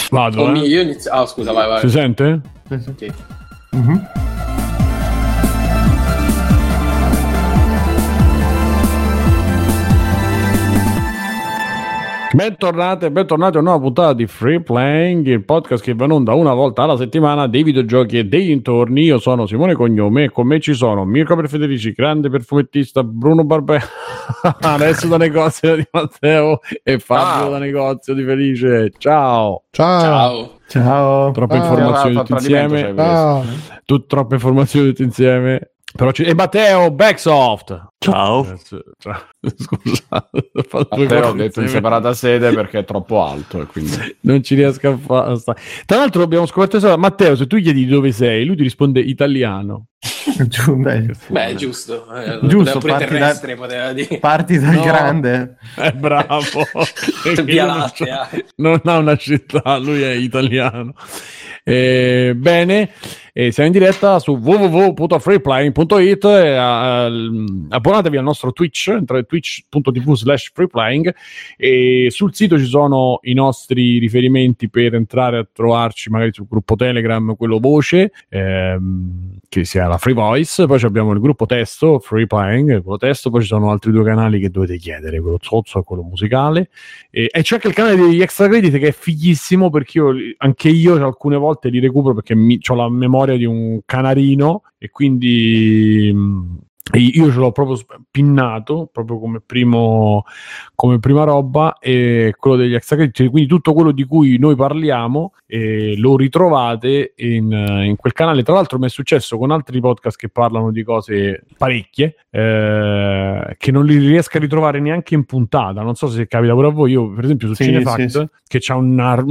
Vado. Io inizio. Ah, scusa, vai. Si sente? Sì. Mm-hmm. Bentornati a una nuova puntata di Free Playing, il podcast che va in onda una volta alla settimana dei videogiochi e dei dintorni. Io sono Simone Cognome e con me ci sono Mirko Perfederici, grande perfumettista, Bruno Barbè, adesso da negozio di Matteo e Fabio da negozio di Felice. Ciao. Troppe informazioni tutte insieme. Troppe informazioni tutte insieme. Però e Matteo Backsoft. Ciao. Scusate, Matteo ho detto in separata sede perché è troppo alto e quindi non ci riesco a fare. Tra l'altro abbiamo scoperto Matteo, se tu gli chiedi dove sei, lui ti risponde italiano. Beh, giusto. Giusto, parti dal grande. È bravo. Via Lattea. Non ha una città, lui è italiano. Bene, siamo in diretta su www.freeplaying.it. Abbonatevi al nostro Twitch, entrate twitch.tv/freeplaying, e sul sito ci sono i nostri riferimenti per entrare a trovarci magari sul gruppo Telegram, quello voce, che sia la Free Voice. Poi abbiamo il gruppo testo Free Playing, quello testo. Poi ci sono altri due canali che dovete chiedere, quello zozzo e quello musicale, e c'è anche il canale degli extra credit che è fighissimo, perché anche io alcune volte li recupero perché ho la memoria di un canarino e quindi io ce l'ho proprio pinnato proprio come prima roba, e quello degli extra credit, quindi tutto quello di cui noi parliamo lo ritrovate in quel canale. Tra l'altro mi è successo con altri podcast che parlano di cose parecchie che non li riesco a ritrovare neanche in puntata. Non so se capita pure a voi. Io per esempio su Cinefact, che c'ha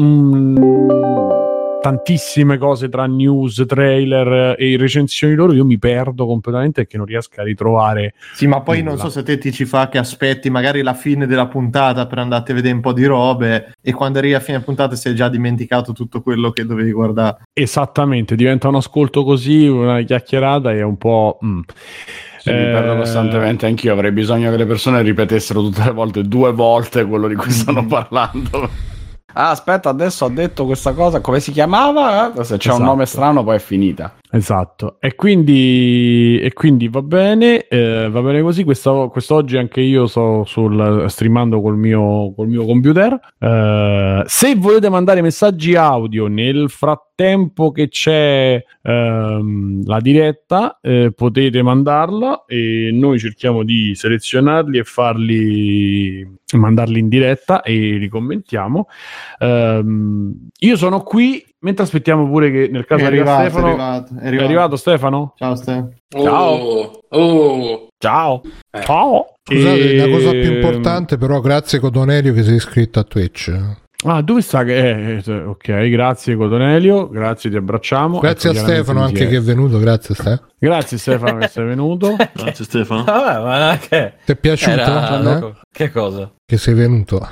tantissime cose tra news, trailer e recensioni loro, io mi perdo completamente perché non riesco a ritrovare. Sì, ma poi non so se te ti ci fa che aspetti magari la fine della puntata per andare a vedere un po' di robe, e quando arrivi a fine puntata si è già dimenticato tutto quello che dovevi guardare. Esattamente, diventa un ascolto così, una chiacchierata, e è un po'... Sì, mi perdo costantemente anch'io. Avrei bisogno che le persone ripetessero tutte le volte 2 volte quello di cui stanno parlando. Ah, aspetta, adesso ho detto questa cosa, come si chiamava? Se c'è un nome strano poi è finita. Esatto, e quindi va bene così. Quest'oggi anche io sto streamando col mio computer. Se volete mandare messaggi audio nel frattempo che c'è la diretta, potete mandarla e noi cerchiamo di selezionarli e mandarli in diretta e li commentiamo. Io sono qui mentre aspettiamo pure che nel caso arriva Stefano. È arrivato Stefano? Ciao Stefano. Ciao. Scusate, la cosa più importante però, grazie Codonelio che sei iscritto a Twitch. Ah, dove sta che ok, grazie Codonelio, grazie, ti abbracciamo. Grazie a Stefano anche che è venuto, grazie Stefano. Grazie Stefano che sei venuto. Grazie Stefano. Ma che ti è piaciuto? Che cosa? Che sei venuto.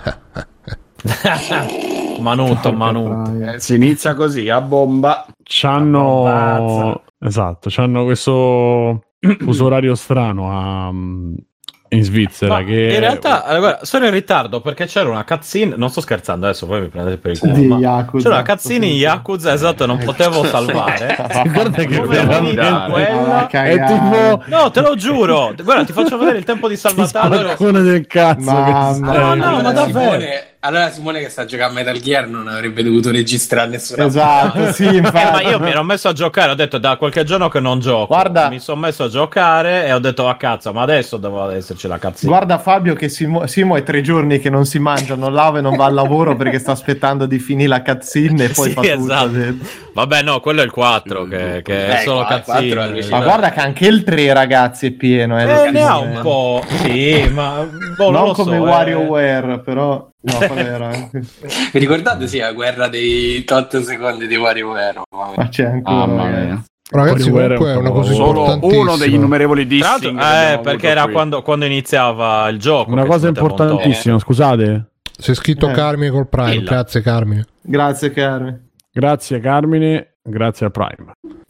Manuto. Si inizia così a bomba. C'hanno questo uso orario strano in Svizzera. Che in realtà allora, sono in ritardo perché c'era una cutscene, non sto scherzando, adesso poi mi prendete per il culo, c'era una cutscene in Yakuza, esatto, non potevo salvare. Guarda che quella è tipo... No, te lo giuro, guarda, ti faccio vedere il tempo di salvataggio del cazzo. Ma davvero. Allora Simone che sta giocando a Metal Gear non avrebbe dovuto registrare nessuna. Esatto, sì, infatti. Ma io mi ero messo a giocare, ho detto da qualche giorno che non gioco. Guarda, mi sono messo a giocare e ho detto cazzo, ma adesso devo esserci la cazzina. Guarda Fabio che Simo è 3 giorni che non si mangia, non lava e non va al lavoro perché sta aspettando di finire la cazzina e poi fa esatto. tutto. Vabbè, no, quello è il 4 che è solo cazzina. Ma guarda che anche il 3, ragazzi, è pieno. Ne ha un po'. Sì, ma non come WarioWare, però. No, qual era? Vi ricordate la guerra dei 8 secondi di WarioWare? Ma c'è ancora. Ragazzi, comunque è una cosa solo uno degli innumerevoli dissing perché era quando iniziava il gioco. Una cosa importantissima, scusate. Sei scritto Carmine col Prime. Grazie Carmine. Grazie Carmine. Grazie Carmine, grazie al Prime.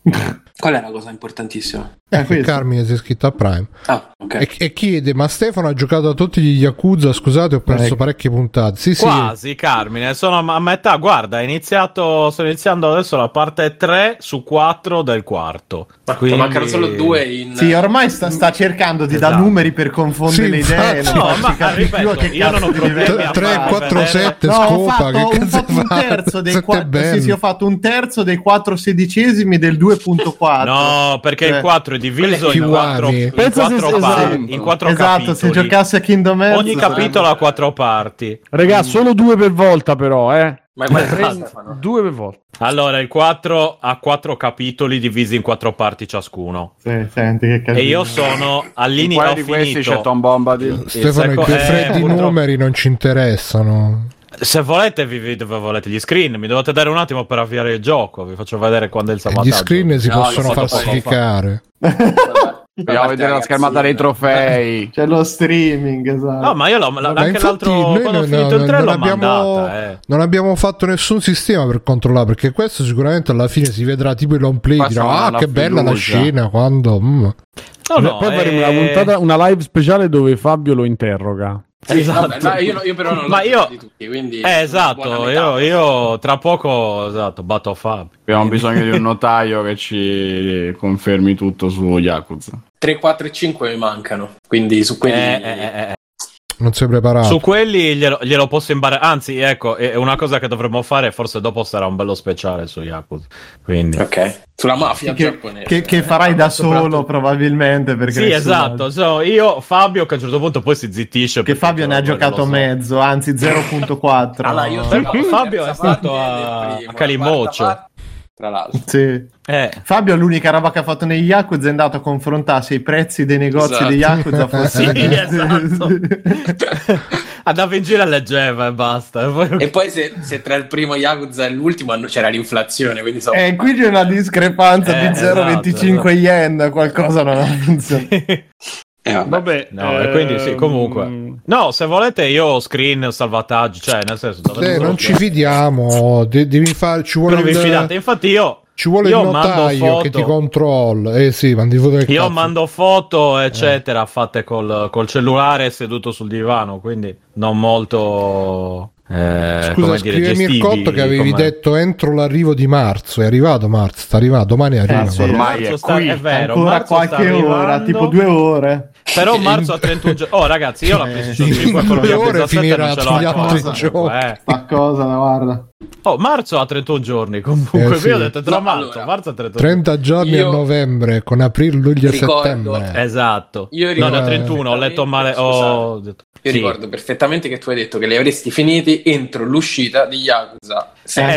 Qual è la cosa importantissima? Che Carmine si è iscritto a Prime. Okay. E chiede: ma Stefano ha giocato a tutti gli Yakuza? Scusate, ho perso parecchie puntate. Sì, quasi, sì. Carmine, sono a metà. Guarda, sto iniziando adesso la parte 3 su 4 del quarto. Quindi... mancano solo 2 in... Sì, ormai sta cercando di dare numeri per confondere le idee. No, ma ripeto, io non ho problemi a 3, 4, 7, scopa. Ho fatto un terzo dei 4. Sì, ho fatto un terzo dei 4 sedicesimi del 2.4. No, perché il 4 è diviso in 4 parti. In 4 esatto, se giocassi a Kingdom Hearts ogni capitolo ha 4 parti. Raga, solo 2 per volta però, Ma è 2 per volta. Allora, il 4 ha 4 capitoli divisi in 4 parti ciascuno. Sì, senti che casino. E io sono all'inizio. Di questi c'è Tom Bombadil. Stefano, i tuoi freddi numeri non ci interessano. Se volete volete gli screen, mi dovete dare un attimo per avviare il gioco, vi faccio vedere quando è il salvataggio. Gli screen si possono falsificare. Dobbiamo vedere la schermata dei trofei. C'è lo streaming, esatto. No, ma io anche l'altro quando ho finito il 3 l'ho mandata. Non abbiamo fatto nessun sistema per controllare, perché questo sicuramente alla fine si vedrà tipo il long play, dirà che bella la scena quando No, poi faremo una puntata, una live speciale dove Fabio lo interroga. Sì, esatto. Vabbè, io però non l'ho di tutti, quindi esatto, io tra poco batto Fabio. Abbiamo bisogno di un notaio che ci confermi tutto su Yakuza. 3, 4 e 5 mi mancano, quindi su quelli non sei preparato. Su quelli glielo posso imparare. Anzi, ecco, è una cosa che dovremmo fare. Forse dopo sarà un bello speciale su Yakuza. Quindi, ok, sulla mafia giapponese. Che farai da solo, probabilmente. Perché sì, esatto. Io, Fabio, che a un certo punto poi si zittisce. Che Fabio ne ha giocato mezzo, anzi 0.4. Allora, io Fabio è stato a Calimocho. Tra l'altro, sì. Fabio l'unica roba che ha fatto negli Yakuza è andato a confrontarsi i prezzi dei negozi degli Yakuza sì, esatto. Andava in giro e leggeva e basta. E poi se tra il primo Yakuza e l'ultimo c'era l'inflazione, quindi qui c'è una discrepanza di 0,25 yen, qualcosa non ha funzionato. Vabbè, quindi sì, comunque. No, se volete io ho screen salvataggio, cioè nel senso non ci fidiamo, devi fare, ci vuole non vi fidate, infatti ci vuole il notaio che ti controlla. Sì, mandi foto del cazzo. Mando foto eccetera fatte col cellulare seduto sul divano, quindi non molto scusa, scrivimi il cotto che avevi detto entro l'arrivo di marzo. È arrivato marzo, sta arrivando, domani arriva. Sì, ormai è qui. È vero, ancora qualche ora, tipo 2 ore. Però marzo a 31 giorni. Oh ragazzi, io la PlayStation 5 con 2 ore finirà sugli altri giorni. Sta cosa, guarda. Oh, marzo a 31 giorni comunque. Sì. Io ho detto tra marzo a 31 30 giorni a novembre con aprile, luglio e settembre. Esatto. Io ricordo, no, a 31 ho letto male. Io ricordo perfettamente che tu hai detto che li avresti finiti entro l'uscita di Yakuza.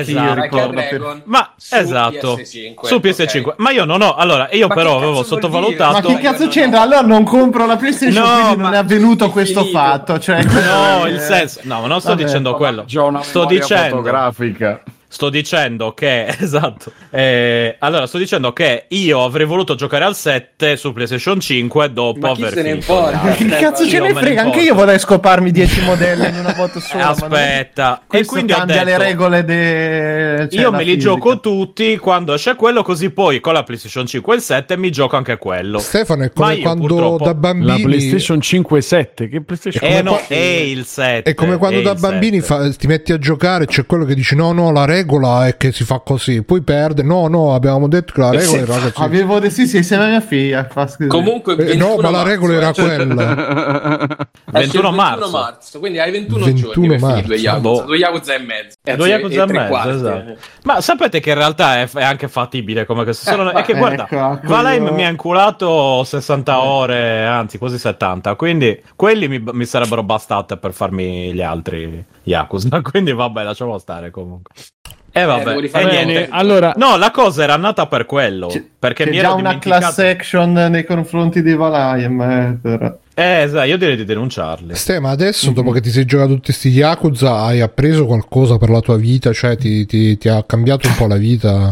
Ma esatto, PS5, su PS5. Okay. Ma io non ho. Allora, io però avevo sottovalutato. Ma che cazzo c'entra? Allora non compro la PlayStation, quindi non è avvenuto questo fatto. Cioè, no, il senso. No, ma non sto dicendo quello. Sto dicendo fotografica. Sto dicendo che esatto. Allora sto dicendo che io avrei voluto giocare al 7 su PlayStation 5 dopo aver finito. Che cazzo ce ne frega? Anche io vorrei scoparmi 10 modelli in una volta sola. Aspetta, e quindi cambia le regole. Io me li gioco tutti quando esce quello, così poi con la PlayStation 5 e il 7 mi gioco anche quello. Stefano, è come quando purtroppo da bambini la PlayStation 5 e 7, che PlayStation no, è il 7. È come quando da bambini ti metti a giocare, c'è quello che dici no, la regola è che si fa così, poi perde. No, abbiamo detto che la regola era così. Avevo sì, insieme a mia figlia. Comunque no, ma la regola era quella. 21 marzo. Quindi hai 21 giorni per finire 2 Yakuza e mezzo. 2 Yakuza e mezzo, esatto. Ma sapete che in realtà è anche fattibile come questo. È che guarda, Valheim mi ha inculato 60 ore, anzi quasi 70, quindi quelli mi sarebbero bastate per farmi gli altri Yakuza. Quindi vabbè, lasciamo stare comunque. Vabbè, niente. Allora, no, la cosa era nata per quello. Perché c'è mi già ero una class action nei confronti di Valheim. Esatto, io direi di denunciarli. Ma adesso, dopo che ti sei giocato tutti questi Yakuza, hai appreso qualcosa per la tua vita? Cioè, ti ha cambiato un po' la vita?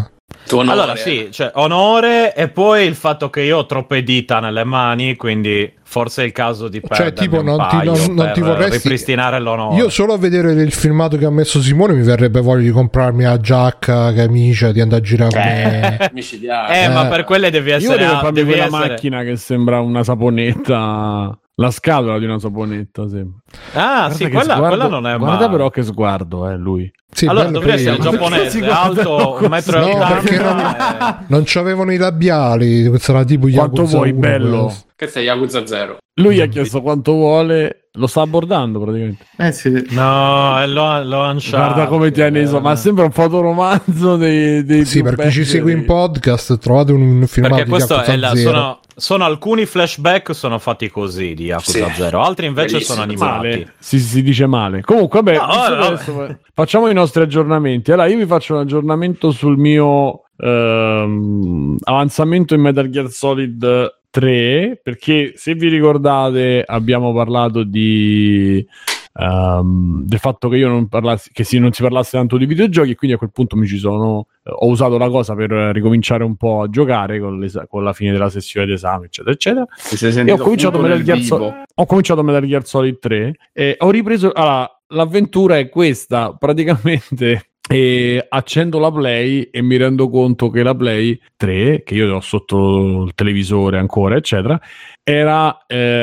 Allora sì, cioè onore, e poi il fatto che io ho troppe dita nelle mani, quindi forse è il caso di perdere, cioè tipo non ti vorresti ripristinare l'onore. Io solo a vedere il filmato che ha messo Simone mi verrebbe voglia di comprarmi la giacca, camicia, di andare a girare con me. Micidiale. Ma per quelle devi essere... Io devo farmi quella essere... macchina che sembra una saponetta, la scatola di una saponetta sembra. Ah, sì, quella non è guarda male. però che sguardo lui. Sì, allora dovrebbe essere giapponese, alto 1,80 m. Perché non c'avevano i labiali, questo era tipo quanto Yakuza vuoi 1, bello. Che sei Yakuza 0. Lui ha chiesto quanto vuole, lo sta abbordando praticamente. Sì. No, lo Uncharted. Guarda come tiene ma sembra un fotoromanzo dei sì, per chi ci segue in podcast trovate un filmato perché di questo Yakuza è 0. sono alcuni flashback sono fatti così di Yakuza 0, altri invece bellissimo. sono animati. Male. Si dice male. Comunque vabbè, adesso facciamo i nostri aggiornamenti. Allora io vi faccio un aggiornamento sul mio avanzamento in Metal Gear Solid 3, perché se vi ricordate abbiamo parlato del fatto che io non parlassi, non si parlasse tanto di videogiochi, e quindi a quel punto ho usato la cosa per ricominciare un po' a giocare con la fine della sessione d'esame, eccetera eccetera, e ho cominciato Metal Gear Solid 3 e ho ripreso. Allora, l'avventura è questa praticamente. E accendo la Play e mi rendo conto che la Play 3, che io ho sotto il televisore ancora eccetera, era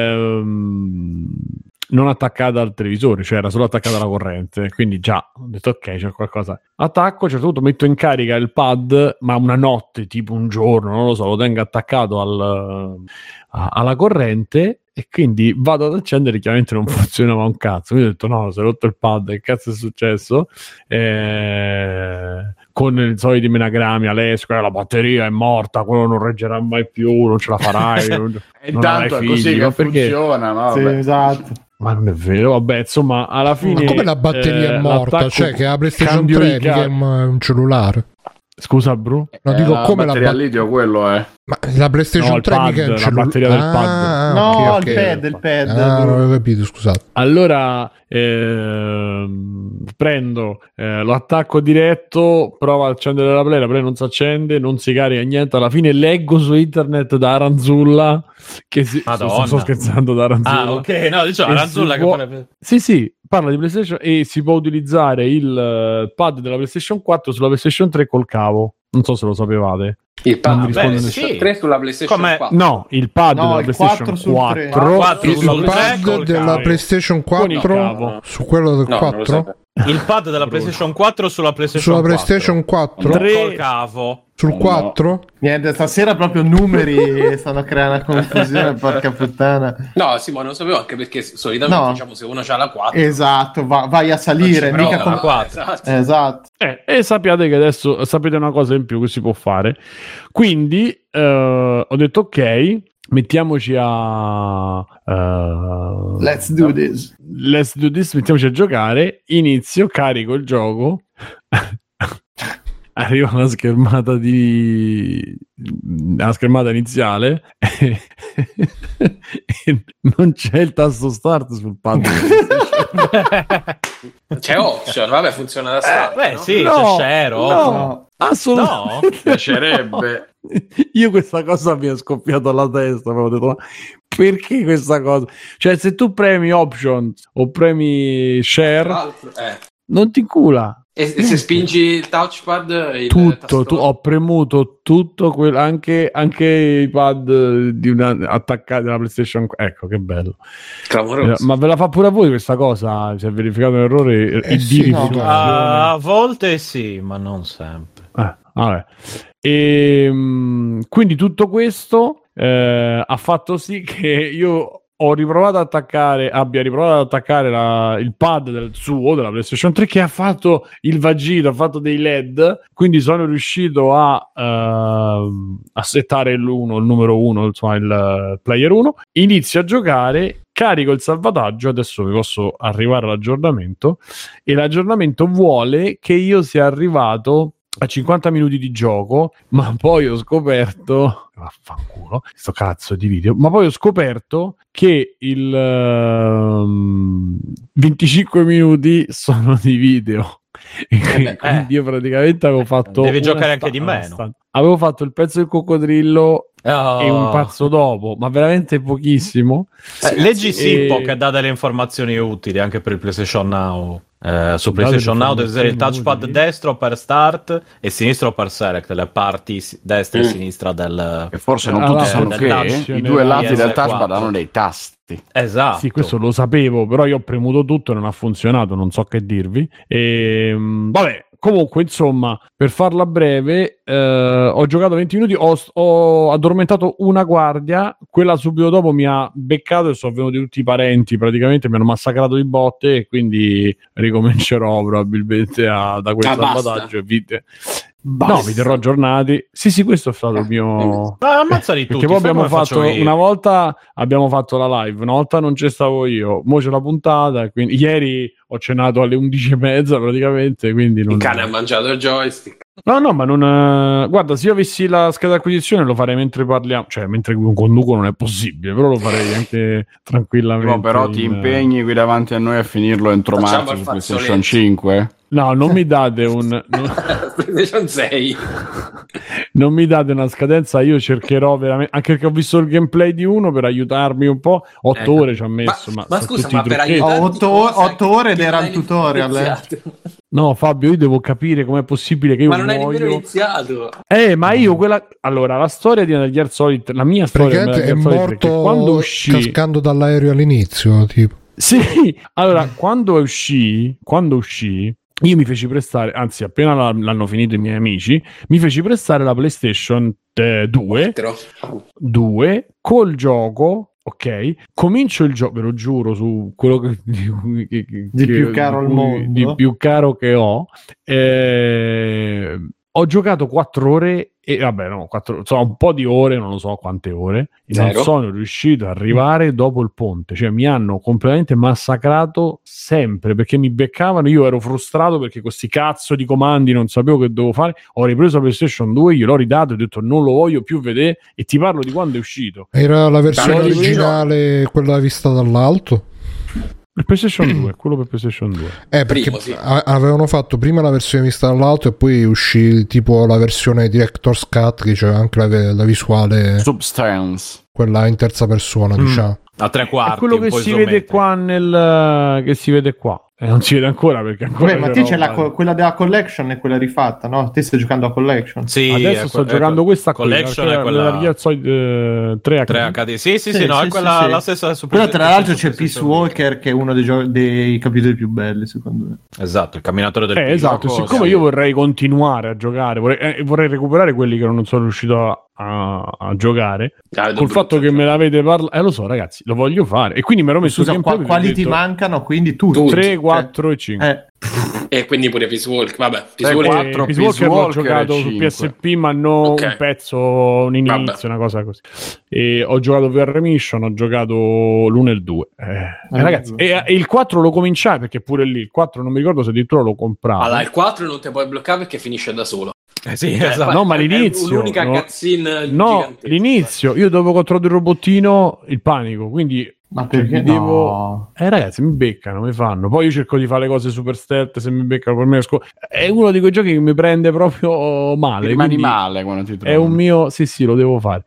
non attaccata al televisore, cioè era solo attaccata alla corrente, quindi già ho detto ok, c'è qualcosa. Attacco, a un certo punto metto in carica il pad, ma una notte, tipo un giorno, non lo so, lo tengo attaccato alla corrente, e quindi vado ad accendere, chiaramente non funzionava un cazzo. Quindi ho detto no, si è rotto il pad, che cazzo è successo? Con i soliti menagrami all'esco, la batteria è morta, quello non reggerà mai più, non ce la farai. Intanto è così che funziona, no? Sì, esatto. Ma non è vero, vabbè, insomma, alla fine... Ma come la batteria è morta? Cioè che la PlayStation 3 è un cellulare. Scusa, Bru? No, dico come la batteria al litio, quello è. Ma la PlayStation 3 mica è un cellulare. La batteria del pad. No, okay. Il pad. Non avevo capito, scusate. Allora prendo, lo attacco diretto, provo a accendere la Play non si accende, non si carica niente. Alla fine leggo su internet da Aranzulla che sto scherzando, da Aranzulla. Ah, ok, no, diciamo Aranzulla che sì, parla di PlayStation e si può utilizzare il pad della PlayStation 4 sulla PlayStation 3 col cavo. Non so se lo sapevate. Il pad PlayStation 3 sulla PlayStation 4. No, il pad della PlayStation 4 il pad della PlayStation 4 su quello del 4. Il pad della PlayStation 4 sulla PlayStation 4 3 cavo. Sul 4? Niente, stasera proprio numeri stanno creando una confusione, porca puttana. No, sì, ma non sapevo, anche perché solitamente diciamo se uno c'ha la 4. Esatto, vai a salire, mica con la 4. Esatto. E sappiate che adesso sapete una cosa in più che si può fare. Quindi ho detto ok, mettiamoci a Let's do this, mettiamoci a giocare. Inizio, carico il gioco. Arriva una schermata iniziale e non c'è il tasto start sul pad. C'è option, vabbè, funziona da start. Beh, no? Sì, c'è share, no, assolutamente. No, piacerebbe. Io questa cosa mi è scoppiata alla testa, avevo detto, ma perché questa cosa? Cioè, se tu premi options o premi share, non ti incula. E se spingi il touchpad, ho premuto tutto anche i pad attaccati alla PlayStation. Ecco che bello. Clamoroso. Ma ve la fa pure a voi questa cosa? Si è verificato un errore? A volte sì, ma non sempre. Vabbè. E quindi tutto questo ha fatto sì che io abbia riprovato ad attaccare il pad della PlayStation 3, che ha fatto il vagito, ha fatto dei LED, quindi sono riuscito a settare il numero 1, insomma il player 1, inizio a giocare, carico il salvataggio, adesso vi posso arrivare all'aggiornamento, e l'aggiornamento vuole che io sia arrivato a 50 minuti di gioco, ma poi ho scoperto, vaffanculo, sto cazzo di video, ma poi ho scoperto che il 25 minuti sono di video Quindi io praticamente avevo fatto... Devi giocare anche di meno. Avevo fatto il pezzo del coccodrillo e un pazzo dopo, ma veramente pochissimo. Leggi Sippo che dà delle informazioni utili anche per il PlayStation Now. Su PlayStation Now deve essere il touchpad destro per start e sinistro per select, le parti destra e sinistra del... E forse non tutti sanno che i due lati del touchpad hanno dei tasti. Esatto. Sì, questo lo sapevo, però io ho premuto tutto e non ha funzionato, non so che dirvi. Vabbè, comunque, insomma, per farla breve, ho giocato 20 minuti, ho addormentato una guardia, quella subito dopo mi ha beccato e sono venuti tutti i parenti, praticamente mi hanno massacrato di botte e quindi ricomincerò probabilmente da quel salvataggio e vite. No, vi terrò aggiornati. Sì, questo è stato il mio... ammazzali tutti. Perché poi abbiamo fatto una volta abbiamo fatto la live, una volta non c'è stavo io, mo c'è la puntata, quindi ieri ho cenato alle 11:30 praticamente, quindi non... Il cane ha mangiato il joystick. No, ma non... Guarda, se io avessi la scheda acquisizione lo farei mentre parliamo, cioè mentre conduco non è possibile, però lo farei anche tranquillamente. No, però ti impegni qui davanti a noi a finirlo entro marzo su PlayStation 5? No, non mi date PlayStation 6. Non mi date una scadenza, io cercherò veramente, anche perché ho visto il gameplay di uno per aiutarmi un po'. 8 ore ci ha messo. Ma scusa, ma per aiutarti 8 ore ed era il tutorial. No, Fabio, io devo capire com'è possibile che io non hai nemmeno iniziato. Ma io allora, la storia di Metal Gear Solid, la mia storia è morto quando uscì cascando dall'aereo all'inizio, tipo. Sì, allora, quando uscì, io mi feci prestare, anzi appena l'hanno finito i miei amici, mi feci prestare la PlayStation 2 col gioco, ok? Comincio il gioco, ve lo giuro, su quello di più caro al mondo, di più caro che ho. Ho giocato 4 ore e vabbè, no, 4, insomma, un po' di ore, non lo so quante ore, e non sono riuscito ad arrivare dopo il ponte, cioè mi hanno completamente massacrato sempre perché mi beccavano, io ero frustrato perché questi cazzo di comandi non sapevo che dovevo fare, ho ripreso la PlayStation 2, gliel'ho ridato e ho detto non lo voglio più vedere e ti parlo di quando è uscito. Era la versione originale, quella vista dall'alto? Il PlayStation 2, quello per PlayStation 2. Perché avevano fatto prima la versione vista dall'alto e poi uscì tipo la versione Director's Cut, che c'era anche la visuale Substance, quella in terza persona, diciamo. A 3/4. È quello che si vede qua che si vede qua. Non si vede ancora perché ancora. Ma te c'è quella della collection e quella rifatta, no? Te stai giocando a collection. Sì, adesso sto giocando questa collection, è quella 3 HD. Sì, no, è quella la stessa. Però tra l'altro c'è Peace Walker che è uno dei capitoli più belli, secondo me. Esatto, il camminatore del esatto, siccome io vorrei continuare a giocare, vorrei recuperare quelli che non sono riuscito a giocare, col fatto che me l'avete parlato, lo so ragazzi, lo voglio fare e quindi mi ero messo quali ti mancano, quindi tutti 3, 4 e 5 e quindi pure Peace Walker, vabbè, Peace Walker l'ho giocato su PSP ma non un pezzo, un inizio, una cosa così, e ho giocato VR Mission, ho giocato l'1 e il 2 ragazzi, e il 4 lo cominciai perché pure lì il 4 non mi ricordo se addirittura lo compravo. Allora il 4 non ti puoi bloccare perché finisce da solo. Sì, esatto. No, ma l'inizio, l'unica cutscene gigantesca. L'inizio, io dopo controllo il robottino, il panico, quindi ma perché devo... ragazzi, mi beccano, mi fanno. Poi io cerco di fare le cose super stealth, se mi beccano per me è uno di quei giochi che mi prende proprio male. Rimani male quando ti trovi. È un mio... Sì, lo devo fare.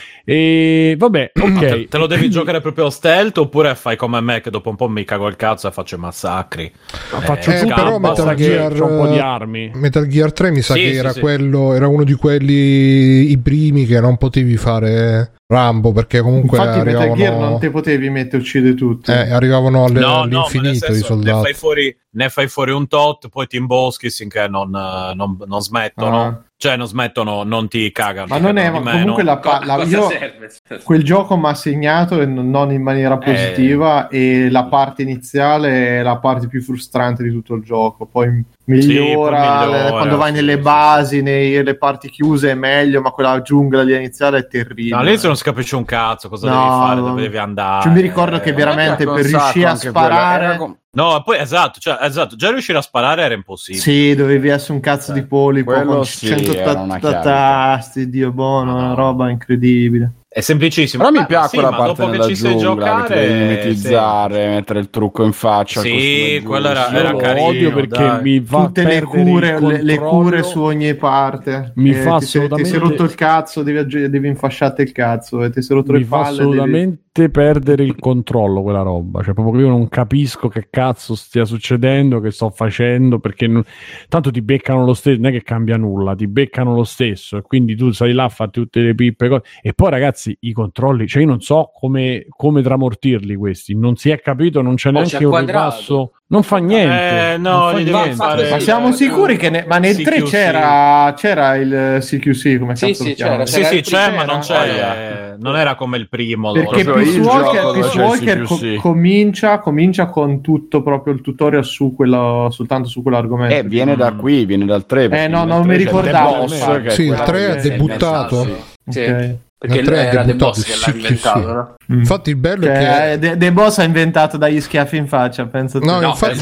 E vabbè, ok. Te lo devi giocare proprio stealth oppure fai come me che dopo un po' mi cago il cazzo e faccio i massacri? Faccio però Metal Gear, un po' di armi. Metal Gear 3 mi sa che era quello, era uno di quelli i primi che non potevi fare Rambo, perché comunque infatti arrivavano... Metal Gear non te potevi mettere uccide tutti. Arrivavano all'infinito i soldati. Ne fai fuori un tot, poi ti imboschi finché non smettono. Cioè non smettono, non ti cagano. Ma non è, ma comunque io quel gioco mi ha segnato non in maniera positiva e la parte iniziale è la parte più frustrante di tutto il gioco. Poi migliora quando vai nelle basi, nelle parti chiuse è meglio, ma quella giungla lì iniziale è terribile. No, all'inizio non si capisce un cazzo cosa devi fare, dove devi andare. Cioè, mi ricordo che veramente per riuscire a sparare... No, poi esatto, già riuscire a sparare era impossibile. Sì, dovevi essere un cazzo di polipo con 180 tasti, Dio buono, una roba incredibile. È semplicissimo. Però mi piace la parte dopo che ci sai giocare, che devi mimetizzare, mettere il trucco in faccia. Sì, quello era carino. Odio perché mi fa tutte le cure su ogni parte. Mi fa assolutamente. Ti sei rotto il cazzo, devi infasciarti il cazzo. Ti sei rotto le palle. Mi fa assolutamente perdere il controllo quella roba. Cioè, proprio che io non capisco che cazzo stia succedendo, che sto facendo, perché tanto ti beccano lo stesso, non è che cambia nulla, ti beccano lo stesso, e quindi tu stai là a farti tutte le pippe cose. E poi ragazzi, i controlli, cioè io non so come tramortirli questi, non si è capito, non c'è neanche un ripasso, non fa niente, ma siamo sicuri che ma nel 3 c'era il CQC, come cazzo lo chiama? C'è, ma non era come il primo, perché Peace Walker comincia con tutto proprio il tutorial soltanto su quell'argomento. Viene da qui, viene dal 3. Non mi ricordavo. Sì, il 3 è debuttato. Sì. Perché era The Boss che l'ha inventato, no? Infatti il bello è che The Boss ha inventato dagli schiaffi in faccia, penso. No, infatti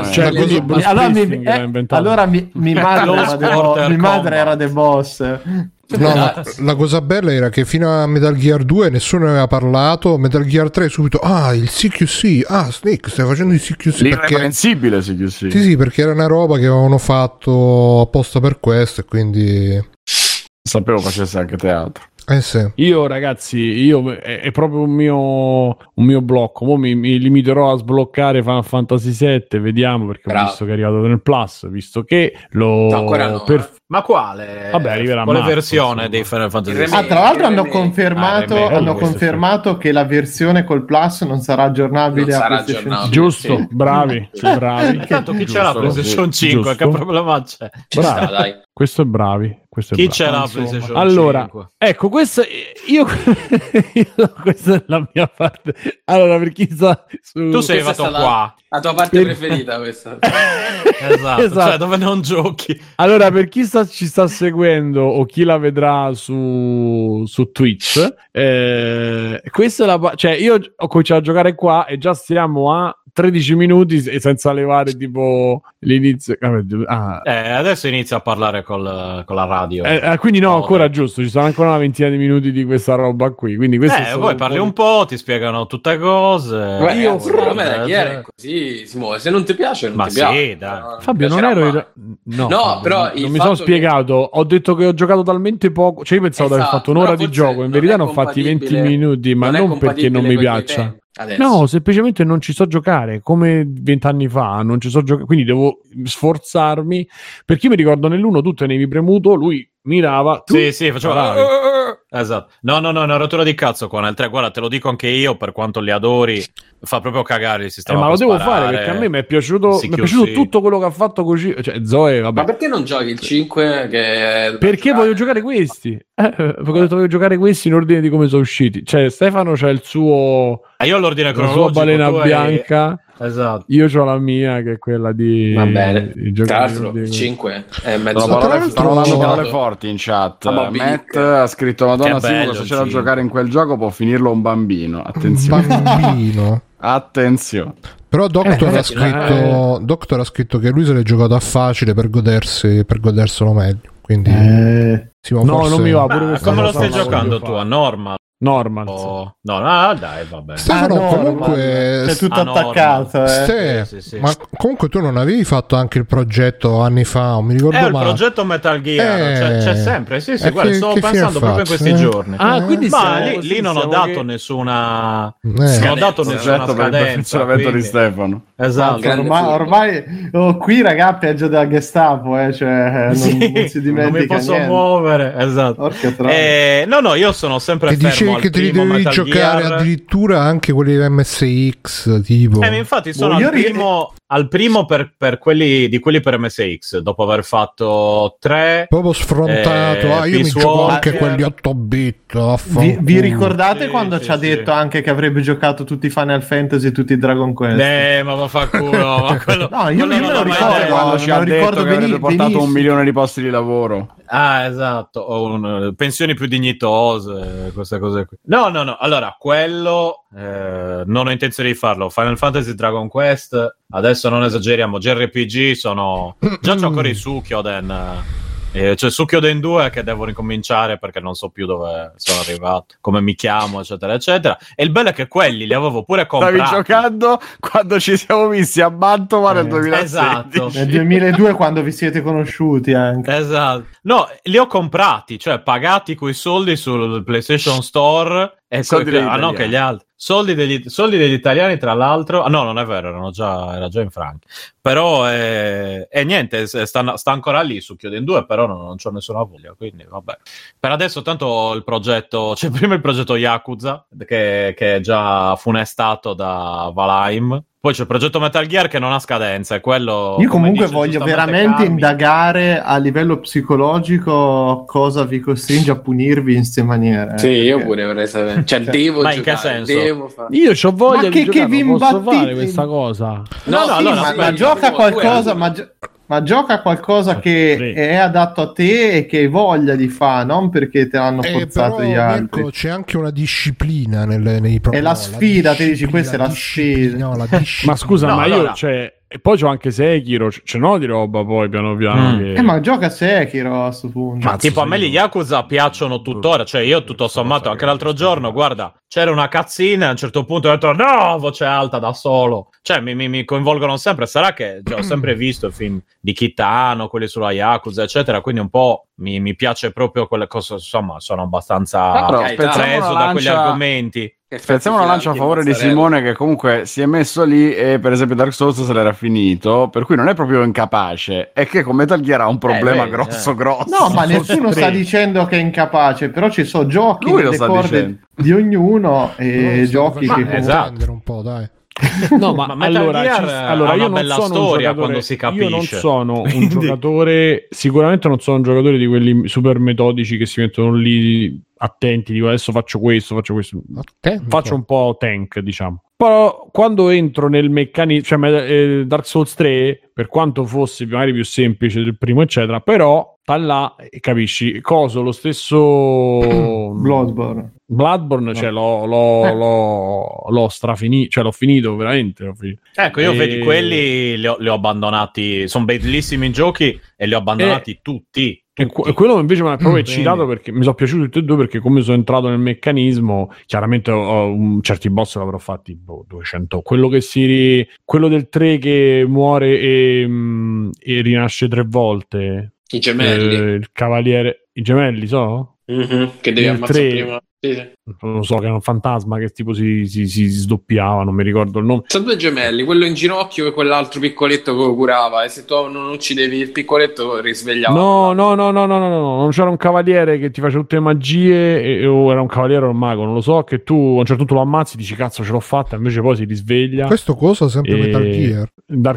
allora mia madre era The Boss. No, la cosa bella era che fino a Metal Gear 2 nessuno ne aveva parlato. Metal Gear 3 subito il CQC, Snake stai facendo il CQC, l'irreprensibile CQC. Sì, perché era una roba che avevano fatto apposta per questo, e quindi sapevo facesse anche teatro. Sì. Io ragazzi, è proprio un mio blocco. Mo mi limiterò a sbloccare Final Fantasy VII, vediamo, perché ho visto che è arrivato nel Plus, visto che ancora no, ma quale? Vabbè, arriverà quale versione dei Final Fantasy VII? Tra l'altro hanno confermato che la versione col Plus non sarà aggiornabile a PlayStation 5. Giusto, sì. bravi. Tanto chi c'è la PlayStation 5? Giusto. Che problema c'è? Ci sta, dai. Questo è bravi. Chi c'è la PlayStation 5? Allora, ecco, questa è la mia parte. Allora, per chi sa, tu sei arrivato qua. La tua parte preferita questa. esatto, cioè dove non giochi. Allora, per chi ci sta seguendo o chi la vedrà su Twitch, questa è la cioè io ho cominciato a giocare qua e già stiamo a 13 minuti e senza levare tipo l'inizio. Adesso inizia a parlare con la radio. Quindi no, ancora giusto, ci sono ancora una ventina di minuti di questa roba qui. Quindi poi parli un po', ti spiegano tutte cose. Io è così si muove. Se non ti piace, non ti piace. Dai. Fabio, non ero no, però non mi sono spiegato. Ho detto che ho giocato talmente poco. Cioè, io pensavo di aver fatto un'ora di gioco. In verità ne ho fatti 20 minuti, ma non perché non mi piaccia. Adesso. No, semplicemente non ci so giocare come 20 anni fa, non ci so giocare, quindi devo sforzarmi, perché io mi ricordo nell'1 tu tenevi premuto, lui mirava, sì, faceva esatto. No, una rottura di cazzo qua nel 3, guarda, te lo dico anche io, per quanto li adori, fa proprio cagare il sistema. Ma lo devo fare perché a me mi è piaciuto tutto quello che ha fatto così, cioè Zoe, vabbè. Ma perché non giochi il 5 perché voglio giocare questi? Perché ho detto voglio giocare questi in ordine di come sono usciti. Cioè Stefano c'ha il suo io l'ordine cronologico, la sua balena bianca. Esatto. Io c'ho la mia che è quella di va bene. Tra l'altro il 5 è mezzo parole forti in chat. Matt ha scritto Madonna Simo, se c'è da giocare in quel gioco può finirlo un bambino. Attenzione. Attenzione. Però Doctor ha scritto che lui se l'è giocato a facile per goderselo meglio. Quindi non mi va pure come lo stai giocando tu? A normal? No, dai, vabbè. Stefano, comunque è tutto attaccato. Sì. Ma comunque tu non avevi fatto anche il progetto anni fa? Non mi ricordo il progetto Metal Gear, c'è sempre. Sì, guarda, stavo pensando proprio in questi giorni. Quindi lì non ho dato nessuna scadenza per il funzionamento di Stefano. Esatto. Ormai qui raga, peggio della Gestapo, cioè non si dimentica. Non mi posso muovere. Esatto. No, io sono sempre fermo. Che te li devi giocare addirittura anche quelli di MSX tipo. Infatti sono al primo per quelli per MSX, dopo aver fatto 3 proprio sfrontato. Io mi gioco anche quelli 8 bit. Vi ricordate quando ci ha detto anche che avrebbe giocato tutti i Final Fantasy e tutti i Dragon Quest? Ma va fa culo. No, io me lo ricordo quando ci ha detto che avrebbe portato 1 milione di posti di lavoro. Esatto, o pensioni più dignitose, queste cose qui. No, allora quello non ho intenzione di farlo. Final Fantasy, Dragon Quest, adesso non esageriamo, JRPG sono già c'ho ancora i Sukkyoden C'è Suikoden 2 che devo ricominciare perché non so più dove sono arrivato, come mi chiamo, eccetera eccetera. E il bello è che quelli li avevo pure comprati. Stavi giocando quando ci siamo visti a Mantova nel 2016. Esatto. Nel 2002 quando vi siete conosciuti anche. Esatto. No, li ho comprati, cioè pagati quei soldi sul PlayStation Store e no, che gli altri. Soldi degli italiani, tra l'altro. Ah, no, non è vero, era già in franchi. Però niente, sta ancora lì su Suikoden 2, però non c'ho nessuna voglia, quindi vabbè. Per adesso tanto il progetto, c'è prima il progetto Yakuza che è già funestato da Valheim. Poi c'è il progetto Metal Gear che non ha scadenza, è quello. Io comunque voglio veramente indagare a livello psicologico cosa vi costringe a punirvi in queste maniere. Sì, io pure vorrei sapere. Cioè, devo ma giocare, in che senso? devo fare. Io c'ho voglia di giocare, vi non posso imbattite? fare questa cosa. No, sì, allora, ma gioca qualcosa, ma gioca qualcosa che è adatto a te e che hai voglia di fare, non perché te l'hanno forzato però, gli altri. Mirko, c'è anche una disciplina nei È la sfida, te dici, questa è la sfida. No, la disciplina. Ma scusa, No, ma allora. io, cioè, e poi c'ho anche Sekiro, c'è no di roba poi piano piano. Che... Ma gioca Sekiro a questo punto. Ma tipo a me gli Yakuza piacciono tuttora, cioè io tutto sommato anche l'altro giorno, guarda, c'era una cutscene, a un certo punto ho detto no, voce alta da solo, cioè mi coinvolgono sempre, sarà che ho sempre visto i film di Kitano, quelli sulla Yakuza eccetera, quindi un po' mi piace proprio quelle cose, insomma sono abbastanza preso da quegli argomenti. Spezziamo una lancia a favore di Simone che comunque si è messo lì e per esempio Dark Souls se l'era finito, per cui non è proprio incapace, è che con Metal Gear ha un problema grosso. No, ma nessuno sta dicendo che è incapace, però ci sono giochi Lui lo nelle sta corde dicendo. di ognuno e giochi che esatto. un po', dai. No, ma Metal Gear allora ha io una bella non sono storia un giocatore, quando si capisce. io non sono un giocatore, sicuramente non sono un giocatore di quelli super metodici che si mettono lì attenti, dico adesso faccio questo, faccio un po' tank, diciamo. Però quando entro nel meccanismo, cioè Dark Souls 3, per quanto fosse magari più semplice del primo eccetera, però sta là e capisci coso lo stesso Bloodborne no. Cioè l'ho strafinito, cioè l'ho finito veramente. Ecco, io vedi quelli li ho abbandonati, sono bellissimi i giochi e li ho abbandonati tutti. E quello invece mi ha proprio eccitato perché mi sono piaciuti tutti e due, perché come sono entrato nel meccanismo, chiaramente certi boss l'avrò fatti 200, quello del 3 che muore e rinasce 3 volte, i gemelli, il cavaliere, i gemelli che devi ammazzare prima. Sì. Non lo so, che era un fantasma che tipo si sdoppiava, non mi ricordo il nome. Sono 2 gemelli, quello in ginocchio e quell'altro piccoletto che lo curava, e se tu non uccidevi il piccoletto risvegliava. No, non c'era un cavaliere che ti faceva tutte le magie o era un cavaliere o un mago, non lo so, che tu a un certo punto lo ammazzi, dici cazzo ce l'ho fatta, invece poi si risveglia. Questo cosa sempre Metal Gear? Dark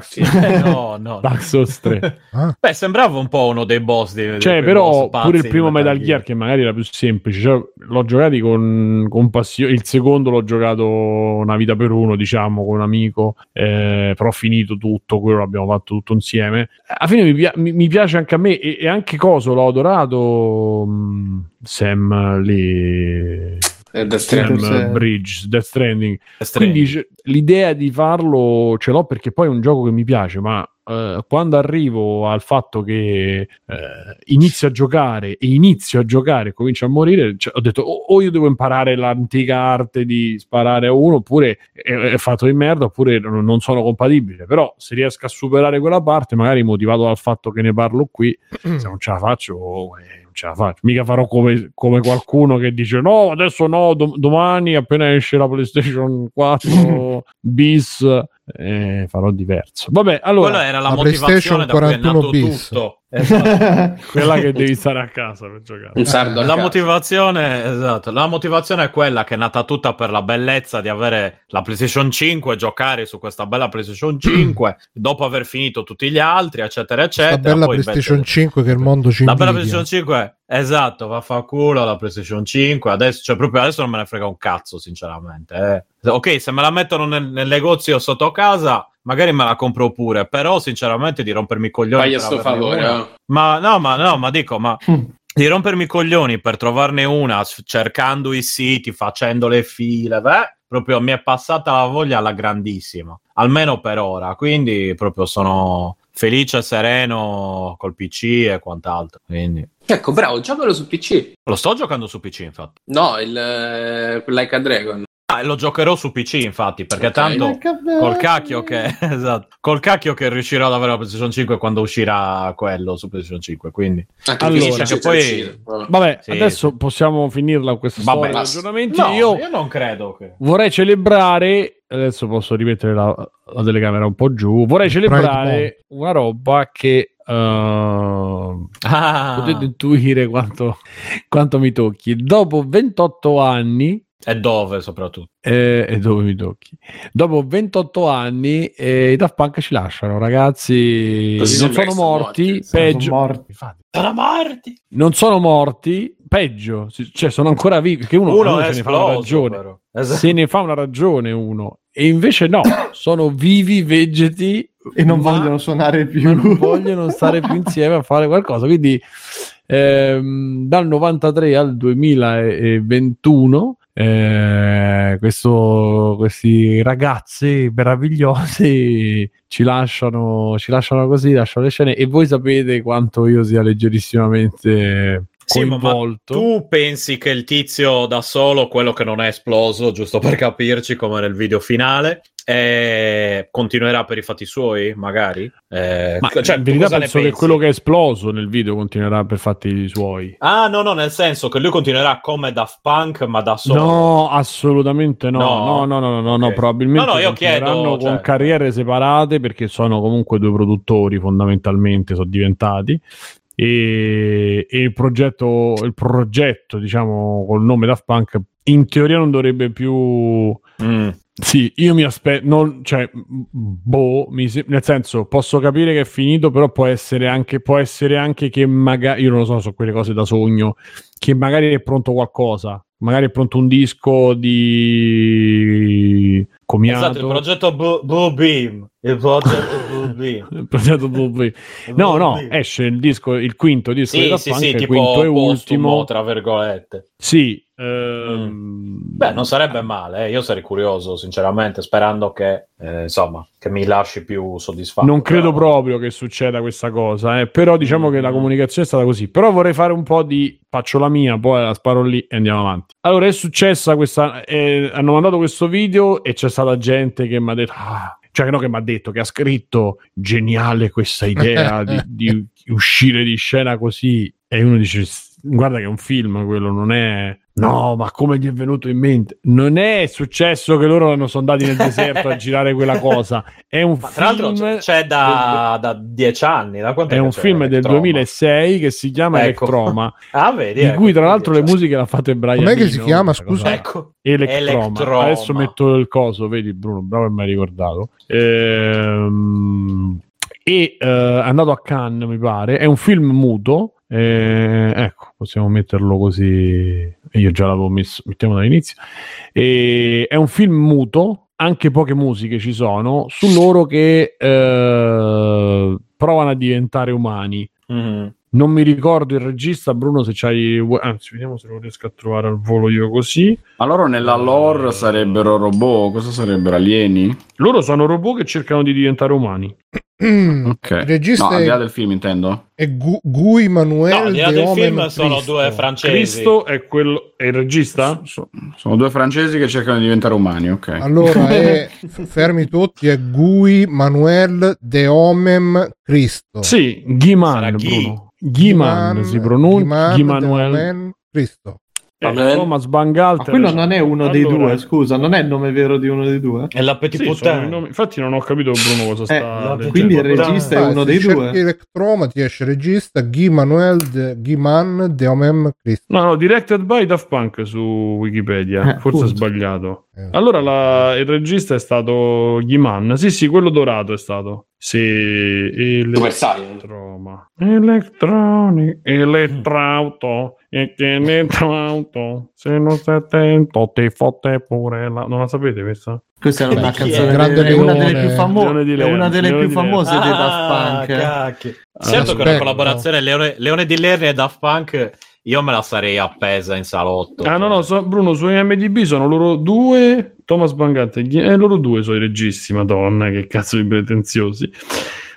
Souls 3. Beh, sembrava un po' uno dei boss cioè però pure il primo Metal Gear che magari era più semplice, cioè, l'ho giocati con passione. Il secondo l'ho giocato una vita per uno, diciamo, con un amico, però ho finito tutto, quello l'abbiamo fatto tutto insieme. Alla fine mi piace anche a me, e anche coso l'ho adorato, Sam lì, Death Stranding. Quindi l'idea di farlo ce l'ho, perché poi è un gioco che mi piace, ma quando arrivo al fatto che inizio a giocare e comincio a morire, cioè, ho detto o io devo imparare l'antica arte di sparare a uno, oppure è fatto di merda, oppure non sono compatibile. Però se riesco a superare quella parte, magari motivato dal fatto che ne parlo qui, se non ce la faccio ce la faccio. Mica farò come qualcuno che dice no, adesso no, domani appena esce la PlayStation 4 bis farò diverso. Vabbè, allora quella era la motivazione da cui è nato bis. tutto. Esatto. Quella che devi stare a casa per giocare. La motivazione è quella che è nata tutta per la bellezza di avere la PlayStation 5, giocare su questa bella PlayStation 5 dopo aver finito tutti gli altri, eccetera eccetera. La bella poi PlayStation 5 che il mondo ci invidia. La bella PlayStation 5, esatto, vaffanculo la PlayStation 5 adesso, cioè proprio adesso non me ne frega un cazzo sinceramente. Ok, se me la mettono nel negozio sotto casa magari me la compro pure, però sinceramente di rompermi i coglioni fai sto favore, ma dico di rompermi i coglioni per trovarne una cercando i siti, facendo le file, proprio mi è passata la voglia alla grandissima, almeno per ora, quindi proprio sono felice e sereno col PC e quant'altro. Quindi ecco, bravo, giocalo su PC. lo sto giocando su PC, infatti. No, il Like a Dragon. Lo giocherò su PC, infatti, perché tanto col cacchio che riuscirò ad avere la PlayStation 5 quando uscirà quello su PlayStation 5, quindi allora, che poi vabbè, sì, adesso possiamo finirla questa storia di ragionamenti. No, io non credo che vorrei celebrare, adesso posso rimettere la telecamera un po' giù, vorrei celebrare una roba che potete intuire quanto mi tocchi. Dopo 28 anni e dove soprattutto e dove mi tocchi, dopo 28 anni i Daft Punk ci lasciano, ragazzi. Così non sono morti, peggio non sono morti, peggio, cioè sono ancora vivi, perché uno è se ne fa una ragione, se ne fa una ragione uno, e invece no, sono vivi, vegeti e non vogliono suonare più, non vogliono stare più insieme a fare qualcosa. Quindi dal 93 al 2021 questi ragazzi meravigliosi ci lasciano così, lasciano le scene, e voi sapete quanto io sia leggerissimamente coinvolto. Ma tu pensi che il tizio da solo, quello che non è esploso, giusto per capirci, come nel video finale, continuerà per i fatti suoi, magari? Ma in verità penso che quello che è esploso nel video continuerà per fatti suoi. Ah, no, nel senso che lui continuerà come Daft Punk, ma da solo. No, assolutamente no. No, probabilmente io chiedo, con carriere separate, perché sono comunque due produttori, fondamentalmente sono diventati. E il progetto, diciamo, col nome Daft Punk, in teoria non dovrebbe più sì, io mi aspetto, nel senso, posso capire che è finito, però può essere anche che magari, io non lo so, sono quelle cose da sogno, che magari è pronto qualcosa, magari è pronto un disco di comiato. Esatto, il progetto Blue Beam. Il progetto Blue Beam. No, esce il disco, il quinto disco di Daft Punk, il tipo quinto e ultimo, tra virgolette. Sì. Beh, non sarebbe male, io sarei curioso, sinceramente, sperando che insomma, che mi lasci più soddisfatto. Non credo proprio che succeda questa cosa, però diciamo che la comunicazione è stata così. Però vorrei fare un po' faccio la mia, poi la sparo lì e andiamo avanti. Allora, è successa questa, hanno mandato questo video e c'è stata gente che mi ha detto che ha scritto geniale questa idea di uscire di scena così, e uno dice guarda che è un film quello, non è. No, ma come gli è venuto in mente? Non è successo che loro sono andati nel deserto a girare quella cosa. È un film. Tra l'altro c'è da 10 anni. Da quanto è un film del 2006 che si chiama Electroma. Di cui tra l'altro le musiche l'ha fatte Brian. Com'è che si chiama? Scusa. Electroma. Adesso metto il coso, vedi Bruno, bravo che mi hai ricordato. È andato a Cannes, mi pare. È un film muto. Ecco, possiamo metterlo così. Io già l'avevo messo, mettiamo dall'inizio. È un film muto, anche poche musiche ci sono, su loro che provano a diventare umani. Non mi ricordo il regista, Bruno, se c'hai, anzi vediamo se lo riesco a trovare al volo io così. Ma loro nella lore sarebbero robot, cosa sarebbero, alieni? Loro sono robot che cercano di diventare umani. Ok. Il regista al di là del film, intendo. È Guy Manuel. No, al di là del film sono due francesi. Cristo è il regista? Sono due francesi che cercano di diventare umani, ok. Allora fermi tutti, è Guy Manuel de Homem Cristo. Sì, Guiman, Bruno. Guiman si pronuncia. Guy Manuel Cristo. Thomas Bangalter. Ma quello non è uno dei due, scusa, non è il nome vero di uno dei due? È la Petit Potin. Infatti non ho capito Bruno cosa sta. Quindi il regista è uno dei due. Electroma ti esce regista Guy Manuel Guiman de Homem Cristo. No, directed by Daft Punk su Wikipedia. Forse ho sbagliato. Allora il regista è stato Guiman. Sì, quello dorato è stato. Sì, Electroma. Elettrauto. Se non sei attento ti fotte pure la. Non la sapete questa? Questa è una canzone, è una delle più famose, è una delle più famose dei Daft Punk. Certo che una collaborazione Leone di Lerner e Daft Punk io me la sarei appesa in salotto. Bruno, su IMDb sono loro due, Thomas Bangalter, loro due sono i registi, madonna, che cazzo di pretenziosi.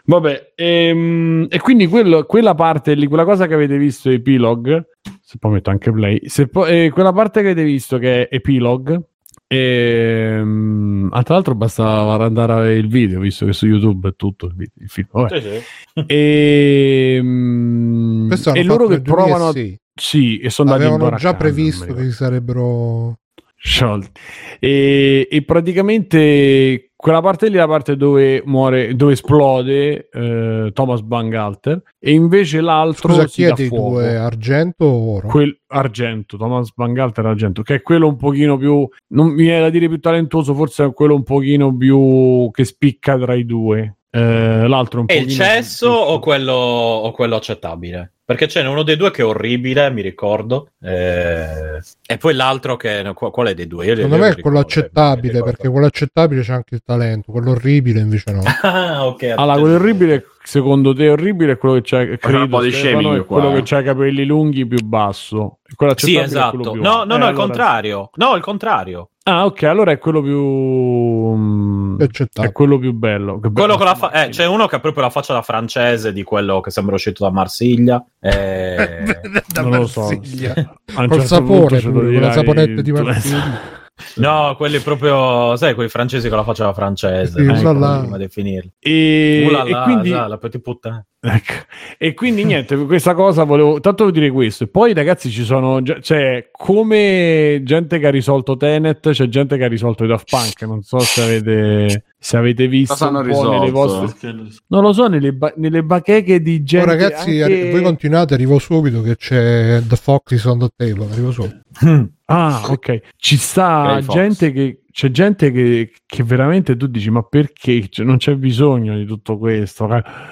Vabbè, e quindi quella parte lì, quella cosa che avete visto Epilogue, se poi metto anche play, quella parte che avete visto che è Epilogue, tra l'altro basta andare a vedere il video, visto che su YouTube è tutto il film. Vabbè. Sì. E loro che provano, sì, e sono avevano già previsto che si sarebbero sciolti, e praticamente quella parte lì è la parte dove esplode Thomas Bangalter, e invece l'altro chi è dei due, argento o oro? Argento, Thomas Bangalter argento, che è quello un pochino più, non mi viene da dire più talentuoso, forse è quello un pochino più che spicca tra i due. L'altro è un po' il cesso o quello accettabile, perché c'è uno dei due che è orribile, mi ricordo, e poi l'altro che qual è dei due? Secondo me è quello accettabile, perché quello accettabile c'è anche il talento, quello orribile invece no. Okay, allora quello orribile, secondo te orribile è quello che c'è, credo, un po' di shaming è quello che c'ha i capelli lunghi più basso, quello sì, esatto, no, allora... il contrario, no, il contrario. Ah, ok, allora è quello più è quello più bello. Quello con c'è uno che ha proprio la faccia da francese, di quello che sembra uscito da Marsiglia. Non lo so. Col sapore, con la saponetta di Marsiglia. No, quelli proprio, sai, quei francesi con la faccia da francese, sì, come definirli. E quindi la petit putain. Ecco. E quindi niente, questa cosa volevo dire questo. E poi ragazzi, ci sono, cioè, come gente che ha risolto Tenet, c'è gente che ha risolto i Daft Punk. Non so se avete visto cosa hanno risolto nelle vostre, non lo so, nelle bacheche di gente. Ragazzi, voi continuate, arrivo subito che c'è The Fox is on the table, arrivo subito. Ah, ok. Ci sta gente che c'è gente che veramente tu dici, ma perché? Cioè, non c'è bisogno di tutto questo.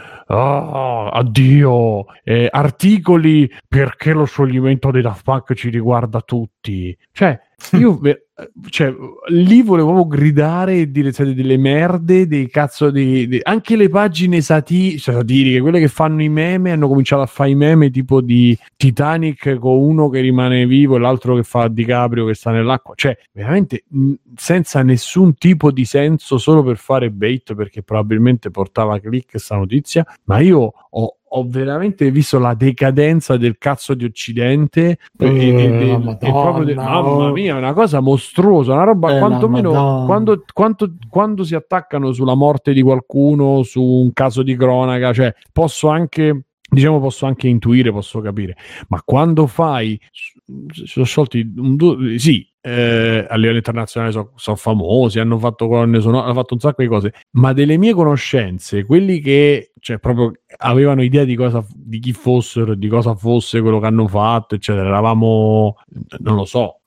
Addio, articoli perché lo scioglimento dei Daft Punk ci riguarda tutti. Cioè, io lì volevo proprio gridare e dire siete delle merde, dei cazzo di anche le pagine satiriche, quelle che fanno i meme, hanno cominciato a fare i meme tipo di Titanic con uno che rimane vivo e l'altro che fa DiCaprio che sta nell'acqua, cioè veramente senza nessun tipo di senso, solo per fare bait, perché probabilmente portava click sta notizia. Ma io ho veramente visto la decadenza del cazzo di Occidente, mamma mia, una cosa mostruosa, una roba quantomeno quando si attaccano sulla morte di qualcuno, su un caso di cronaca, cioè posso anche intuire, posso capire, ma quando fai, si sono sciolti a livello internazionale sono famosi, hanno fatto colonne sonore, hanno fatto un sacco di cose, ma delle mie conoscenze, quelli che cioè proprio avevano idea di chi fossero, di cosa fosse quello che hanno fatto, eccetera, eravamo, non lo so,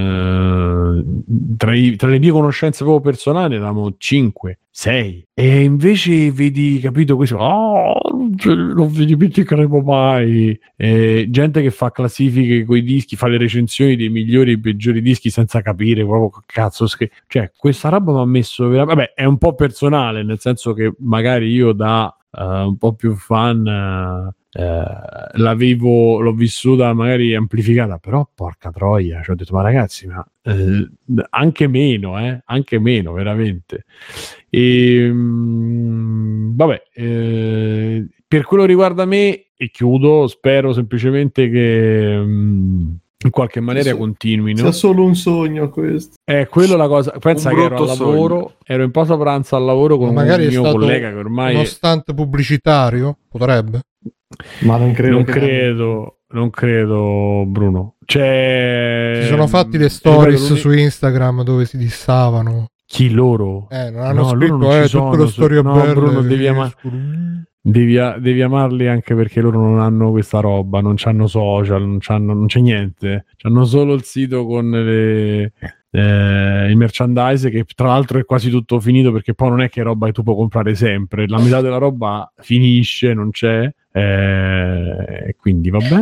tra le mie conoscenze proprio personali eravamo 5, 6, e invece vedi, capito, questo non vi dimenticheremo mai, gente che fa classifiche coi dischi, fa le recensioni dei migliori e peggiori dischi senza capire proprio cazzo, cioè questa roba mi ha messo vabbè, è un po' personale, nel senso che magari io da un po' più fan l'ho vissuta magari amplificata, però porca troia, cioè ho detto, ma ragazzi, ma anche meno veramente. E vabbè, per quello riguarda me, e chiudo, spero semplicemente che in qualche maniera continuino. Sia solo un sogno questo. Quello la cosa. Pensa che ero al lavoro, ero in pausa pranzo al lavoro con un mio collega che ormai uno stunt pubblicitario? Potrebbe? Ma non credo, Bruno. Si sono fatti le stories su Instagram dove si dissavano. Chi loro? Non hanno scritto tutte le storie belle. Bruno, devi amarli, anche perché loro non hanno questa roba, non c'hanno social, non c'è niente, c'hanno solo il sito con il merchandise, che tra l'altro è quasi tutto finito, perché poi non è che è roba che tu puoi comprare sempre, la metà della roba finisce, non c'è, Quindi vabbè.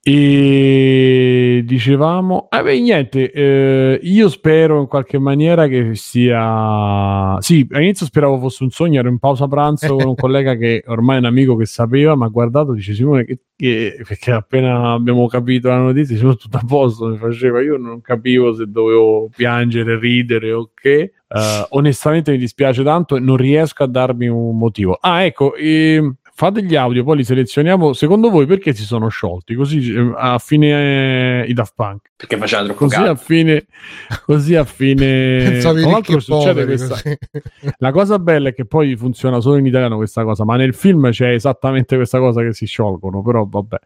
E dicevamo niente, io spero in qualche maniera che sia all'inizio speravo fosse un sogno, ero in pausa pranzo con un collega che ormai è un amico che sapeva, ma ha guardato, dice Simone perché appena abbiamo capito la notizia sono tutto a posto, mi faceva, io non capivo se dovevo piangere, ridere o che. Onestamente mi dispiace tanto e non riesco a darmi un motivo. Ecco, fate gli audio, poi li selezioniamo. Secondo voi perché si sono sciolti? Così a fine i Daft Punk. Perché facevano troppo così a fine pensavi tra l'altro succede poveri, questa. La cosa bella è che poi funziona solo in italiano questa cosa, ma nel film c'è esattamente questa cosa che si sciolgono, però vabbè.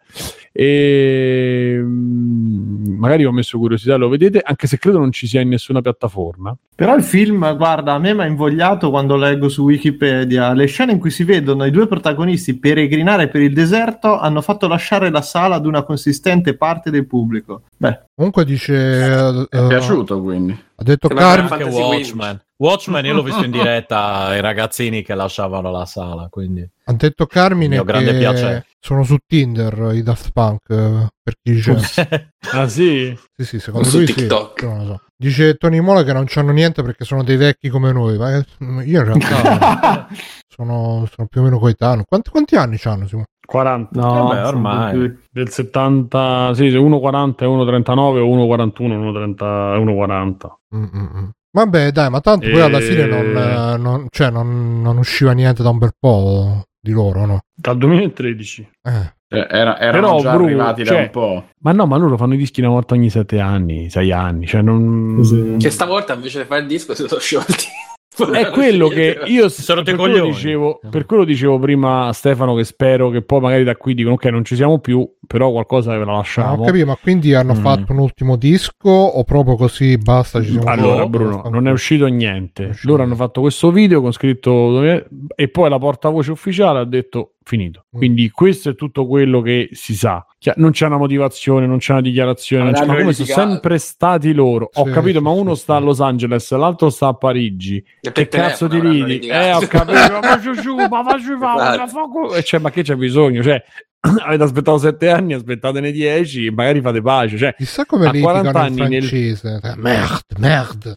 E magari ho messo curiosità, lo vedete, anche se credo non ci sia in nessuna piattaforma. Però il film, guarda, a me mi ha invogliato quando leggo su Wikipedia le scene in cui si vedono i due protagonisti peregrinare per il deserto hanno fatto lasciare la sala ad una consistente parte del pubblico. Beh, comunque dice è piaciuto, quindi ha detto anche Watchmen io l'ho visto in diretta ai ragazzini che lasciavano la sala, quindi ha detto Carmine mio grande piacere. Sono su Tinder i Daft Punk, per chi dice ah sì? Sì, secondo lui TikTok. Sì, non lo so. Dice Tony Mola che non c'hanno niente perché sono dei vecchi come noi, ma io in realtà sono più o meno coetaneo. Quanti anni c'hanno? 40. No, ormai del 70, sì, 1,40 e 1,39 o 1,41, 1,40. Vabbè, dai, ma tanto poi alla fine non usciva niente da un bel po' di loro, no? Dal 2013. Erano già arrivati da un po'. Ma no, ma loro fanno i dischi una volta ogni 7 anni, 6 anni, cioè non... Che stavolta invece di fare il disco si sono sciolti. È quello che io sono per quello dicevo prima a Stefano, che spero che poi magari da qui dicono ok, non ci siamo più, però qualcosa ve la lasciamo. Non capito, ma quindi hanno fatto un ultimo disco o proprio così basta? Ci siamo allora Bruno, non è uscito niente. Loro hanno fatto questo video con scritto e poi la portavoce ufficiale ha detto finito. Quindi questo è tutto quello che si sa. Non c'è una motivazione, non c'è una dichiarazione, ma come sono sempre stati loro. Ho capito, ma uno sta a Los Angeles, l'altro sta a Parigi. Che cazzo ti ridi? Ho capito, ma che c'è bisogno? Cioè, avete aspettato 7 anni, aspettatene 10 e magari fate pace. Cioè, chissà come a 40 anni in francese. Merde.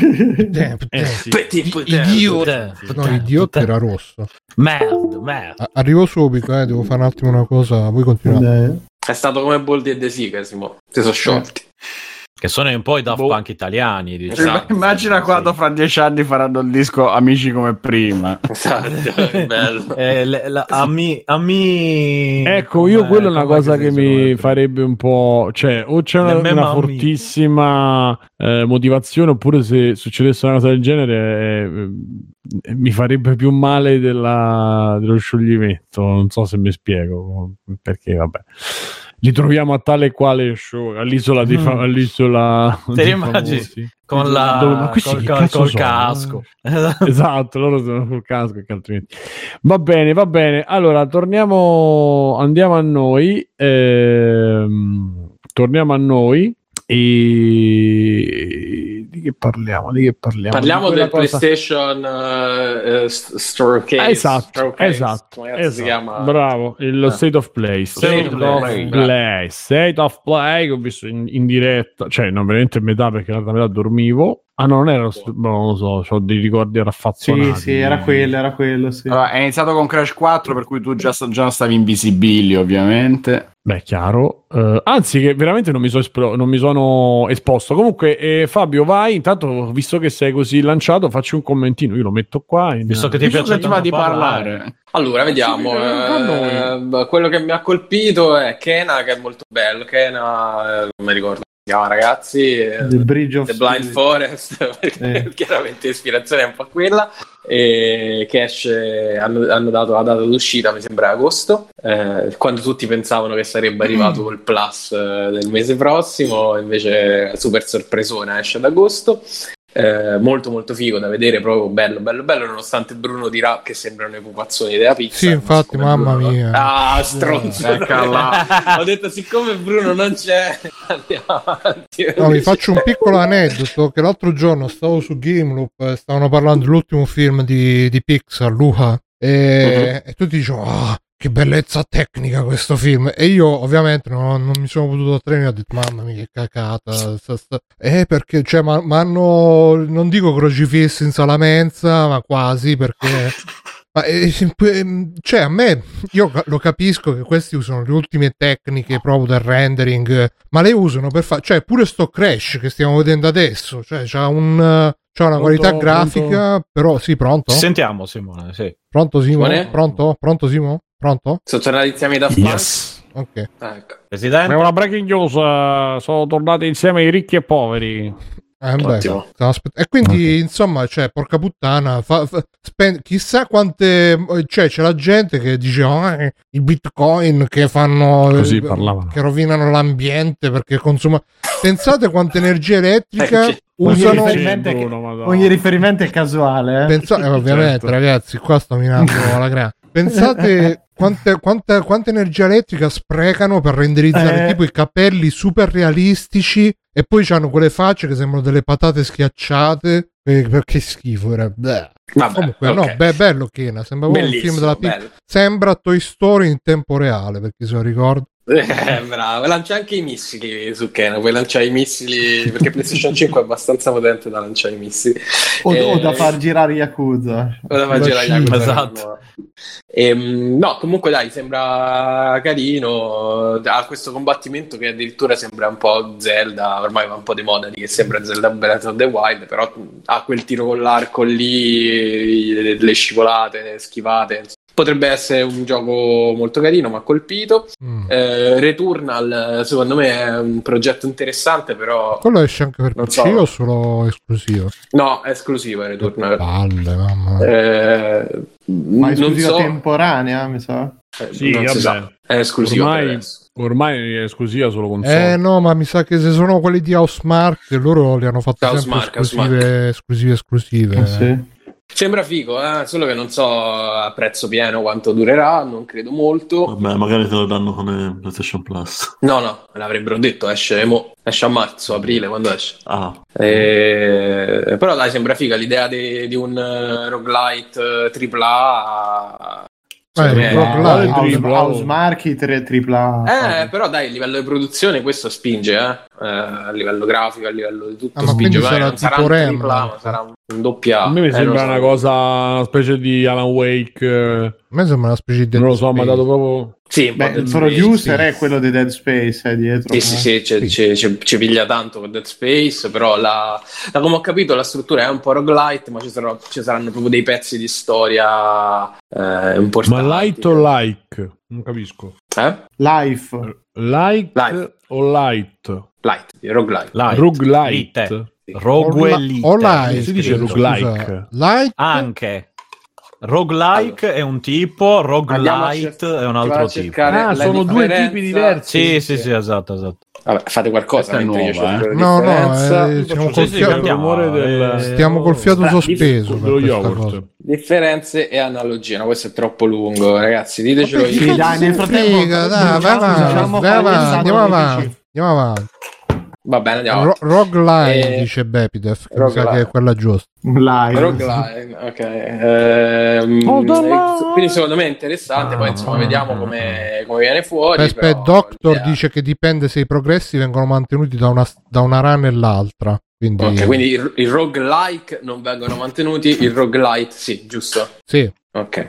Idiota era rosso. Merde. Arrivo subito, devo fare un attimo una cosa. Voi continuate. È stato come Boldi e De Sica, si sono sciolti. Che sono un po' i Daft Punk italiani, diciamo. Immagina quando fra 10 anni faranno il disco Amici come prima. Esatto, è bello. Ecco, io quello è una cosa che mi farebbe un po', cioè o c'è una fortissima motivazione, oppure se succedesse una cosa del genere mi farebbe più male dello scioglimento. Non so se mi spiego, perché vabbè. Li troviamo a tale e quale show all'isola di all'isola te immagini con col casco. Esatto, loro sono col casco che altrimenti. Va bene, allora andiamo a noi, torniamo a noi. E di che parliamo? Parliamo del PlayStation Store Case. Esatto. Si chiama? Bravo, lo State of Play. State of Play che ho visto in diretta, cioè non veramente metà, perché l'altra metà dormivo. Ah no, non era non lo so, ho dei ricordi raffazzonati. Sì, era quello, sì. Allora, è iniziato con Crash 4, per cui tu già stavi invisibili, ovviamente. Beh, chiaro. Anzi, che veramente non mi sono esposto. Comunque, Fabio, vai. Intanto, visto che sei così lanciato, facci un commentino. Io lo metto qua. Visto che ti piace di parlare. Allora, vediamo. Quello che mi ha colpito è Kena, che è molto bello. Kena, non mi ricordo. Ragazzi, The Bridge of The Blind Forest, perché chiaramente ispirazione è un po' quella, e che esce, hanno dato la data d'uscita, mi sembra agosto, quando tutti pensavano che sarebbe arrivato col Plus del mese prossimo, invece super sorpresona, esce ad agosto. Molto molto figo da vedere, proprio bello, nonostante Bruno dirà che sembrano i pupazzoni della pizza. Sì, infatti, mamma mia. Stronzo. Ho detto, siccome Bruno non c'è, andiamo avanti. No, vi faccio un piccolo aneddoto, che l'altro giorno stavo su Gameloop e stavano parlando dell'ultimo film di Pixar, Luca, e tutti dicevano che bellezza tecnica questo film. E io ovviamente non mi sono potuto tenere, ho detto mamma mia che cacata, perché cioè ma hanno, non dico crocifissi in sala mensa, ma quasi, perché cioè a me, io lo capisco che questi usano le ultime tecniche proprio del rendering, ma le usano per fare, cioè pure sto Crash che stiamo vedendo adesso, cioè c'ha una qualità grafica, però sì, pronto? Ci sentiamo Simone, sì. Pronto Simo? Pronto Simo? Pronto? Sono tornati insieme da Yes. Ok. Ecco. Presidente? È una breaking news, sono tornati insieme i ricchi e poveri. E quindi insomma, cioè, porca puttana, chissà quante, cioè c'è la gente che dice i bitcoin che fanno così parlavano, che rovinano l'ambiente perché consuma. Pensate quanta energia elettrica usano. Ogni riferimento è casuale. Pensate, ovviamente, certo. Ragazzi, qua sto minando la grande. Pensate quanta energia elettrica sprecano per renderizzare tipo i capelli super realistici, e poi c'hanno quelle facce che sembrano delle patate schiacciate, perché schifo era. Comunque okay. No, bello Kena, sembra un film della sembra Toy Story in tempo reale, perché se lo ricordo. Bravo, lancia anche i missili su Kena, puoi lanciare i missili perché PlayStation 5 è abbastanza potente da lanciare i missili o da far girare Yakuza, esatto. No, comunque dai, sembra carino, ha questo combattimento che addirittura sembra un po' Zelda, ormai va un po' di moda di che sembra Zelda Breath of the Wild, però ha quel tiro con l'arco lì, le scivolate, le schivate. Potrebbe essere un gioco molto carino, ma colpito. Returnal secondo me è un progetto interessante, però quello esce anche per PC o solo esclusivo? No, è esclusivo Returnal. Palle, mamma. Ma è esclusiva temporanea, mi sa. Sì, vabbè. È esclusiva ormai è esclusiva solo console. No, ma mi sa che se sono quelli di Housemarque, loro li hanno fatti sempre esclusive. Sì. Sembra figo, solo che non so a prezzo pieno quanto durerà, non credo molto. Vabbè, magari te lo danno con PlayStation Plus. No, me l'avrebbero detto, esce a marzo, aprile, quando esce. Però dai, sembra figa l'idea di un roguelite AAA. Housemarque AAA. Però dai, a livello di produzione questo spinge, a livello grafico, a livello di tutto spinge. Non sarà un AAA, ma sarà un doppia. A me mi sembra una cosa, una specie di Alan Wake. A me sembra una specie di non lo so, ma dato proprio. Sì, il producer è quello di Dead Space dietro. Sì, ci piglia tanto con Dead Space, però da come ho capito la struttura è un po' roguelite, ma ci saranno proprio dei pezzi di storia importanti. Ma light o like? Non capisco. Life. Like o light? Light, roguelite. Roguelite. Roguelite. Si dice roguelike. Light? Anche. Roguelike è un tipo, roguelite è un altro tipo. Sono due tipi diversi. Sì, esatto. Vabbè, fate qualcosa mentre stiamo col fiato sospeso dello yogurt. Differenze e analogie. No, questo è troppo lungo, ragazzi, ditecelo io. Dai, nel frattempo andiamo avanti. Va bene, andiamo. Rogueline dice Bepidef, che mi sa che è quella giusta. Rogueline, ok. Quindi secondo me è interessante, poi insomma vediamo come viene fuori. Aspetta, Doctor dice che dipende se i progressi vengono mantenuti da una run e l'altra. Quindi il roguelike non vengono mantenuti, il roguelite sì, giusto? Sì. Ok.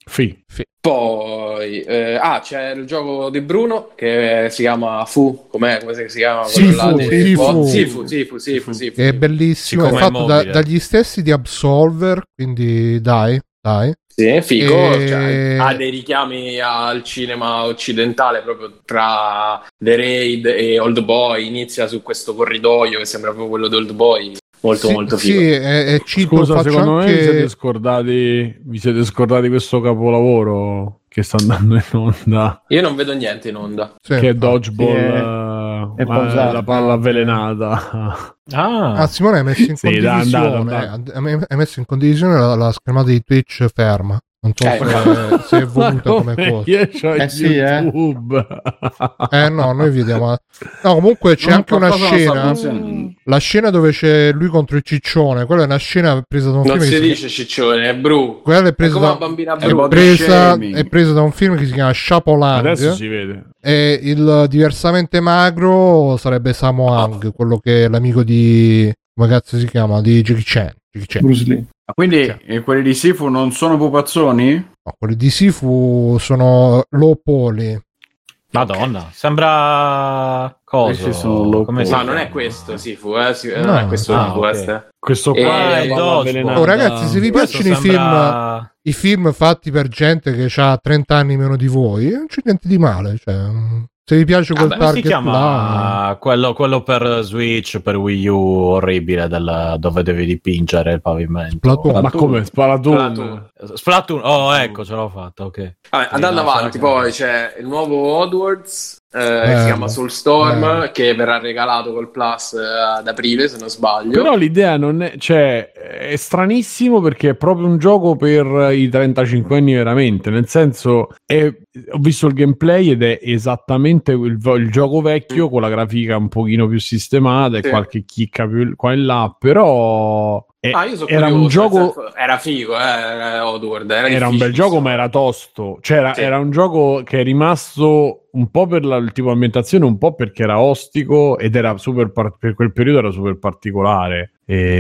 Poi c'è il gioco di Bruno che si chiama Fu, come si chiama? Sifu, che è bellissimo, è fatto dagli stessi di Absolver, quindi dai. Sì, figo, ha dei richiami al cinema occidentale proprio tra The Raid e Old Boy, inizia su questo corridoio che sembra proprio quello di Old Boy. Molto figo. Sì, è Scusa, secondo me vi siete scordati questo capolavoro che sta andando in onda. Io non vedo niente in onda. Che è Dodgeball, la palla avvelenata. Simone hai messo in condivisione. Hai messo in condivisione la schermata di Twitch ferma. Non so se è voluta come cosa. Io c'ho YouTube. No, noi vediamo. No, comunque c'è anche una scena. La scena dove c'è lui contro il ciccione. Quella è una scena presa da un film. Non si dice ciccione, è Bru. Quella è presa da bambina Bru. È presa da un film che si chiama Chapeaulang. Adesso si vede. E il diversamente magro sarebbe Sammo Hung, quello che è l'amico di. Come cazzo si chiama? Di Jackie Chan. Bruce Lee. Quindi quelli di Sifu non sono pupazzoni? No, quelli di Sifu sono low poly. Madonna, sembra coso. Ma non è questo Sifu, non è questo okay. Questo qua è avvelenato. Ragazzi, se vi piacciono i film fatti per gente che ha 30 anni meno di voi, non c'è niente di male, cioè. Se vi piace quel target si chiama quello per Switch, per Wii U, orribile, dove devi dipingere il pavimento. Splatoon. Ma come? Splatoon. Oh, ecco, ce l'ho fatta, ok. Vabbè, andando avanti, poi c'è il nuovo Oddworlds, si chiama Soulstorm, che verrà regalato col Plus ad aprile, se non sbaglio. Però l'idea non è... Cioè, è stranissimo perché è proprio un gioco per i 35 anni veramente, nel senso... Ho visto il gameplay ed è esattamente il gioco vecchio con la grafica un pochino più sistemata e qualche chicca più qua e là, però era un gioco, era figo, Oddworld, era un bel gioco, ma era tosto, cioè era un gioco che è rimasto un po' per il tipo ambientazione, un po' perché era ostico ed era super per quel periodo era super particolare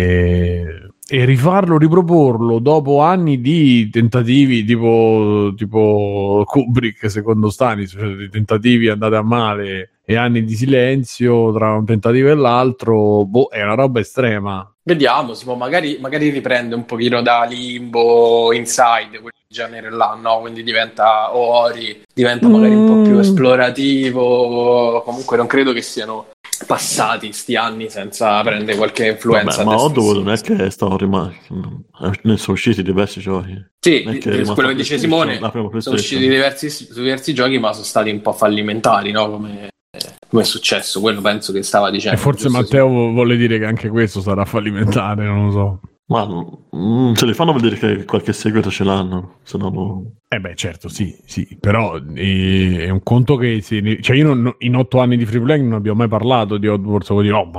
e riproporlo dopo anni di tentativi tipo Kubrick secondo Stanis, cioè di tentativi andati a male e anni di silenzio tra un tentativo e l'altro, è una roba estrema. Vediamo, magari riprende un pochino da Limbo, Inside, quel genere là, no? Quindi diventa Ori, diventa magari un po' più esplorativo. Comunque non credo che siano passati sti anni senza prendere qualche influenza. Ma Oddworld non è che stanno ne sono usciti diversi giochi. Sì, quello che dice Simone, sono usciti diversi giochi, ma sono stati un po' fallimentari, no? Come è successo, quello penso che stava dicendo. E forse Matteo vuole dire che anche questo sarà fallimentare, non lo so. Ma ce li fanno vedere che qualche seguito ce l'hanno, se no no. Certo, sì, però è un conto che cioè io in 8 anni di free play non abbiamo mai parlato di Oddworld,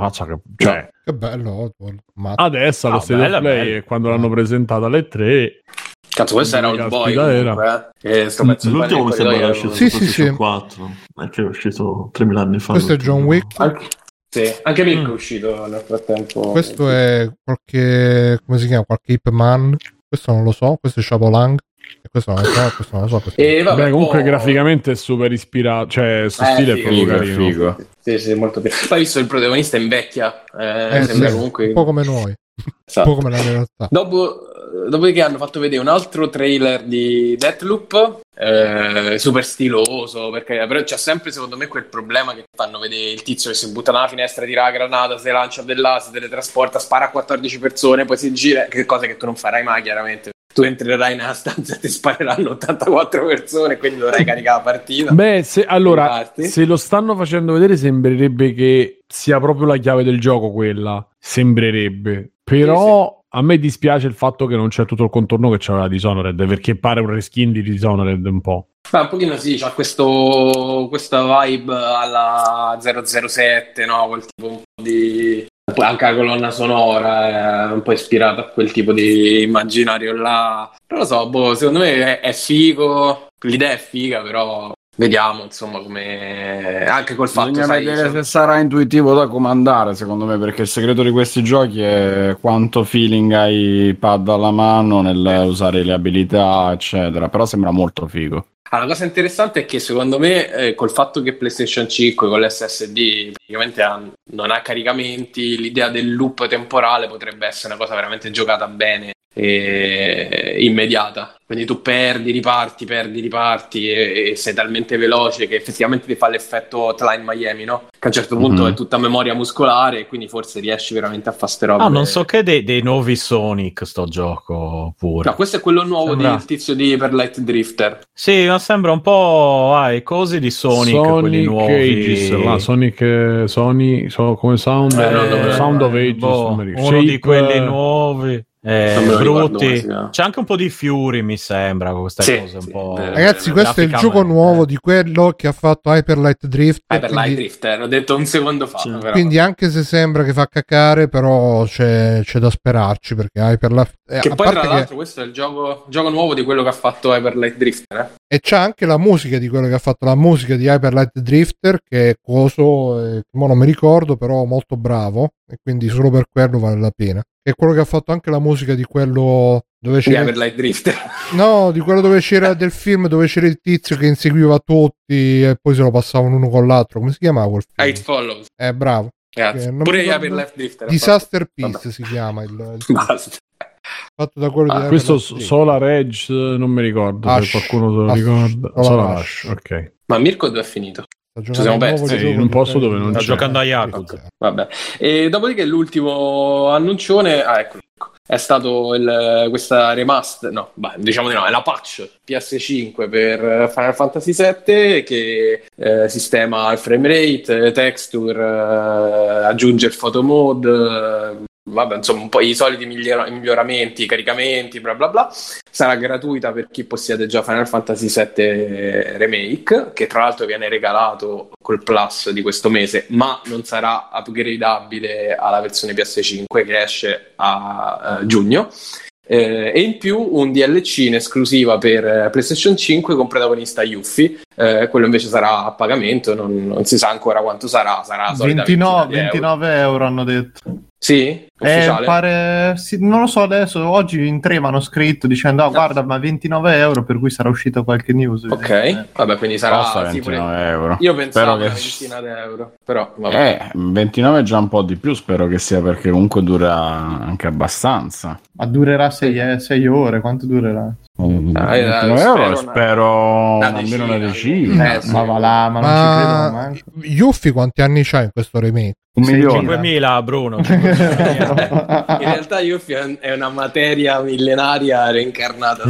che bello Oddworld. Adesso allo State of Play e quando l'hanno presentata alle 3. Cazzo, questo era Old Boy comunque, l'ultimo mi sembra era uscito sì. 4, che è uscito 3.000 anni fa. Questo è John Wick. Anche Mick è uscito nel frattempo. Questo è qualche, come si chiama, qualche Ip Man. Questo non lo so, questo è Chapeaulang. E questo non lo so. Comunque graficamente è super ispirato, cioè su stile è proprio carino. Sì, molto più. Poi visto il protagonista invecchia, sembra comunque un po' come noi. Esatto. Un po' come la realtà. Dopodiché hanno fatto vedere un altro trailer di Deathloop, super stiloso, perché però c'è sempre secondo me quel problema che fanno vedere il tizio che si butta dalla finestra, tira la granata, si lancia dell'asse, si teletrasporta, spara a 14 persone, poi si gira, che cosa che tu non farai mai chiaramente. Tu entrerai nella stanza e ti spareranno 84 persone, quindi dovrai caricare la partita. Se lo stanno facendo vedere sembrerebbe che sia proprio la chiave del gioco quella, sembrerebbe, però... Sì. A me dispiace il fatto che non c'è tutto il contorno che c'aveva Dishonored, perché pare un reskin di Dishonored un po'. Un pochino sì, c'ha questa vibe alla 007, no? Quel tipo un po' di... Anche la colonna sonora è un po' ispirata a quel tipo di immaginario là. Non lo so, secondo me è figo, l'idea è figa, però... Vediamo, insomma, come anche col fatto bisogna vedere se sarà intuitivo da comandare, secondo me, perché il segreto di questi giochi è quanto feeling hai pad alla mano nel usare le abilità, eccetera. Però sembra molto figo. La cosa interessante è che secondo me col fatto che PlayStation 5 con l'SSD praticamente non ha caricamenti, l'idea del loop temporale potrebbe essere una cosa veramente giocata bene e immediata. Quindi tu perdi, riparti e sei talmente veloce che effettivamente ti fa l'effetto Hotline Miami, no? Che a un certo punto è tutta memoria muscolare e quindi forse riesci veramente a fare ste robe. Non so che dei nuovi Sonic sto gioco pure. No, questo è quello nuovo del tizio di Hyper Light Drifter. Sì, ma sembra un po' i cosi di Sonic quelli nuovi. Ages, Sonic come Sound Sound of Ages, uno di quelli nuovi. brutti. C'è anche un po' di Fury, mi sembra, queste cose un po'. Ragazzi, questo è il gioco nuovo di quello che ha fatto Hyper Light Drift. Hyper Light Drift, l'ho detto un secondo fa. Però. Quindi anche se sembra che fa cacare, però c'è da sperarci, perché Hyper Light... Che poi tra l'altro questo è il gioco nuovo di quello che ha fatto Hyper Light Drifter, E c'è anche la musica di quello che ha fatto la musica di Hyper Light Drifter, che è non mi ricordo, però molto bravo, e quindi solo per quello vale la pena. È quello che ha fatto anche la musica di quello dove c'era Hyper Light Drifter. No, di quello dove c'era del film dove c'era il tizio che inseguiva tutti e poi se lo passavano uno con l'altro. Come si chiamava quel film? It Follows. Bravo. Pure Hyper Light Drifter. Disaster Piece si chiama il Basta. Fatto da quello di questo Solar Edge non mi ricordo se qualcuno se lo ricorda. Solar Ash, ok. Ma Mirko dove è finito? Ci siamo persi in un posto dove non sta c'è. Giocando a Yakuza. Okay. Vabbè. E dopodiché l'ultimo annuncione, eccolo. È stato questa remaster, diciamo di no, è la patch PS5 per Final Fantasy VII che sistema il frame rate, texture, aggiunge il photo mode, insomma un po' i soliti miglioramenti, caricamenti, bla bla bla. Sarà gratuita per chi possiede già Final Fantasy VII Remake, che tra l'altro viene regalato col Plus di questo mese, ma non sarà upgradabile alla versione PS5 che esce a giugno. E in più un DLC in esclusiva per PlayStation 5 con protagonista Yuffie, quello invece sarà a pagamento, non si sa ancora quanto sarà 29 euro hanno detto. Sì? Ufficiale? Pare, sì, non lo so adesso, oggi in 3 mi hanno scritto dicendo guarda, ma 29 euro, per cui sarà uscita qualche news. Ok, vabbè, quindi sarà 29 euro. Io pensavo che... una ventina d'euro, però vabbè. 29 è già un po' di più, spero che sia, perché comunque dura anche abbastanza. Ma durerà 6 ore, quanto durerà? 29 euro spero almeno una decina. Ma va là, ma non ci credo manco. Yuffie quanti anni c'ha in questo remake? 1 milione. 5.000 Bruno. In realtà Yuffie è una materia millenaria reincarnata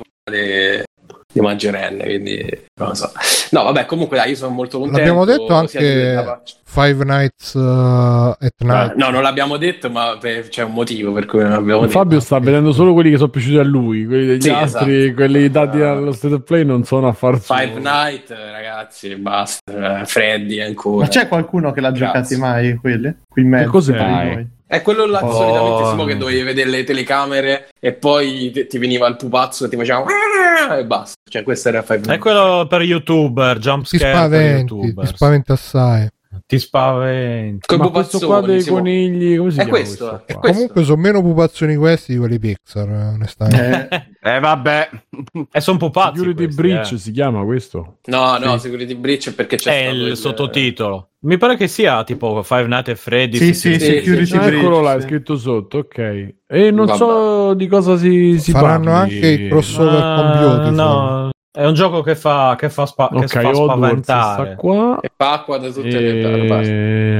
di maggiorenne, quindi non lo so. No, vabbè, comunque dai, io sono molto contento. L'abbiamo detto anche Five Nights at Night. No, non l'abbiamo detto, ma c'è un motivo per cui non l'abbiamo detto. Fabio sta vedendo solo quelli che sono piaciuti a lui, quelli degli altri, esatto. Quelli dati allo State of Play non sono a far Five Nights, ragazzi, basta. Freddy ancora. Ma c'è qualcuno che l'ha giocati mai quelli? Qui in mezzo. Che cos'è? È quello là solitamente che dovevi vedere le telecamere e poi ti veniva il pupazzo e ti faceva e basta. Cioè questo era Five Nights. È quello per YouTuber, jumpscare per YouTuber. Ti spaventa assai. Ti spaventi. Ma questo qua dei conigli, come si chiama? Questo? Questo comunque sono meno pupazzoni questi di quelli Pixar, onestamente. Vabbè. E sono pupazzi. Security Breach si chiama questo? No, Security Breach perché c'è il sottotitolo. Mi pare che sia tipo Five Nights at Freddy's. Sì, Security Breach. Eccolo là, è scritto sotto, ok. E non so di cosa si faranno parli. anche i crossover con Beauty. No. È un gioco che fa spaventare. Qua. E fa acqua da tutte le parti.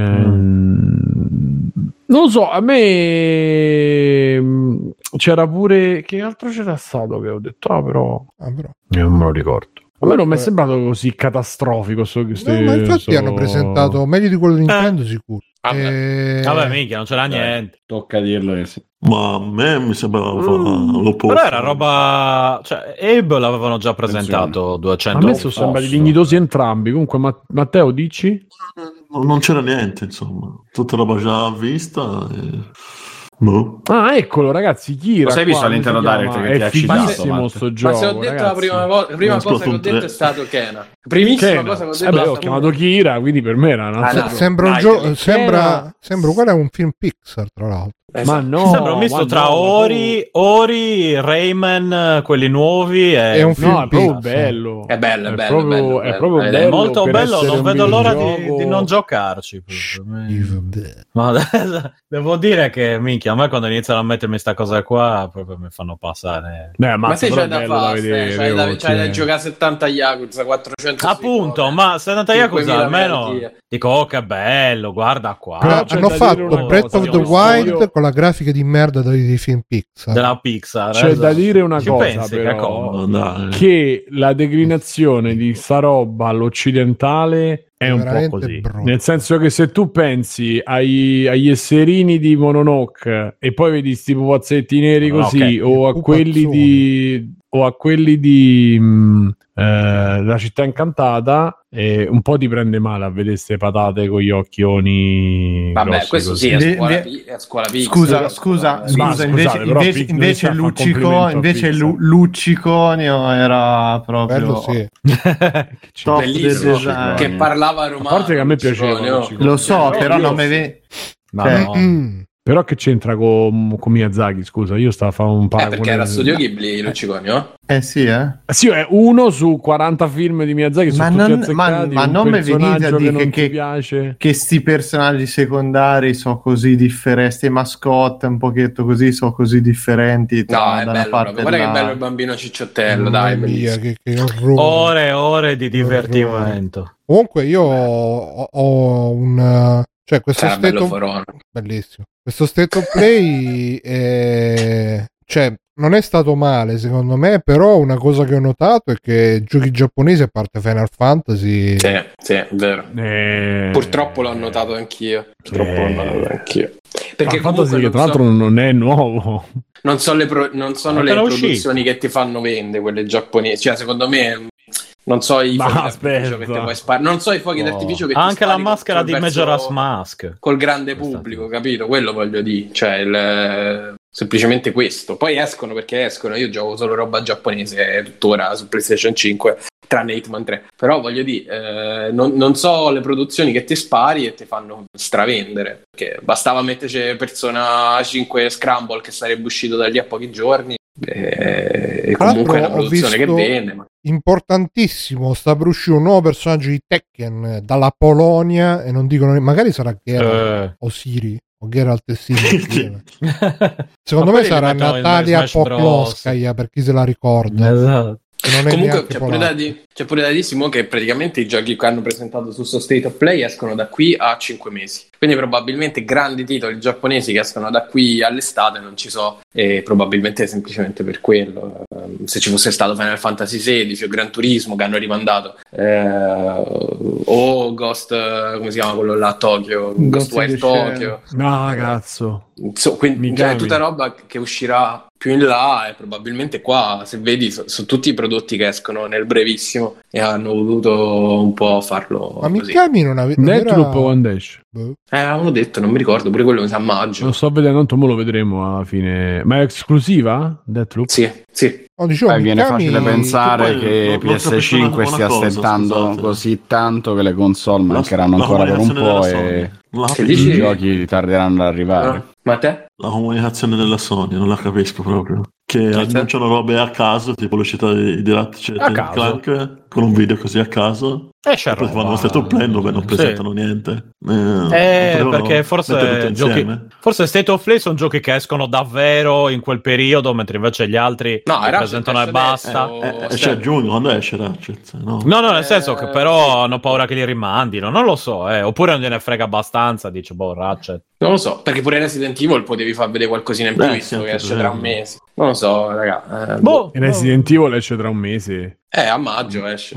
Non lo so, a me c'era pure... Che altro c'era stato che ho detto? Però... non me lo ricordo. A me non mi è sembrato così catastrofico. Ma infatti hanno presentato meglio di quello di Nintendo, sicuro. Vabbè, minchia, non c'era niente. Tocca dirlo. Ma a me mi sembrava l'opposto. Però era roba... Cioè, Abe l'avevano già presentato 200 a me sono sembrati dignitosi entrambi. Comunque, Matteo, dici? Non c'era niente, insomma. Tutta roba già vista Ah, eccolo, ragazzi, Kira. Lo sai visto all'interno Direct che ti ha fighissimo sto gioco. Ma se ho detto la prima cosa che ho detto è stato Kena. Primissima cosa che ho detto. Ho chiamato Kira, quindi per me era una sembra un gioco. Sembra uguale a un film Pixar, tra l'altro. Ma no, sembra un misto tra Ori, Rayman, quelli nuovi. È un film è proprio bello. È bello. È proprio bello. È molto bello. Non vedo l'ora di non giocarci. Ma devo dire che minchia, a me quando iniziano a mettermi sta cosa qua, proprio mi fanno passare. Ma se c'è da fare, c'hai da giocare 70 Yakuza, 400. Appunto, ma 70 Yakuza almeno dico, che bello, guarda qua. Hanno fatto Breath of the Wild con la grafica di merda dei film Pixar. Della Pixar. C'è da dire una Ci cosa, pensi, però, dai. che la declinazione di sta roba all'occidentale è un po' veramente così. brutto. Nel senso che se tu pensi agli esserini di Mononoke e poi vedi sti pupazzetti neri così, o a quelli di La città incantata, un po' ti prende male a vedere ste patate con gli occhioni. Vabbè, questo così. sì, è scuola Scusa, invece Lucciconio era proprio Bello, sì. top bellissimo, del design. che parlava romano. A parte che a me piaceva, Lo so, però non mi viene. Però che c'entra con Miyazaki? Scusa, io stavo a fare un paragone. Perché era Studio Ghibli, Lucciconio? Sì, Sì, è uno su 40 film di Miyazaki. Ma non mi venite a dire che piace. Che sti personaggi secondari sono così differenti, sti mascotte un pochetto così sono così differenti. No, è bello, guarda che bello il bambino cicciottello, dai, bellissimo. Che orrore. Ore di divertimento. Comunque io ho un... Cioè, questo bellissimo. Questo State of Play cioè, non è stato male secondo me, però una cosa che ho notato è che giochi giapponesi, a parte Final Fantasy... Sì, è vero. Purtroppo l'ho notato anch'io. Perché Fantasy che tra l'altro non è nuovo. Non sono le produzioni che ti fanno vendere, quelle giapponesi. Cioè, secondo me... Non so i fuochi d'artificio che ti puoi sparare. Non so i fuochi d'artificio che ti anche la maschera di Majora's Mask col grande pubblico, capito? Quello voglio dire. Cioè, semplicemente questo. Poi escono perché escono. Io gioco solo roba giapponese tuttora su PlayStation 5, tranne Hitman 3. Però voglio dire, non so le produzioni che ti spari e ti fanno stravendere. Perché bastava metterci Persona 5 Scramble che sarebbe uscito da lì a pochi giorni. E comunque è una produzione che vende. Importantissimo, sta per uscire un nuovo personaggio di Tekken dalla Polonia, e non dicono, magari sarà Geralt o Siri o Geralt e Siri. Secondo me sarà Natalia Poklonskaya, per chi se la ricorda. Esatto. Comunque c'è pure da dire, Simo, che praticamente i giochi che hanno presentato su State of Play escono da qui a 5 mesi, quindi probabilmente grandi titoli giapponesi che escono da qui all'estate non ci so, e probabilmente semplicemente per quello. Se ci fosse stato Final Fantasy XVI o Gran Turismo che hanno rimandato, o Ghost, come si chiama quello là, Tokyo, Ghostwire Tokyo, no cazzo, quindi è tutta roba che uscirà più in là, e probabilmente qua, se vedi, sono tutti i prodotti che escono nel brevissimo e hanno voluto un po' farlo. Ma così. Mikami non aveva Deathloop One Dash. Avevano detto, non mi ricordo, pure quello mi sa maggio. Non sto vedendo, tanto mo lo vedremo alla fine. Ma è esclusiva Deathloop? Sì. No, dicevo, viene facile pensare poi che non PS5 stia aspettando scusate. così tanto che le console mancheranno ancora per un po' e i giochi tarderanno ad arrivare. Ma te? La comunicazione della Sony non la capisco proprio. Che annunciano robe a caso, tipo l'uscita di Ratchet & Clank con un video così a caso. E poi fanno uno State of Play dove non presentano niente. Perché forse State of Play sono giochi che escono davvero in quel periodo, mentre invece gli altri presentano e basta. Esce a giugno, quando esce Ratchet? No, nel senso che però hanno paura che li rimandino, non lo so, oppure non gliene frega abbastanza, dice Ratchet. Non lo so, perché pure Resident Evil potevi far vedere qualcosina in più, visto che esce tra un mese. Non lo so, raga. Resident Evil esce tra un mese. A maggio esce.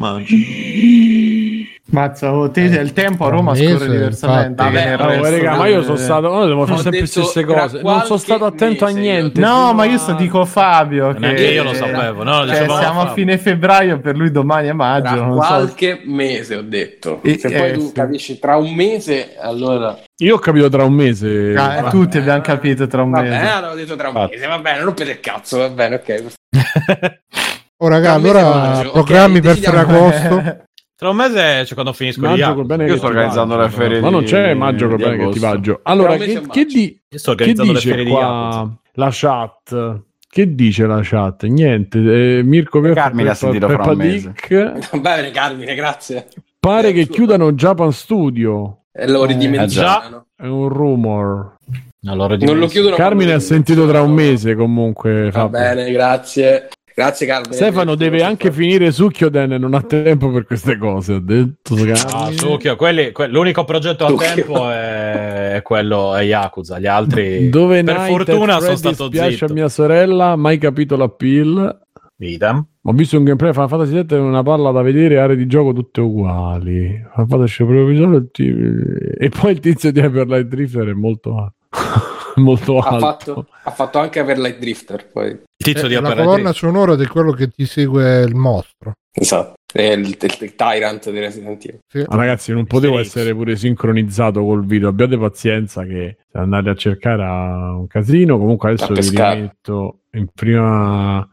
Mazza, il tempo a Roma scorre diversamente. Raga, ma io sono stato. Devo fare sempre le stesse cose. Non sono stato attento a niente. No, ma io dico Fabio. Che io lo sapevo. Siamo a fine febbraio, per lui domani è maggio. Tra qualche mese, ho detto. Se poi tu capisci tra un mese, allora. Io ho capito tra un mese. Tutti abbiamo capito tra un mese. Avevo detto tra un mese. Va bene, non rompete il cazzo. Va bene, ok. Oh, raga, allora programmi per Ferragosto. Tra un mese c'è quando finisco io sto organizzando le ferie. Ma non c'è maggio col bene che ti vaggio. Allora, che dice qua la chat? Che dice la chat? Niente. Mirko Carmine ha sentito fra un mese. Va bene, Carmine, grazie. Pare che chiudano Japan Studio. E lo ridimensionano. È un rumor. Non lo chiudono. Carmine ha sentito tra un mese comunque. Va bene, grazie. Grazie Carlo. Stefano deve anche finire Sukkyoden e non ha tempo per queste cose, ho detto. Sukkyo, l'unico progetto a tempo è quello, è Yakuza, gli altri dove per fortuna sono stato zitto. A mia sorella, mai capito l'appeal. Idem. Ho visto un gameplay Final Fantasy 7 e una palla da vedere, aree di gioco tutte uguali. Final Fantasy e poi il tizio di Hyper Light Drifter è molto molto alto. Ha fatto anche Hyper Light Drifter poi. Il tizio di la colonna sonora di quello che ti segue il mostro. Esatto. È il Tyrant di Resident Evil. Sì. Ragazzi, non potevo essere pure sincronizzato col video. Abbiate pazienza che se andate a cercare a un casino. Comunque adesso vi rimetto in prima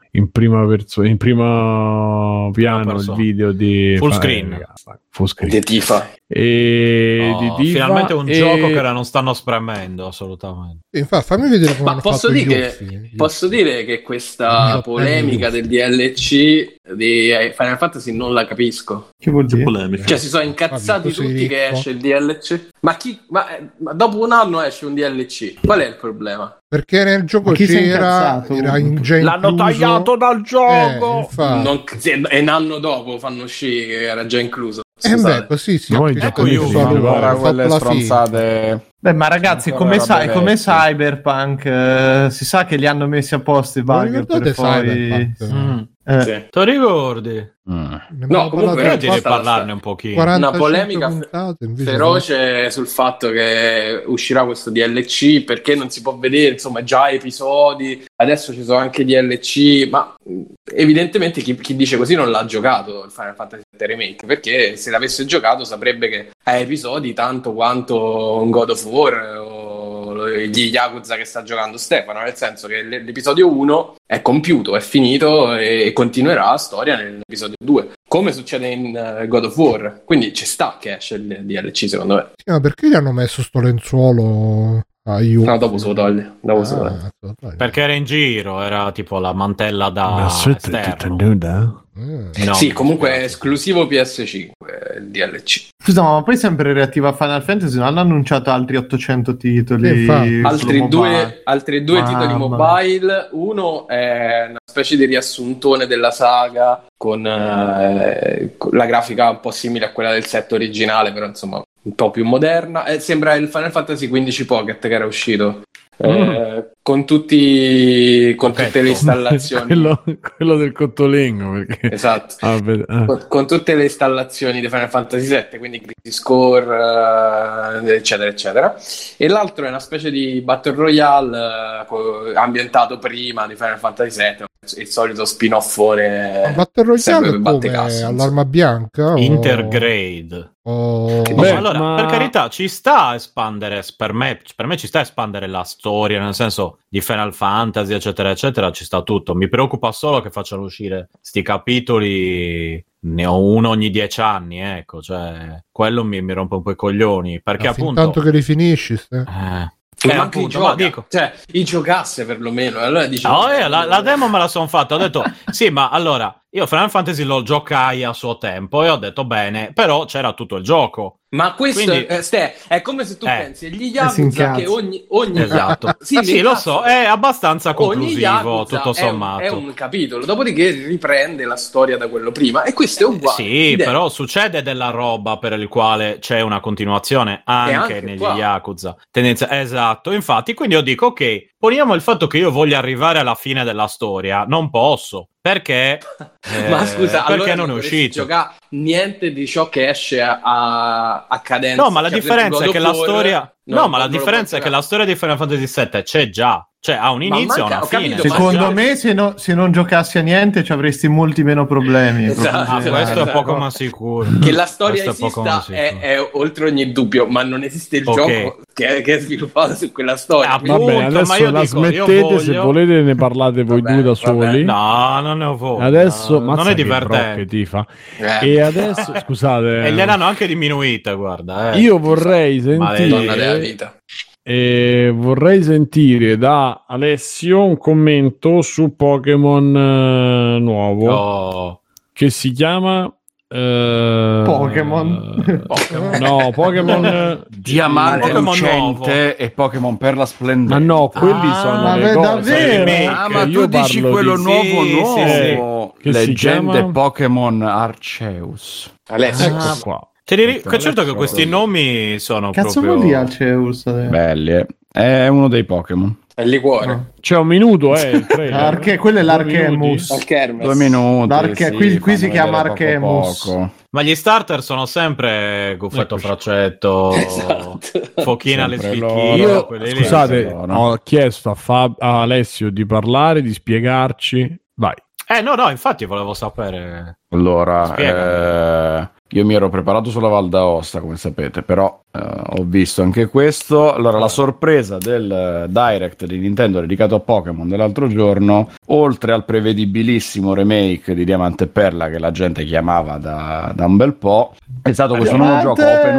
piano il video di full screen di Tifa e di Tifa, finalmente un gioco che non stanno spremendo assolutamente. Infatti fammi vedere come hanno posso dire che questa polemica del DLC di Final Fantasy non la capisco. Che vuol dire? Polemica. Cioè si sono incazzati tutti che esce il DLC. Ma dopo un anno esce un DLC. Qual è il problema? Perché nel gioco c'era l'hanno tagliato dal gioco. E un anno dopo fanno uscire che era già incluso. Così sì. Noi quelle stronzate. Beh, ma ragazzi, come Cyberpunk, si sa che li hanno messi a posto i bug per poi... Sì. Te lo ricordi? No, comunque io devi parlarne un pochino. Una polemica feroce sul fatto che uscirà questo DLC perché non si può vedere, insomma, già episodi, adesso ci sono anche DLC, ma evidentemente chi dice così non l'ha giocato il Final Fantasy VII Remake, perché se l'avesse giocato saprebbe che ha episodi tanto quanto un God of War o gli Yakuza che sta giocando Stefano, nel senso che l'episodio 1 è compiuto, è finito e continuerà la storia nell'episodio 2, come succede in God of War, quindi ci sta che esce il DLC secondo me. Sì, ma perché gli hanno messo sto lenzuolo a Yu? No, dopo se lo toglie. Perché era in giro, era tipo la mantella da esterno. No, sì, comunque è esclusivo PS5 il DLC. Scusa, ma poi sempre relativo a Final Fantasy non hanno annunciato altri 800 titoli? Altri due titoli mobile. Uno è una specie di riassuntone della saga con la grafica un po' simile a quella del set originale, però insomma un po' più moderna. Sembra il Final Fantasy XV Pocket che era uscito. Con tutte le installazioni quello del Cottolengo perché... esatto con tutte le installazioni di Final Fantasy VII, quindi Crisis Core eccetera eccetera, e l'altro è una specie di Battle Royale ambientato prima di Final Fantasy VII, il solito spin-offone Battle Royale come all'arma bianca Intergrade. Allora, per carità, ci sta a espandere, per me ci sta a espandere la storia, nel senso di Final Fantasy eccetera eccetera, ci sta tutto. Mi preoccupa solo che facciano uscire sti capitoli, ne ho uno ogni 10 anni, ecco, cioè quello mi rompe un po' i coglioni, perché appunto tanto che li finisci appunto, ma dico, cioè i giocasse perlomeno, allora dicevo la demo me la sono fatta, ho detto sì, ma allora io Final Fantasy lo giocai a suo tempo e ho detto bene, però c'era tutto il gioco. Ma questo è come se tu pensi agli Yakuza che ogni esatto. sì, lo so, è abbastanza conclusivo tutto sommato. È un capitolo, dopodiché riprende la storia da quello prima e questo è uguale. Sì, però succede della roba per il quale c'è una continuazione anche negli Yakuza. Esatto, infatti, quindi io dico ok, poniamo il fatto che io voglia arrivare alla fine della storia, non posso. Perché? Ma scusa, perché allora non è uscito? Gioca niente di ciò che esce a cadenza. No, ma la differenza è che la storia. No, ma la differenza è che la storia di Final Fantasy VII c'è già. Cioè ha un inizio e una fine. Capito, secondo me se non giocassi a niente ci avresti molti meno problemi. Esatto, questo è poco ma sicuro. Che la storia esista è oltre ogni dubbio, ma non esiste il gioco che è sviluppato su quella storia. Va bene, adesso la smettete, se volete ne parlate voi due da soli. No, non ne ho voglia. Adesso non è divertente. Tifa. E adesso scusate. E gliel'hanno anche diminuita, guarda. Io vorrei sentire vorrei sentire da Alessio un commento su Pokémon nuovo che si chiama Pokémon. No, Pokémon Diamante lucente e Pokémon Perla splendente. Ma no, quelli sono le cose. Davvero? Ma tu dici quello nuovo. Che Leggende Pokémon Arceus. Alessio, qua. Certo che questi nomi sono Cazzo proprio... vuol dire Arceus? Belli, è uno dei Pokémon. è il liquore. C'è un minuto, Quello è l'Archemus. Al 2 minuti. Qui si chiama Archemus. Ma gli starter sono sempre Guffetto Fracetto, Esatto. Fochina alle Sempre spicchine. loro. Scusate, ho chiesto a Alessio di parlare, di spiegarci. Vai. No, infatti volevo sapere. Allora, io mi ero preparato sulla Val d'Aosta, come sapete, però ho visto anche questo. Allora, la sorpresa del Direct di Nintendo dedicato a Pokémon dell'altro giorno, oltre al prevedibilissimo remake di Diamante e Perla che la gente chiamava da un bel po', è stato questo nuovo gioco open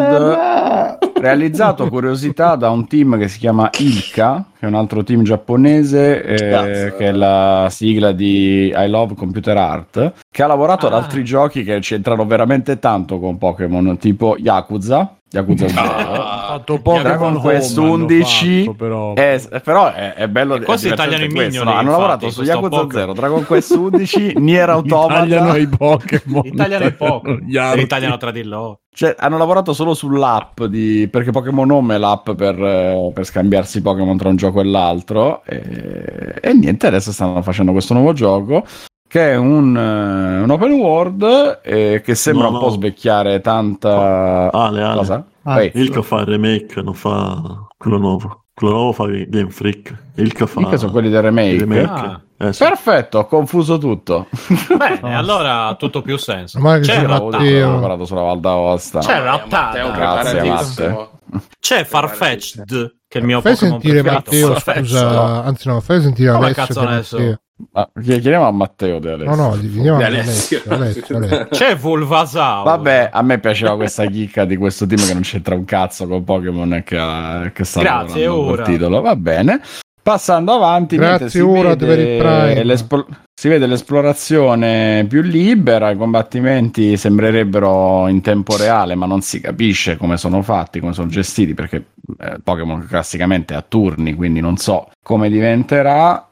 world realizzato, curiosità, da un team che si chiama Ilka, che è un altro team giapponese, che è la sigla di I Love Computer Art, che ha lavorato ad altri giochi che c'entrano veramente tanto con Pokémon, tipo Yakuza 0, fatto Dragon Quest 11, però è bello. Qua si tagliano i questo, minion, hanno lavorato su Yakuza 0, Dragon Quest 11, Nier Automata. Tagliano i Pokémon. Tagliano i Pokémon. Li tagliano tra di loro. Cioè, hanno lavorato solo sull'app perché Pokémon Home è l'app per scambiarsi Pokémon tra un gioco e l'altro, e niente, adesso stanno facendo questo nuovo gioco che è un open world che sembra un po' svecchiare tanta... Cosa? Ilka fa il remake, non fa quello nuovo. Quello nuovo fa Game Freak. Ilka sono quelli del remake. Sì. Perfetto, ho confuso tutto. Bene, allora tutto più senso. Ma c'è Ho lavorato sulla Val d'Aosta. C'è Rattata. Grazie, Matte. C'è Farfetch'd, che è il mio fai Pokémon sentire preferito. Matteo, scusa, anzi no, fai sentire Come Alessio. cazzo adesso? Chiediamo a Matteo di Alessio. No, chiediamo Di a Alessio. Alessio. C'è Vulvasaur. Vabbè, a me piaceva questa chicca di questo team che non c'entra un cazzo con Pokémon che sta Grazie, lavorando ora. col titolo. Va bene. Passando avanti, Grazie, ora per il Prime. si vede l'esplorazione più libera, i combattimenti sembrerebbero in tempo reale, ma non si capisce come sono fatti, come sono gestiti, perché Pokémon classicamente è a turni, quindi non so come diventerà.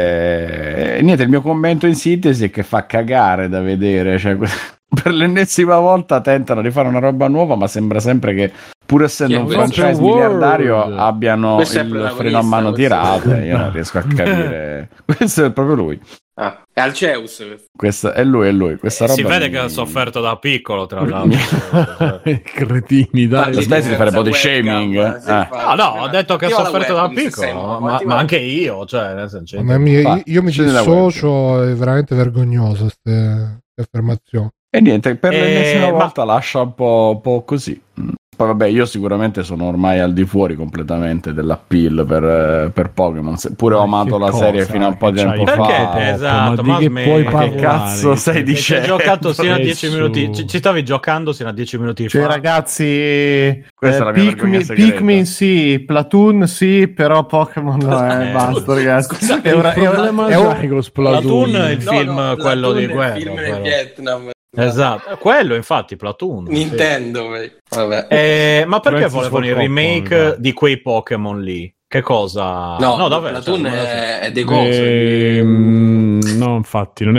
Niente, il mio commento in sintesi è che fa cagare da vedere, cioè, per l'ennesima volta tentano di fare una roba nuova, ma sembra sempre che, pur essendo un franchise miliardario, abbiano il freno a mano tirato. Io non riesco a capire. Questo è proprio lui. È Arceus. Questo è lui. Questa roba si vede che ha sofferto da piccolo, tra l'altro. Cretini, dai. Smetti di fare body shaming. No, ho detto che ha sofferto da piccolo, ma anche io, cioè, nel senso, io mi dissocio, è veramente vergognoso queste affermazioni. E niente, per l'ennesima volta lascia un po' così. Poi vabbè, io sicuramente sono ormai al di fuori completamente dell'appeal per Pokémon, seppure ho amato la serie fino a un po' di tempo fa. Perché? Esatto, ma di che puoi parlare? Che cazzo stai dicendo? Hai giocato sino a 10 minuti, ci stavi giocando sino a 10 minuti cioè, fa. Ragazzi, questa è la mia vergogna segreta. Pikmin sì, Platoon sì, però Pokémon no, basta ragazzi. Scusate, il problema è con Platoon, il film quello di guerra. Il film del Vietnam. Esatto, quello infatti Platoon. Nintendo, vabbè. Ma perché volevano il remake di quei Pokémon lì? Che cosa? No, davvero. Platoon è dei cose. No, infatti, non è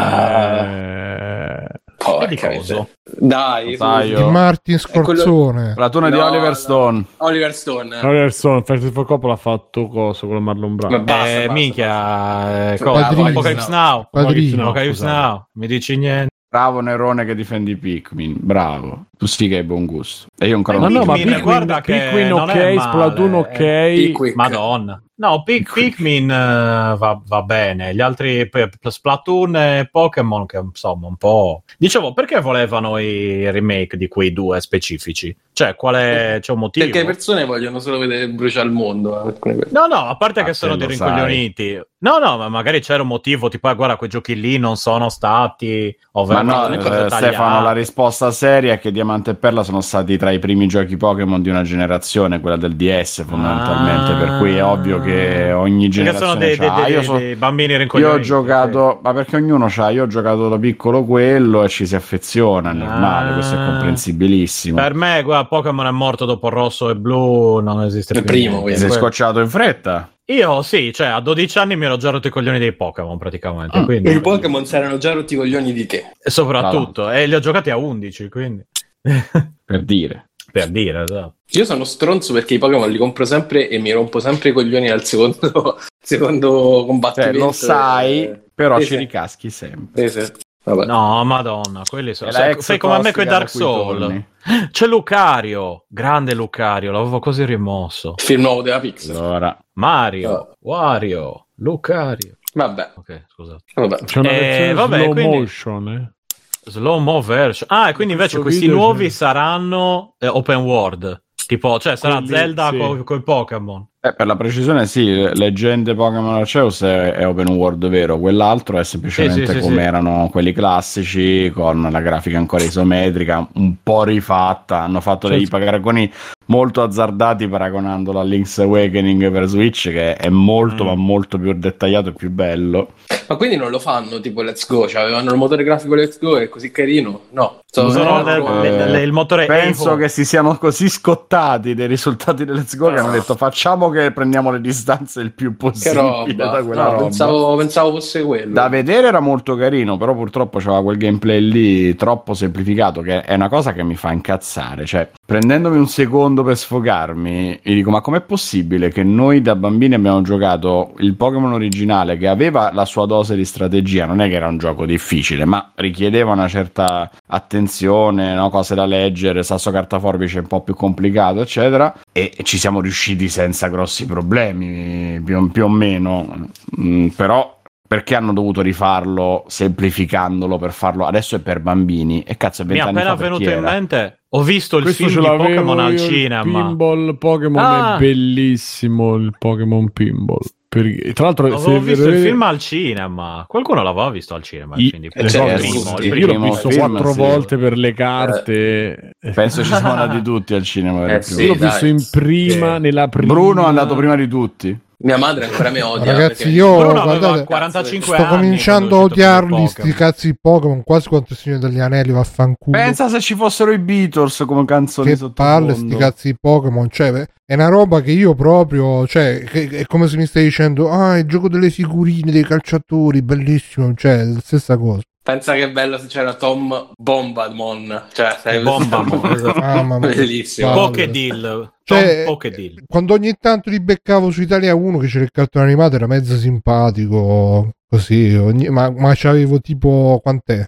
Dai, di Martin Scorzone. Platoon di Oliver Stone. Oliver Stone, Francis Ford Coppola ha fatto cosa con Marlon Brando. Basta. Minchia, Apocalypse Now. Apocalypse Now. Mi dici niente? Bravo Nerone che difendi Pikmin, bravo. Tu sì che hai buon gusto. E io ancora non ma Pikmin, guarda che Pikmin non ok, Splatoon ok. Madonna. No, Pikmin va bene. Gli altri Splatoon e Pokémon che insomma un po'. Dicevo, perché volevano i remake di quei due specifici? Cioè, c'è un motivo? Perché le persone vogliono solo vedere bruciare il mondo. No, a parte che sono dei rincoglioniti. No, ma magari c'era un motivo, tipo, guarda, quei giochi lì non sono stati... Ma no, Stefano, la risposta seria è che Diamante e Perla sono stati tra i primi giochi Pokémon di una generazione, quella del DS fondamentalmente, per cui è ovvio che ogni generazione sono dei bambini rincoglioniti. Io ho giocato, ma perché ognuno c'ha, io ho giocato da piccolo quello e ci si affeziona, è normale, questo è comprensibilissimo. Per me, guarda, Pokémon è morto dopo Rosso e Blu, non esiste più. Il primo, ti sei scocciato in fretta? Io sì, cioè a 12 anni mi ero già rotto i coglioni dei Pokémon praticamente. Quindi... I Pokémon si erano già rotti i coglioni di te. E soprattutto, e li ho giocati a 11, quindi... Per dire, esatto. Io sono stronzo perché i Pokémon li compro sempre e mi rompo sempre i coglioni al secondo combattimento. Lo sai, però ci ricaschi sempre. Sì. Vabbè. No, madonna, quelli sono... Fai come a me con i Dark Souls. C'è Lucario, grande Lucario, l'avevo così rimosso. Il film nuovo della Pixar. Allora. Mario, Wario, Lucario. Vabbè. Ok, scusate. Vabbè. C'è una versione slow motion, Slow mo version. Ah, e quindi invece questi nuovi saranno open world. Tipo, cioè sarà Zelda con i Pokémon. Per la precisione sì, Leggende Pokémon Arceus è open world vero, quell'altro è semplicemente come erano quelli classici, con la grafica ancora isometrica, un po' rifatta, hanno fatto dei paragoni molto azzardati paragonandolo a Link's Awakening per Switch, che è molto ma molto più dettagliato e più bello. Ma quindi non lo fanno tipo Let's Go, cioè avevano il motore grafico Let's Go, è così carino? No. Il motore penso che si siano così scottati dei risultati di Let's Go che hanno detto facciamo che prendiamo le distanze il più possibile da quella roba. Pensavo fosse quello. Da vedere era molto carino, però purtroppo c'era quel gameplay lì troppo semplificato, che è una cosa che mi fa incazzare. Cioè, prendendomi un secondo per sfogarmi, mi dico, ma com'è possibile che noi da bambini abbiamo giocato il Pokémon originale, che aveva la sua dose di strategia, non è che era un gioco difficile, ma richiedeva una certa attenzione, no? Cose da leggere, sasso carta forbice un po' più complicato, eccetera, e ci siamo riusciti senza grossi problemi, più o meno, però perché hanno dovuto rifarlo semplificandolo per farlo adesso è per bambini e cazzo è 20 anni fa. Mi è appena venuto in mente, ho visto il film di Pokémon al cinema. Il Pinball Pokémon è bellissimo, il Pokémon Pinball. Tra l'altro avevo visto il film al cinema. Qualcuno l'aveva visto al cinema? Io l'ho visto 4 volte per le carte. Penso ci siamo andati tutti al cinema. Io l'ho visto in prima, nella prima. Bruno è andato prima di tutti. Mia madre ancora mi odia. Ragazzi, io guardate, 45 sto cominciando a odiarli sti cazzi Pokémon, quasi quanto il Signore degli Anelli, vaffanculo. Pensa se ci fossero i Beatles come canzoni sottofondo. Che palle sti cazzi Pokémon, cioè è una roba che io proprio, cioè è come se mi stai dicendo il gioco delle figurine dei calciatori, bellissimo, cioè la stessa cosa. Pensa che bello se c'era Tom Bombadmon, cioè Bombadmon, bellissimo. Pokédeal. Cioè, quando ogni tanto li beccavo su Italia 1 che c'era il cartone animato era mezzo simpatico così, ma c'avevo tipo quant'è?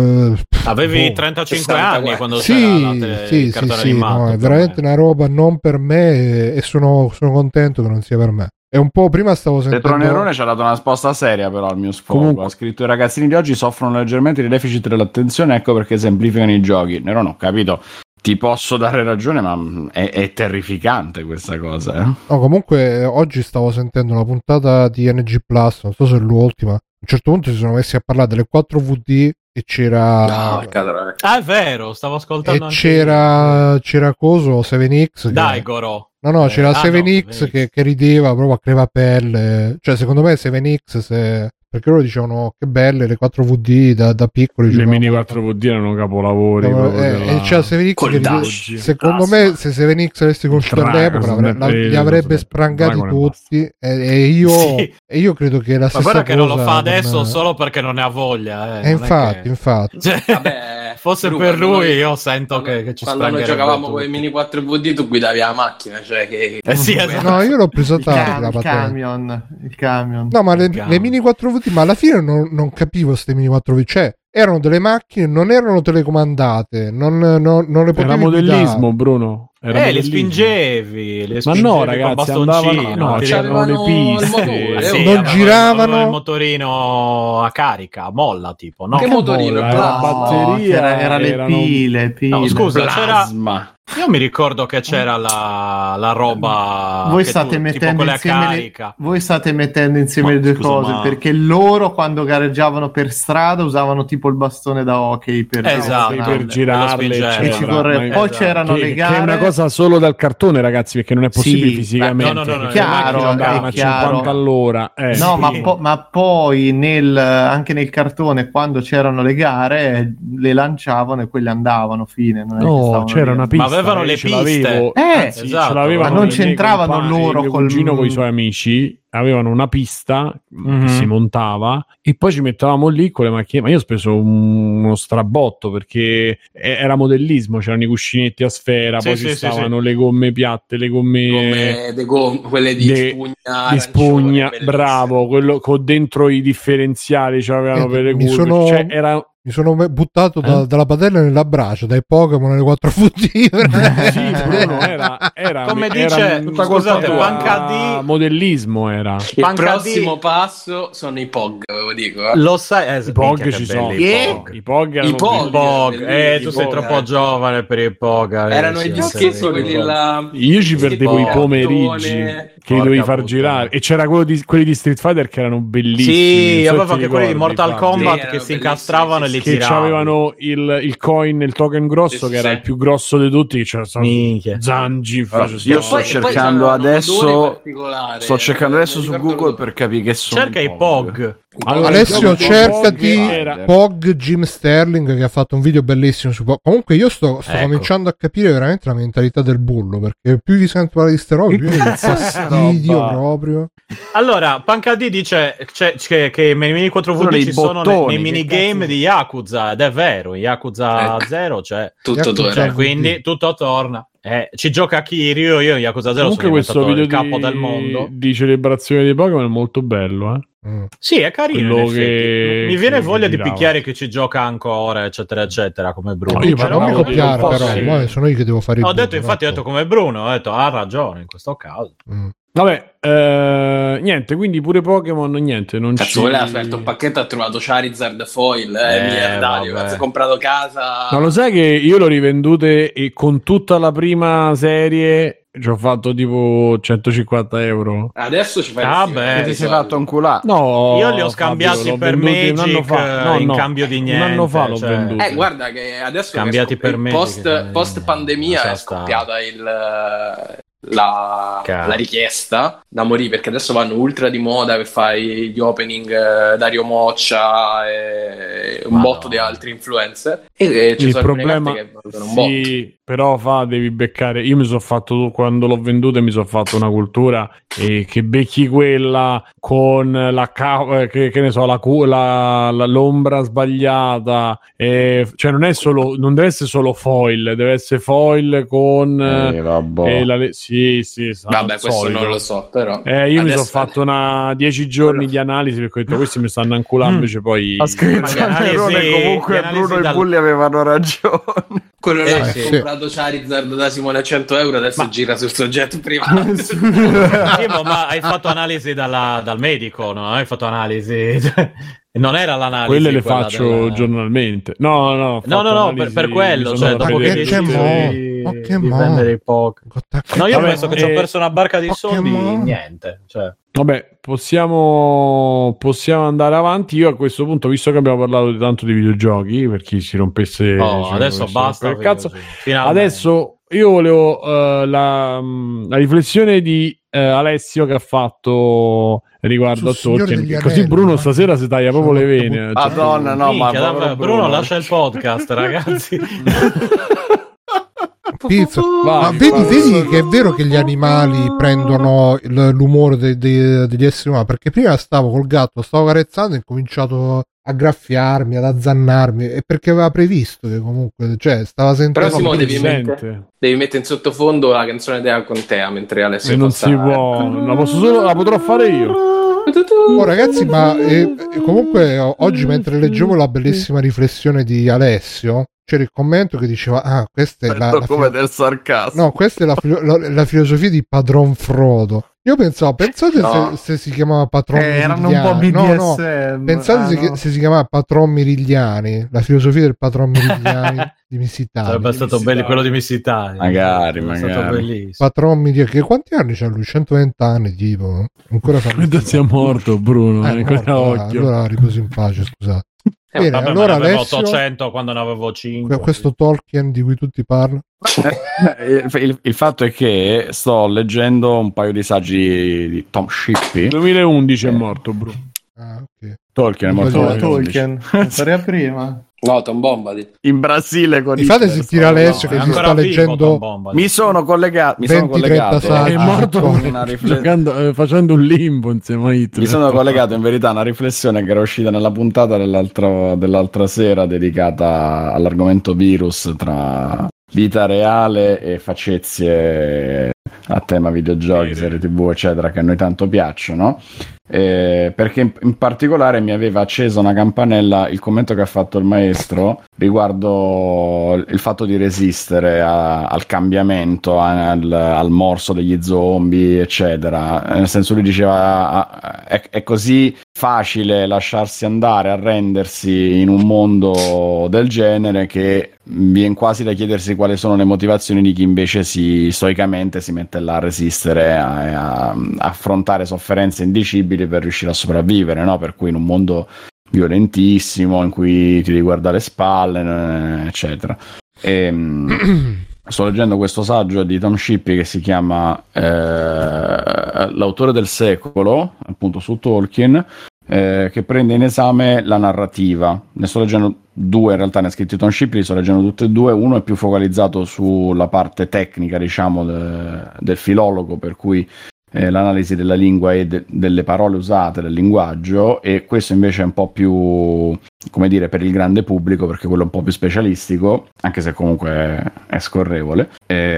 Avevi 35 anni quando c'era il cartone animato. No, è veramente una roba non per me e sono contento che non sia per me. È un po' prima stavo sentendo. Tetronerone ci ha dato una risposta seria però al mio sfogo. Comunque ha scritto: i ragazzini di oggi soffrono leggermente di deficit dell'attenzione, ecco perché semplificano i giochi. Nerone, ho capito, ti posso dare ragione, ma è terrificante questa cosa. No, comunque oggi stavo sentendo una puntata di NG Plus, non so se è l'ultima. A un certo punto si sono messi a parlare delle 4 VD e c'era è vero, stavo ascoltando e c'era coso 7X Daigoro. No, c'era 7X che rideva proprio a crepapelle. Cioè, secondo me 7X perché loro dicevano che belle le 4VD da piccoli. Le mini 4VD erano capolavori. E c'era 7X che secondo me se 7X avessi conosciuto all'epoca li avrebbe sprangati tutti. E io credo che la stessa cosa. Ma guarda che non lo fa adesso solo perché non ne ha voglia. Infatti. Cioè, vabbè, forse per lui io sento che ci quando noi giocavamo con i mini 4VD tu guidavi la macchina, cioè che esatto. No, io l'ho preso tardi il camion. No, ma le mini 4VD, ma alla fine non capivo queste mini 4VD, cioè erano delle macchine, non erano telecomandate, non le potevi era modellismo, Bruno. Le spingevi, ma no, ragazzi, andavano, c'erano le piste, non giravano il motorino a carica, a molla tipo, no? Che motorino? La batteria era le pile. No, scusa, Io mi ricordo che c'era la roba. Voi state mettendo insieme le due cose, perché loro quando gareggiavano per strada usavano tipo il bastone da hockey per girarle, poi c'erano le gare, che è una cosa solo dal cartone, ragazzi, perché non è possibile fisicamente. No, chiaro, andavano a 50 all'ora. No, ma poi anche nel cartone, quando c'erano le gare, le lanciavano e quelle andavano, fine. Non c'era una pista. Ma avevano le piste. Esatto. Ma non c'entravano loro col cugino con i suoi amici. Avevano una pista che si montava e poi ci mettevamo lì con le macchine. Ma io ho speso uno strabotto perché era modellismo, c'erano i cuscinetti a sfera, poi ci stavano le gomme piatte, le gomme quelle di spugna, bravo, quello con dentro i differenziali c'avevano per le curve, mi sono buttato dalla padella nell'abbraccio, dai Pokémon alle 4 futive. Sì, Bruno, era come dice, scusate, Panca D, modellismo era. Il prossimo passo sono i POG, ve lo dico. Lo sai, i POG ci sono. I POG. Tu sei troppo giovane per i POG. Erano i dischetti quelli là. Io ci perdevo i pomeriggi che dovevi far girare. E c'era quelli di Street Fighter che erano bellissimi. Sì, avevo anche quelli di Mortal Kombat che si incastravano e li che avevano il coin, il token grosso, che era il più grosso di tutti. Cioè, Zangief. Io sto cercando adesso su Google per capire che sono. Cerca i POG. Allora, Alessio, cercati POG Jim Sterling, che ha fatto un video bellissimo su POG. Comunque io sto cominciando a capire veramente la mentalità del bullo, perché più vi sento parlare di ste robe, più mi fastidio proprio. Allora, Panca D dice che i mini 4VD ci sono nei minigame di Yakuza, ed è vero, in Yakuza 0 c'è tutto torna, quindi tutto torna. Ci gioca Kiryu, io in Yakuza 0 sono diventato il capo del mondo. Di celebrazione dei Pokémon è molto bello, Sì, è carino. Mi viene voglia di picchiare che ci gioca ancora, eccetera, eccetera, come Bruno. Non mi copiare, però sono io che devo fare il ho detto come Bruno, ho detto ha ragione in questo caso. Vabbè, niente, quindi pure Pokémon, niente. Non cazzo, voleva aperto un pacchetto, ha trovato Charizard foil, miliardario, ha comprato casa. Ma lo sai che io l'ho rivendute e con tutta la prima serie ci ho fatto tipo 150 euro. Adesso ci fai ti sei fatto un culà. No, io li ho scambiati per Magic in cambio di niente. Un anno fa l'ho venduto. Guarda che adesso scambiati per Magic post pandemia è scoppiata la richiesta da morire, perché adesso vanno ultra di moda per fare gli opening Dario Moccia e un botto di altri influencer, e ci il sono problema che valgono un botto. Però devi beccare. Io mi sono fatto, quando l'ho venduta, mi sono fatto una cultura e che becchi quella con che ne so, l'ombra sbagliata, cioè non deve essere solo foil, deve essere foil con vabbè, questo non lo so, però io mi sono fatto 10 giorni di analisi, perché ho detto questi mi stanno anculando, invece poi ha scritto comunque Bruno e Bulli avevano ragione. Quello là ha comprato Charizard da Simone a 100 euro, adesso gira sul suo jet privato. Ma hai fatto analisi dal medico, no? Hai fatto analisi. Non era l'analisi. Quelle le faccio giornalmente. No, per quello. Cioè, dopo che di vendere i Pokémon. No, io penso che ci ho perso una barca di soldi. Niente. Cioè. Vabbè, possiamo andare avanti. Io a questo punto, visto che abbiamo parlato tanto di videogiochi, per chi si rompesse adesso basta per cazzo. Adesso io volevo la riflessione di Alessio che ha fatto riguardo a Tolkien, così Bruno stasera si taglia proprio le vene. Madonna, ma Bruno lascia il podcast, ragazzi. Pizza. Ma vedi che è vero che gli animali prendono l'umore degli esseri umani, perché prima stavo col gatto, stavo carezzando e ho cominciato a graffiarmi, ad azzannarmi, e perché aveva previsto che comunque, cioè, stava sentendo. Però devi mettere in sottofondo la canzone della Contea mentre Alessio non si può, la potrò fare io. Oh, ragazzi, ma comunque oggi mentre leggevo la bellissima riflessione di Alessio, c'era il commento che diceva questa è la come del sarcasmo. No, questa è la filosofia di Padron Frodo. Io pensate se si chiamava Patron erano un po' BDSM. Pensate se si chiamava Patron Mirigliani, la filosofia del Patron Mirigliani di Missitani. Sarebbe stato bello quello di Missitani. Magari. Stato bellissimo. Patron Mirigliani, che quanti anni c'ha lui? 120 anni tipo. Ancora credo sia morto Bruno, allora riposi in pace, scusate. Bene, vabbè, allora avevo Alessio, 800 quando ne avevo 5. Questo Tolkien di cui tutti parlano. Il fatto è che sto leggendo un paio di saggi di Tom Shippey. 2011 è morto Bruno. Ok. Tolkien è morto. Tolkien. Sarà prima. No, Tom Bombadil. In Brasile con mi fate sentire Alessio che si sta leggendo. Mi sono collegato. È morto facendo un limbo insieme a Hitler. Mi sono collegato in verità a una riflessione che era uscita nella puntata dell'altra sera dedicata all'argomento virus tra vita reale e facezie a tema videogiochi, serie TV eccetera, che a noi tanto piacciono. Perché in particolare mi aveva acceso una campanella il commento che ha fatto il maestro riguardo il fatto di resistere al cambiamento, al morso degli zombie eccetera. Nel senso, lui diceva è così facile lasciarsi andare, arrendersi in un mondo del genere, che viene quasi da chiedersi quali sono le motivazioni di chi invece stoicamente si mette là a resistere, a affrontare sofferenze indicibili per riuscire a sopravvivere, no? Per cui in un mondo violentissimo in cui ti riguarda le spalle eccetera. Sto leggendo questo saggio di Tom Shippey che si chiama L'autore del secolo, appunto su Tolkien, che prende in esame la narrativa. Ne sto leggendo due, in realtà ne ha scritti Tom Shippey, sto leggendo tutte e due. Uno è più focalizzato sulla parte tecnica, diciamo, del filologo, per cui l'analisi della lingua e delle parole usate, del linguaggio, e questo invece è un po' più, come dire, per il grande pubblico, perché quello è un po' più specialistico, anche se comunque è scorrevole,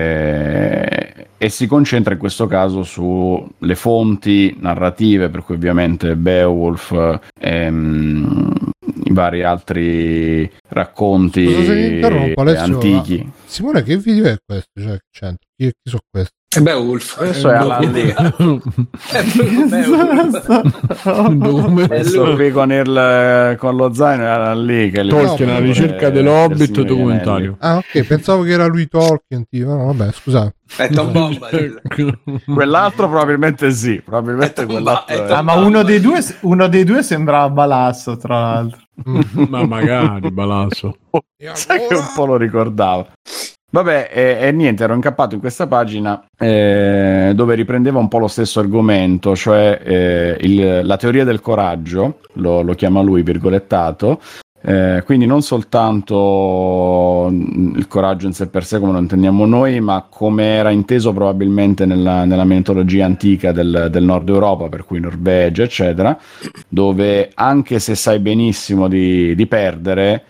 e si concentra in questo caso sulle fonti narrative, per cui ovviamente Beowulf, i vari altri racconti antichi. Simone, che video è questo? Cioè, chi sono questi? È Beowulf. Adesso è Alan Lee. Adesso qui con lo zaino è Alan Lee che Tolkien alla ricerca dell'Hobbit documentario. Ah, ok, pensavo che era lui Tolkien, tipo. No, vabbè, scusate. È Tom Bombadil. Quell'altro probabilmente sì, probabilmente quell'altro. Ma uno dei due sembrava Balasso, tra l'altro. Ma magari Balasso. Sai che un po' lo ricordavo. Vabbè, e niente, ero incappato in questa pagina dove riprendeva un po' lo stesso argomento, cioè la teoria del coraggio, lo chiama lui, virgolettato. Quindi non soltanto il coraggio in sé per sé come lo intendiamo noi, ma come era inteso probabilmente nella mitologia antica del nord Europa, per cui Norvegia eccetera, dove anche se sai benissimo di perdere,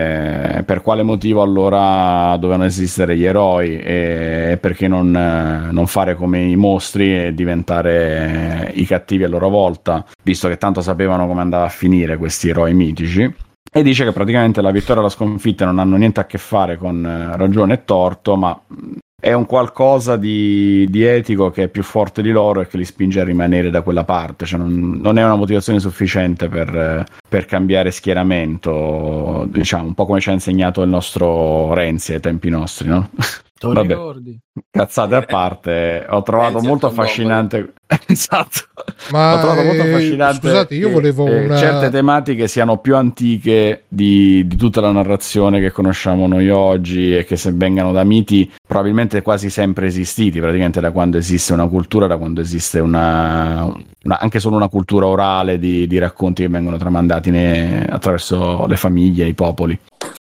per quale motivo allora dovevano esistere gli eroi, e perché non fare come i mostri e diventare i cattivi a loro volta, visto che tanto sapevano come andava a finire questi eroi mitici. E dice che praticamente la vittoria e la sconfitta non hanno niente a che fare con ragione e torto, ma è un qualcosa di etico che è più forte di loro e che li spinge a rimanere da quella parte. Cioè non è una motivazione sufficiente per cambiare schieramento, diciamo, un po' come ci ha insegnato il nostro Renzi ai tempi nostri, no? Vabbè, cazzate a parte, ho trovato molto affascinante. Esatto, ma ho trovato molto affascinante. Scusate, io volevo certe tematiche siano più antiche di tutta la narrazione che conosciamo noi oggi, e che se vengano da miti probabilmente quasi sempre esistiti, praticamente da quando esiste una cultura, da quando esiste anche solo una cultura orale di racconti che vengono tramandati attraverso le famiglie, i popoli.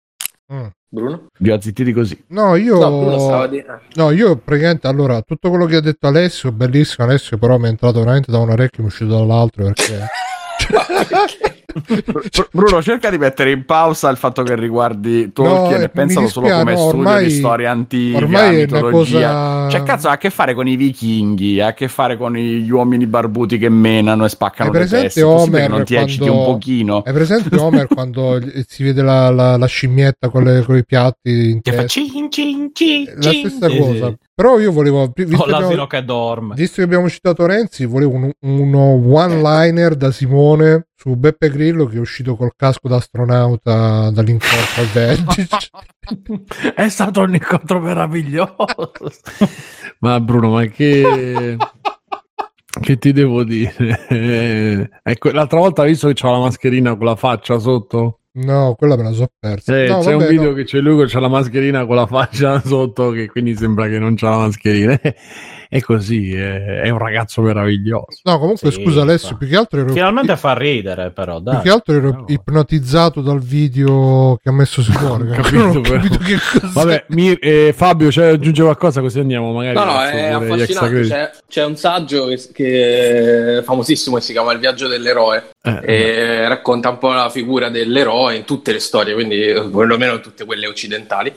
Bruno? Vi ho azzittiti così. No, io Bruno io praticamente, allora, tutto quello che ha detto Alessio, bellissimo. Alessio però mi è entrato veramente da un orecchio e mi è uscito dall'altro, perché Bruno, cerca di mettere in pausa il fatto che riguardi Tolkien e pensalo solo come studio di storia antica, ormai mitologia. È una cosa... Cioè, cazzo, ha a che fare con i vichinghi, ha a che fare con gli uomini barbuti che menano e spaccano le teste. Homer, non ti agiti un pochino? È presente Homer quando si vede la scimmietta con i piatti in testa? La stessa cosa. Sì. Però io volevo, l'asino che dorme. Visto che abbiamo citato Renzi, volevo uno one-liner da Simone su Beppe Grillo, che è uscito col casco d'astronauta dall'incontro al Vertice. È stato un incontro meraviglioso. Ma Bruno, ma che ti devo dire? Ecco, l'altra volta hai visto che c'ha la mascherina con la faccia sotto? No, quella me la so persa. No, c'è un video che c'è lui che c'ha la mascherina con la faccia sotto, che quindi sembra che non c'ha la mascherina. È così, è un ragazzo meraviglioso. No, comunque sì, scusa Alessio, più che altro ero... Finalmente fa ridere, però, dai. Più che altro ero ipnotizzato dal video che ha messo Simone. Capito che cos'è. Vabbè, Fabio, cioè, aggiunge qualcosa così andiamo magari. No, è affascinante. C'è un saggio che è famosissimo che si chiama Il viaggio dell'eroe e racconta un po' la figura dell'eroe in tutte le storie, quindi perlomeno in tutte quelle occidentali,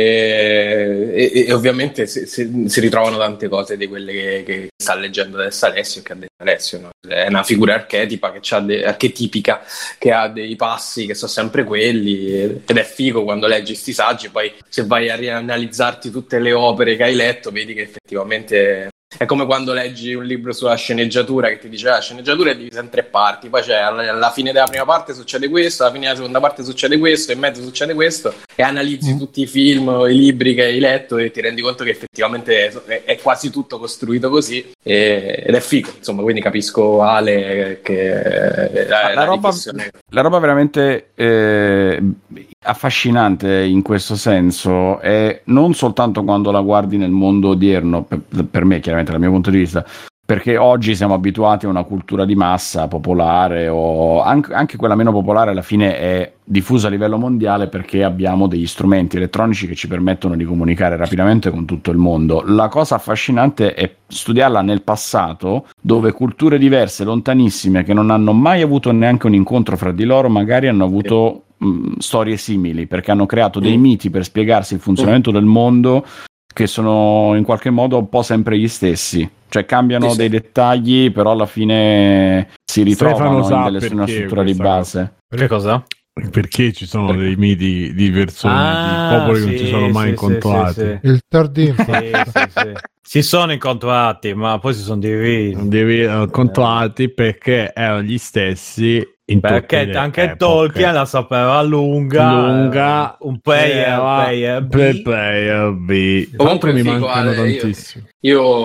e ovviamente si ritrovano tante cose di quelle che sta leggendo adesso Alessio, che ha detto Alessio, no? È una figura archetipica che ha dei passi che sono sempre quelli, ed è figo quando leggi sti saggi. Poi se vai a rianalizzarti tutte le opere che hai letto vedi che effettivamente è come quando leggi un libro sulla sceneggiatura che ti dice la sceneggiatura è divisa in 3 parti, poi c'è alla fine della prima parte succede questo, alla fine della seconda parte succede questo, in mezzo succede questo, e analizzi tutti i film o i libri che hai letto e ti rendi conto che effettivamente è quasi tutto costruito così, ed è figo, insomma. Quindi capisco Ale che la roba veramente affascinante in questo senso è non soltanto quando la guardi nel mondo odierno, per me chiaramente dal mio punto di vista, perché oggi siamo abituati a una cultura di massa popolare, o anche quella meno popolare alla fine è diffusa a livello mondiale perché abbiamo degli strumenti elettronici che ci permettono di comunicare rapidamente con tutto il mondo. La cosa affascinante è studiarla nel passato, dove culture diverse, lontanissime, che non hanno mai avuto neanche un incontro fra di loro, magari hanno avuto storie simili, perché hanno creato dei miti per spiegarsi il funzionamento del mondo che sono in qualche modo un po' sempre gli stessi, cioè cambiano dei dettagli, però alla fine si ritrovano in una struttura di base. Che cosa? Perché ci sono dei miti di persone, di popoli che non si sono mai incontrati. Sì. Il Tardino. Si sono incontrati, ma poi si sono divisi. Incontrati perché erano gli stessi. Perché anche Tolkien la sapeva lunga un player B. Comunque mi mancano tantissimo. Io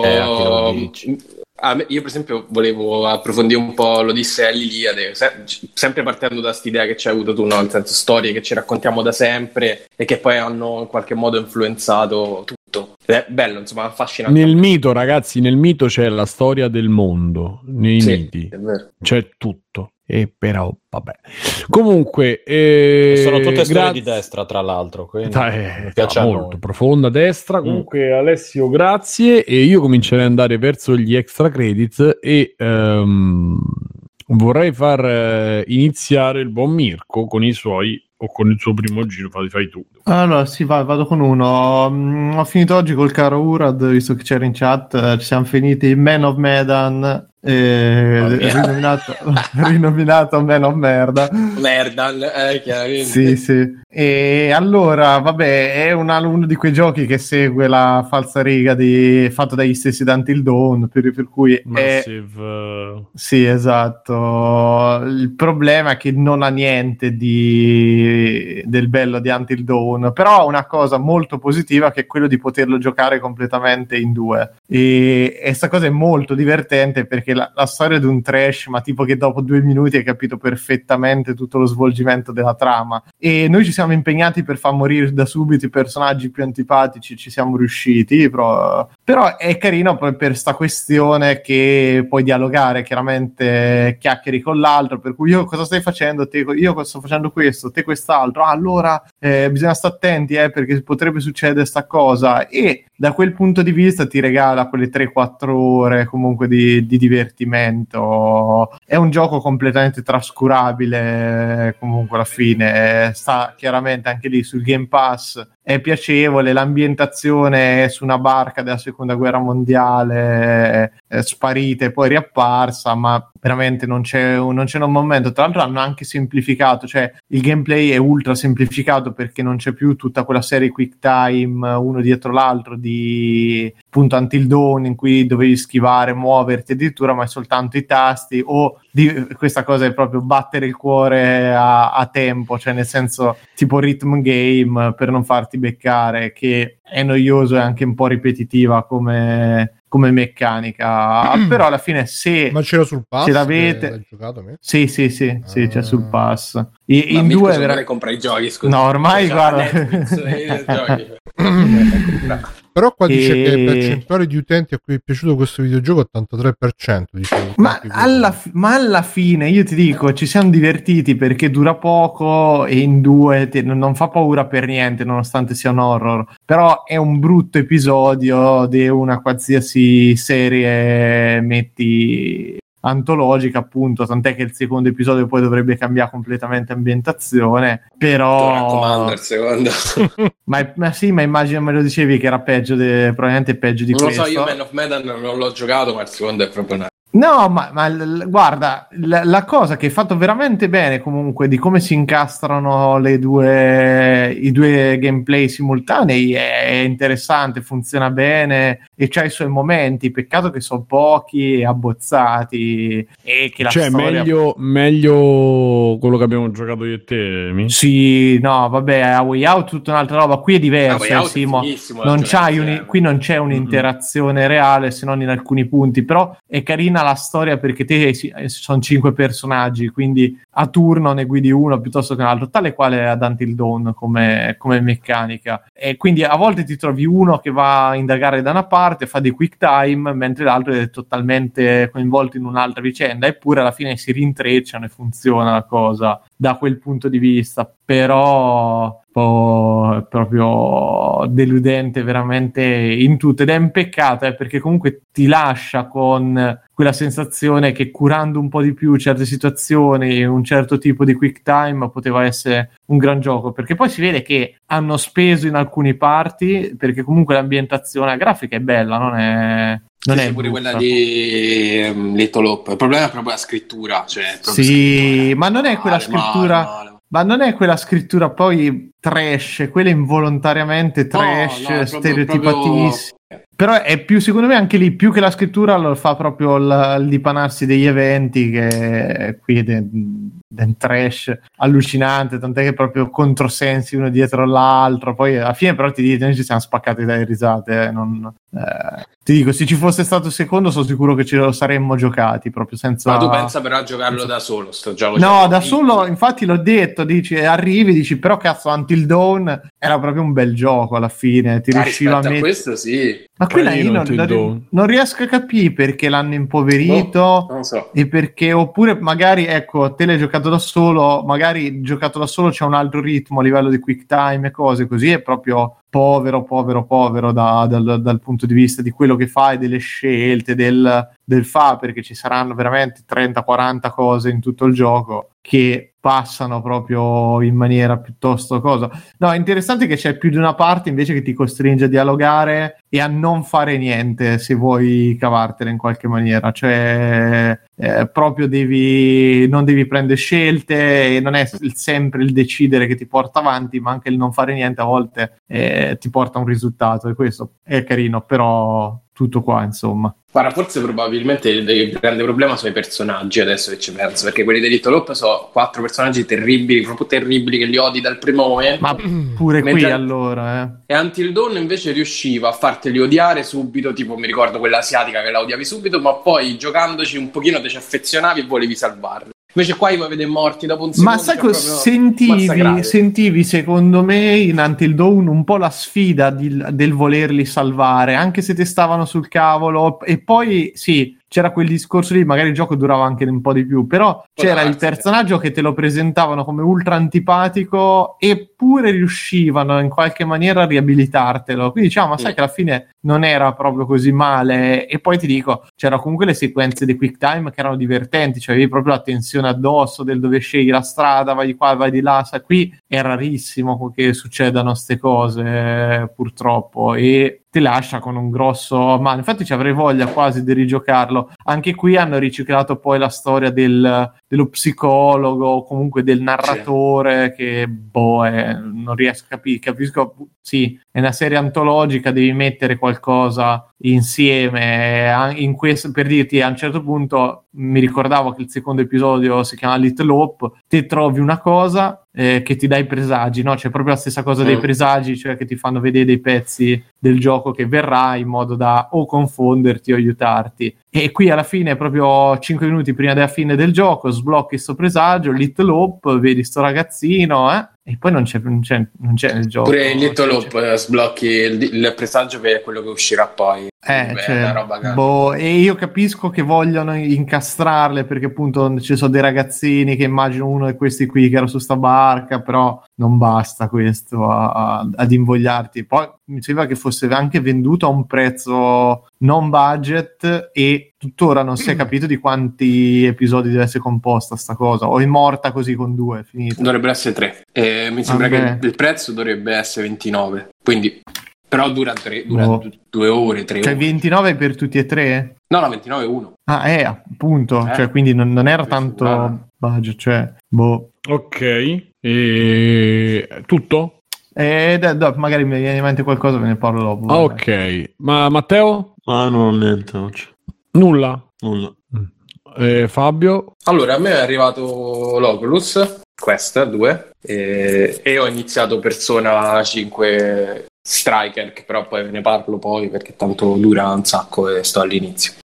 per esempio volevo approfondire un po' l'Odissea e l'Iliade, sempre partendo da quest'idea che ci hai avuto tu, no? Nel senso, storie che ci raccontiamo da sempre e che poi hanno in qualche modo influenzato tutto. È bello, insomma, affascinante. Nel mito, ragazzi, nel mito c'è la storia del mondo, nei miti c'è tutto. E però vabbè, comunque sono tutte storie di destra, tra l'altro, quindi mi piace molto profonda destra. Comunque Alessio, grazie, e io comincerei ad andare verso gli extra credits e vorrei far iniziare il buon Mirko con i suoi, o con il suo primo giro. Fai tu. Allora sì, vado con uno. Ho finito oggi col caro Urad, visto che c'era in chat, ci siamo finiti Man of Medan, rinominato Man of Merda, chiaramente. Sì. E allora vabbè, è uno di quei giochi che segue la falsariga fatto dagli stessi da Until Dawn, per cui Massive. Sì, esatto. Il problema è che non ha niente del bello di Until Dawn, però ha una cosa molto positiva, che è quello di poterlo giocare completamente in 2, e sta cosa è molto divertente, perché la storia di un trash, ma tipo che dopo 2 minuti hai capito perfettamente tutto lo svolgimento della trama, e noi ci siamo impegnati per far morire da subito i personaggi più antipatici, ci siamo riusciti, però è carino per sta questione che puoi dialogare, chiaramente chiacchieri con l'altro, per cui io cosa stai facendo, io sto facendo questo, te quest'altro, allora bisogna stare attenti perché potrebbe succedere sta cosa, e da quel punto di vista ti regala quelle 3-4 ore comunque di divertimento. è un gioco completamente trascurabile, comunque alla fine sta chiaramente anche lì sul Game Pass, è piacevole, l'ambientazione è su una barca della seconda guerra mondiale, sparita e poi riapparsa, ma veramente non c'è un momento. Tra l'altro hanno anche semplificato, cioè il gameplay è ultra semplificato perché non c'è più tutta quella serie quick time uno dietro l'altro di appunto Until Dawn in cui dovevi schivare, muoverti addirittura, ma è soltanto i tasti, o questa cosa è proprio battere il cuore a tempo, cioè nel senso tipo rhythm game per non farti beccare, che è noioso e anche un po' ripetitiva come meccanica, però alla fine ma c'era sul pass, se l'avete giocato, sì c'è sul pass in Mirko, due vera... compra i giochi, scusa. No, ormai guarda però qua dice che il percentuale di utenti a cui è piaciuto questo videogioco è 83%, diciamo. Ma alla fine io ti dico, ci siamo divertiti perché dura poco e in due non fa paura per niente, nonostante sia un horror, però è un brutto episodio di una qualsiasi serie metti antologica, appunto, tant'è che il secondo episodio poi dovrebbe cambiare completamente ambientazione, però mi raccomando il secondo. ma sì, ma immagino, me lo dicevi che era peggio probabilmente peggio di non questo. Lo so, io Man of Medan non l'ho giocato, ma il secondo è proprio una... No, ma guarda, la cosa che è fatto veramente bene comunque di come si incastrano i due gameplay simultanei è interessante, funziona bene e c'ha i suoi momenti, peccato che sono pochi e abbozzati e che la storia... meglio quello che abbiamo giocato io e te, Sì, no, vabbè, a Way Out tutta un'altra roba, qui è diverso, Simo. Qui non c'è un'interazione reale se non in alcuni punti, però è carina la storia perché te sono 5 personaggi, quindi a turno ne guidi uno piuttosto che un altro, tale quale ad Until Dawn come meccanica, e quindi a volte ti trovi uno che va a indagare da una parte, fa dei quick time, mentre l'altro è totalmente coinvolto in un'altra vicenda, eppure alla fine si rintrecciano e funziona la cosa da quel punto di vista, però proprio deludente veramente in tutto, ed è un peccato perché comunque ti lascia con quella sensazione che curando un po' di più certe situazioni, un certo tipo di quick time poteva essere un gran gioco, perché poi si vede che hanno speso in alcune parti, perché comunque l'ambientazione grafica è bella, non è pure quella di Little Hope. Il problema è proprio la scrittura, cioè sì, ma non è quella scrittura male. Ma non è quella scrittura poi trash, quella involontariamente trash, stereotipatissima. Però è più, secondo me, anche lì, più che la scrittura, lo fa proprio il dipanarsi degli eventi, che qui è un trash allucinante, tant'è che proprio controsensi uno dietro l'altro. Poi alla fine però ti dico, noi ci siamo spaccati dalle risate, ti dico, se ci fosse stato il secondo sono sicuro che ce lo saremmo giocati proprio senza... Ma tu pensa però a giocarlo da solo sto gioco? No, da solo, infatti l'ho detto, dici però cazzo Until Dawn era proprio un bel gioco alla fine, ti riusciva a mettere... questo sì. Ma quella io non riesco a capire perché l'hanno impoverito, non so. E perché, oppure magari, ecco, te l'hai giocato da solo, magari giocato da solo c'è un altro ritmo a livello di quick time e cose così, è proprio povero dal punto di vista di quello che fai, delle scelte, del fa, perché ci saranno veramente 30-40 cose in tutto il gioco che passano proprio in maniera piuttosto cosa. No, è interessante che c'è più di una parte invece che ti costringe a dialogare e a non fare niente se vuoi cavartela in qualche maniera, cioè proprio non devi prendere scelte, e non è sempre il decidere che ti porta avanti, ma anche il non fare niente a volte ti porta a un risultato, e questo è carino, però tutto qua, insomma. Guarda, forse probabilmente il grande problema sono i personaggi, adesso che ci penso, perché quelli di Little Hope sono 4 personaggi terribili, proprio terribili, che li odi dal primo momento. Ma pure qui allora, E Until Dawn invece riusciva a farteli odiare subito, tipo mi ricordo quella asiatica che la odiavi subito, ma poi giocandoci un pochino ti ci affezionavi e volevi salvarli. Invece qua io vedevo morti dopo un secondo. Ma sai cosa sentivi secondo me in Until Dawn un po' la sfida del volerli salvare, anche se te stavano sul cavolo, e poi sì, c'era quel discorso lì, magari il gioco durava anche un po' di più, però c'era il personaggio che te lo presentavano come ultra antipatico eppure riuscivano in qualche maniera a riabilitartelo, quindi diciamo, ma sai che alla fine non era proprio così male. E poi ti dico, c'era comunque le sequenze di QuickTime che erano divertenti, cioè avevi proprio la tensione addosso del dove scegli la strada, vai di qua, vai di là. Qui è rarissimo che succedano queste cose, purtroppo, e ti lascia con un grosso male. Infatti ci avrei voglia quasi di rigiocarlo. Anche qui hanno riciclato poi la storia dello psicologo o comunque del narratore, che non riesco a capire. Capisco, sì, è una serie antologica, devi mettere qualcosa insieme in questo, per dirti, a un certo punto mi ricordavo che il secondo episodio si chiama Little Hope, ti trovi una cosa che ti dà i presagi, no? C'è proprio la stessa cosa dei presagi, cioè che ti fanno vedere dei pezzi del gioco che verrà, in modo da o confonderti o aiutarti. E qui alla fine, proprio 5 minuti prima della fine del gioco, sblocchi sto presagio, Little Hope, vedi sto ragazzino, e poi non c'è nel gioco. Pure in Little Hope sblocchi il presagio per quello che uscirà poi. Una roba e io capisco che vogliono incastrarle, perché appunto ci sono dei ragazzini che immagino uno di questi qui che era su sta barca, però non basta questo ad invogliarti. Poi mi sembra che fosse anche venduto a un prezzo non budget e tuttora non si è capito di quanti episodi deve essere composta sta cosa, o è morta così con 2, finita. Dovrebbero essere 3, mi sembra che il prezzo dovrebbe essere 29, quindi però dura 2 ore, 3 ore. Cioè 29 per tutti e 3? No, 29 è 1. Appunto, cioè quindi non era tanto budget, cioè Ok, tutto? Magari mi viene in mente qualcosa, ve ne parlo dopo. Ok, ma Matteo? Non ho niente oggi. Nulla. Fabio? Allora, a me è arrivato l'Oculus Quest 2 e ho iniziato Persona 5 Striker, che però poi ve ne parlo poi perché tanto dura un sacco e sto all'inizio.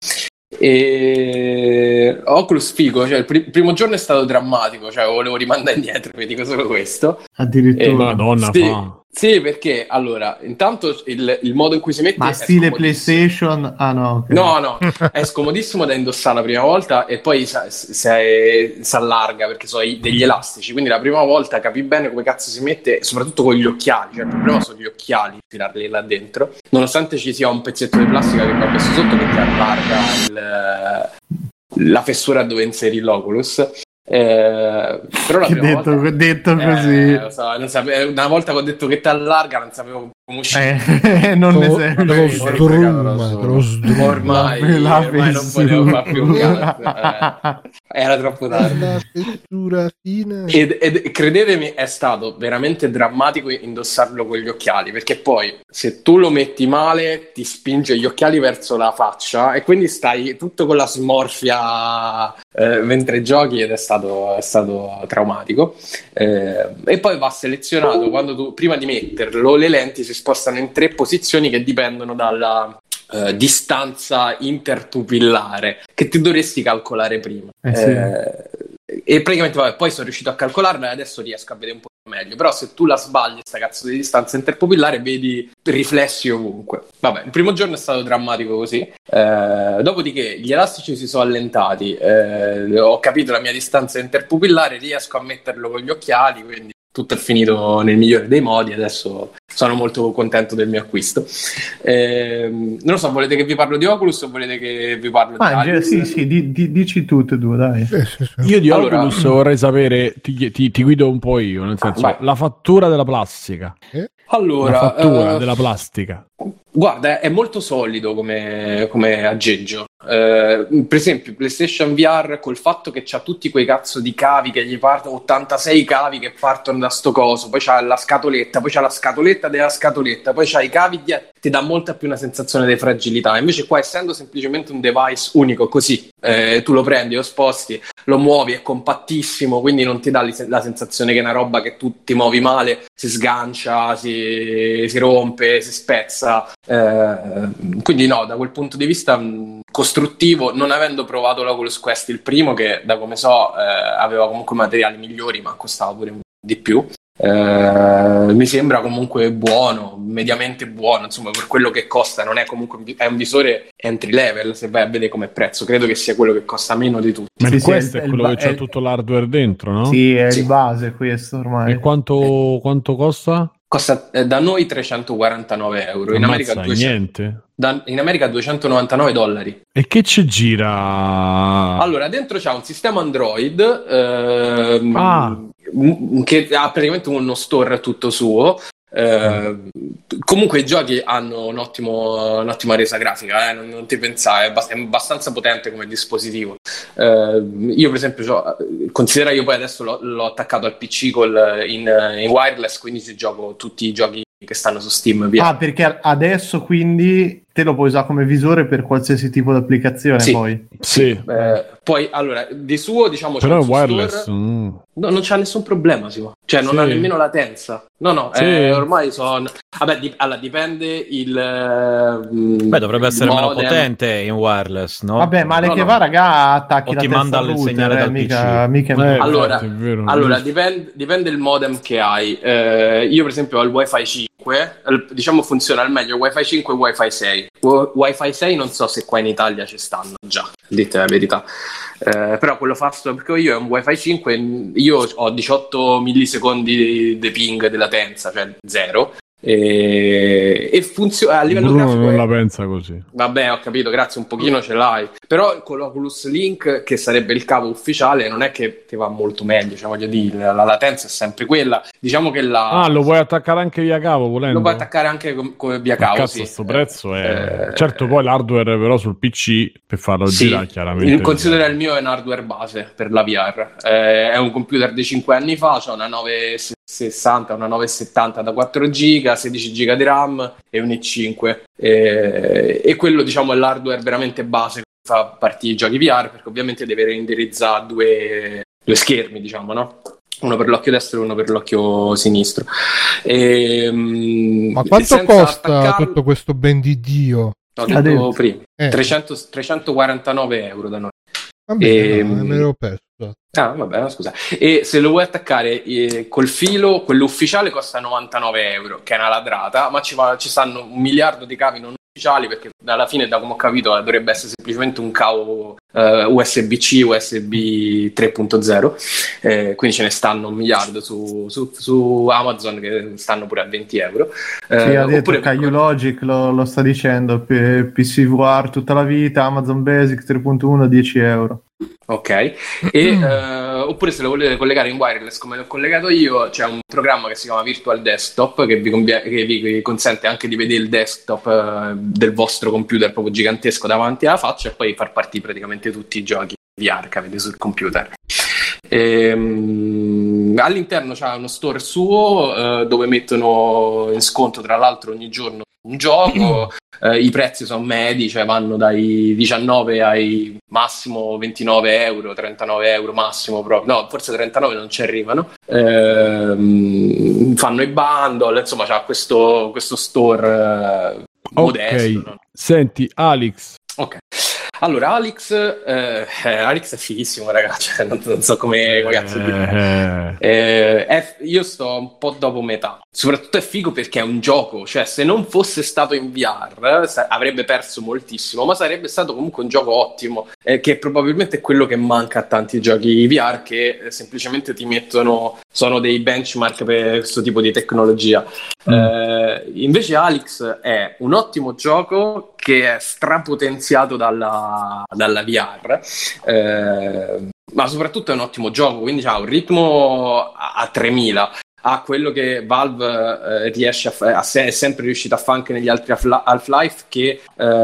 E Oculus figo, cioè il primo giorno è stato drammatico, cioè volevo rimandare indietro, vi dico solo questo. Addirittura. Madonna, sì, perché allora intanto il modo in cui si mette, ma stile PlayStation, no, è scomodissimo da indossare la prima volta e poi si allarga perché sono degli elastici, quindi la prima volta capi bene come cazzo si mette, soprattutto con gli occhiali, cioè il problema sono gli occhiali, tirarli là dentro, nonostante ci sia un pezzetto di plastica che va messo sotto che ti allarga la fessura dove inseri l'Oculus. Però la prima volta, detto così, non sapevo, una volta che ho detto che ti allarga non sapevo come uscire, non ne sei ormai non volevo fare più un cazzo, era troppo tardi. La fessura fine. Ed credetemi, è stato veramente drammatico indossarlo con gli occhiali, perché poi se tu lo metti male ti spinge gli occhiali verso la faccia e quindi stai tutto con la smorfia mentre giochi, ed è stato traumatico. E poi va selezionato, quando tu prima di metterlo le lenti si spostano in 3 posizioni che dipendono dalla distanza interpupillare che ti dovresti calcolare prima. E praticamente poi sono riuscito a calcolarla e adesso riesco a vedere un po' meglio, però se tu la sbagli sta cazzo di distanza interpupillare vedi riflessi ovunque. Vabbè, il primo giorno è stato drammatico così, dopodiché gli elastici si sono allentati, ho capito la mia distanza interpupillare, riesco a metterlo con gli occhiali, quindi tutto è finito nel migliore dei modi. Adesso sono molto contento del mio acquisto. Non lo so, volete che vi parlo di Oculus o volete che vi parlo di Alice? Sì, dici tutte e due, dai. Io di Oculus vorrei sapere, ti guido un po' io, nel senso, la fattura della plastica. Allora, la fattura della plastica. Guarda, è molto solido come aggeggio. Per esempio PlayStation VR, col fatto che c'ha tutti quei cazzo di cavi che gli partono, 86 cavi che partono da sto coso, poi c'ha la scatoletta, poi c'ha la scatoletta della scatoletta, poi c'ha i cavi ti dà molta più una sensazione di fragilità. Invece qua, essendo semplicemente un device unico così, tu lo prendi, lo sposti, lo muovi, è compattissimo, quindi non ti dà la sensazione che è una roba che tu ti muovi male, si sgancia, si rompe, si spezza. Quindi no, da quel punto di vista costruttivo, non avendo provato l'Oculus Quest il primo, che da come so aveva comunque materiali migliori ma costava pure di più, mi sembra comunque buono, mediamente buono, insomma, per quello che costa. Non è comunque, è un visore entry level, se vai a vedere come prezzo, credo che sia quello che costa meno di tutti. Ma questo è quello che c'ha tutto l'hardware dentro, no? Sì, è il base questo ormai. E quanto costa? Costa da noi 349 euro, in America 200. Niente. in America $299. E che ci gira? Allora, dentro c'ha un sistema Android che ha praticamente uno store tutto suo. Comunque i giochi hanno un'ottima resa grafica, non ti pensare, è abbastanza potente come dispositivo. Io per esempio considera, io poi adesso l'ho attaccato al PC in wireless, quindi ci gioco tutti i giochi che stanno su Steam via. Perché adesso quindi te lo puoi usare come visore per qualsiasi tipo di applicazione. Sì. Poi allora di suo diciamo però c'è il wireless no, non c'ha nessun problema, Simo. Cioè non ha nemmeno latenza. No, ormai sono dipende dovrebbe essere meno potente in wireless, no? Vabbè, male che va, raga, attacchi la testa manda il segnale dal PC. Allora dipende il modem che hai. Io per esempio ho il Wi-Fi 5, diciamo funziona al meglio Wi-Fi 5 e Wi-Fi 6. Wi-Fi 6 non so se qua in Italia ci stanno già, dite la verità. Però quello fast perché io è un Wi-Fi 5, io ho 18 millisecondi di ping di latenza, cioè 0. E funziona a livello Bruno grafico non la pensa così. Vabbè, ho capito, grazie, un pochino ce l'hai, però con l'Oculus Link, che sarebbe il cavo ufficiale, non è che ti va molto meglio, cioè voglio dire, la latenza è sempre quella, diciamo che lo puoi attaccare anche via cavo volendo? Lo puoi attaccare anche come via cavo. Cazzo, sto prezzo è certo, poi l'hardware però sul PC per farlo girare chiaramente considera il mio è un hardware base per la VR, è un computer di 5 anni fa, c'è una 960, una 970 da 4 giga, 16 giga di RAM e un i5, e quello diciamo è l'hardware veramente base che fa partire i giochi VR, perché ovviamente deve renderizzare due schermi, diciamo, no? Uno per l'occhio destro e uno per l'occhio sinistro. Ma quanto costa tutto questo ben di Dio? Ho detto prima 349 euro da noi. Vabbè, me l'ho perso. Vabbè, scusa. E se lo vuoi attaccare col filo, quello ufficiale costa 99 euro, che è una ladrata, ma ci stanno 1 miliardo di cavi non ufficiali, perché alla fine, da come ho capito, dovrebbe essere semplicemente un cavo USB-C, USB 3.0, quindi ce ne stanno 1 miliardo su Amazon, che stanno pure a 20 euro. Ha detto Caio Logic lo sta dicendo, PC VR tutta la vita, Amazon Basic 3.1 10 euro. Ok, oppure se lo volete collegare in wireless come l'ho collegato io, c'è un programma che si chiama Virtual Desktop che vi consente anche di vedere il desktop del vostro computer proprio gigantesco davanti alla faccia, e poi far partire praticamente tutti i giochi VR che avete sul computer. All'interno c'è uno store suo dove mettono in sconto tra l'altro ogni giorno un gioco. I prezzi sono medi, cioè vanno dai 19 ai massimo 29 euro, 39 euro massimo proprio, no, forse 39 non ci arrivano. Fanno i bundle, insomma c'ha questo store modesto. No? Senti Alex. Ok. Allora, Alex è fighissimo, ragazzi. Non so come cazzo dire. Io sto un po' dopo metà. Soprattutto è figo perché è un gioco. Cioè, se non fosse stato in VR, avrebbe perso moltissimo. Ma sarebbe stato comunque un gioco ottimo. Che probabilmente è quello che manca a tanti giochi VR, che semplicemente ti mettono. Sono dei benchmark per questo tipo di tecnologia. Invece, Alex è un ottimo gioco che è strapotenziato dalla VR, ma soprattutto è un ottimo gioco, quindi ha un ritmo a 3000, ha quello che Valve riesce è sempre riuscito a fare anche negli altri Half-Life, che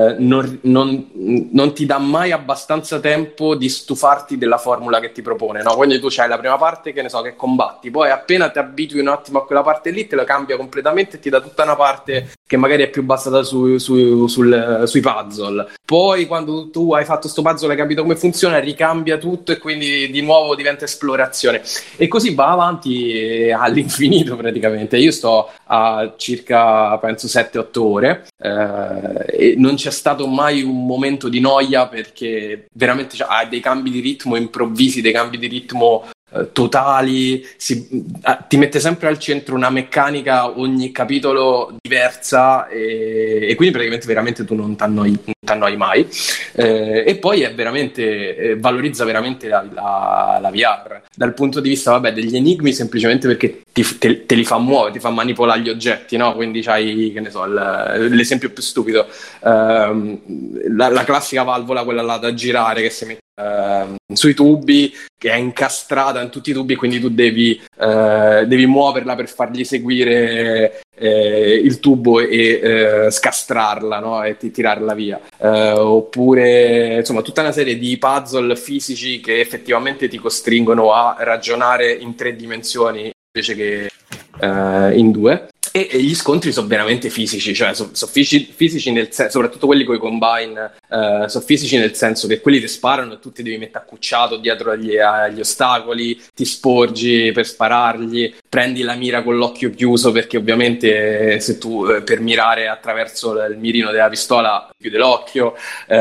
non ti dà mai abbastanza tempo di stufarti della formula che ti propone, no? Quindi tu c'hai la prima parte, che ne so, che combatti, poi appena ti abitui un attimo a quella parte lì te la cambia completamente e ti dà tutta una parte che magari è più basata sui puzzle. Poi quando tu hai fatto sto puzzle, hai capito come funziona, ricambia tutto e quindi di nuovo diventa esplorazione, e così va avanti all'infinito praticamente. Io sto a circa penso 7-8 ore e non c'è stato mai un momento di noia, perché veramente hai dei cambi di ritmo improvvisi, dei cambi di ritmo totali, ti mette sempre al centro una meccanica ogni capitolo diversa, e quindi praticamente veramente tu non t'annoi t'annoi mai, e poi è veramente valorizza veramente la VR dal punto di vista degli enigmi, semplicemente perché te li fa muovere, ti fa manipolare gli oggetti, no? Quindi c'hai, che ne so, l'esempio più stupido, la classica valvola, quella là da girare, che si mette sui tubi, che è incastrata in tutti i tubi, quindi tu devi muoverla per fargli seguire il tubo e scastrarla, no? E tirarla via, oppure insomma tutta una serie di puzzle fisici che effettivamente ti costringono a ragionare in 3 dimensioni invece che in 2. E gli scontri sono veramente fisici, cioè sono fisici nel senso, soprattutto quelli con i combine, sono fisici nel senso che quelli ti sparano e tu ti devi mettere accucciato dietro agli ostacoli, ti sporgi per sparargli, prendi la mira con l'occhio chiuso, perché ovviamente se tu per mirare attraverso il mirino della pistola chiude l'occhio,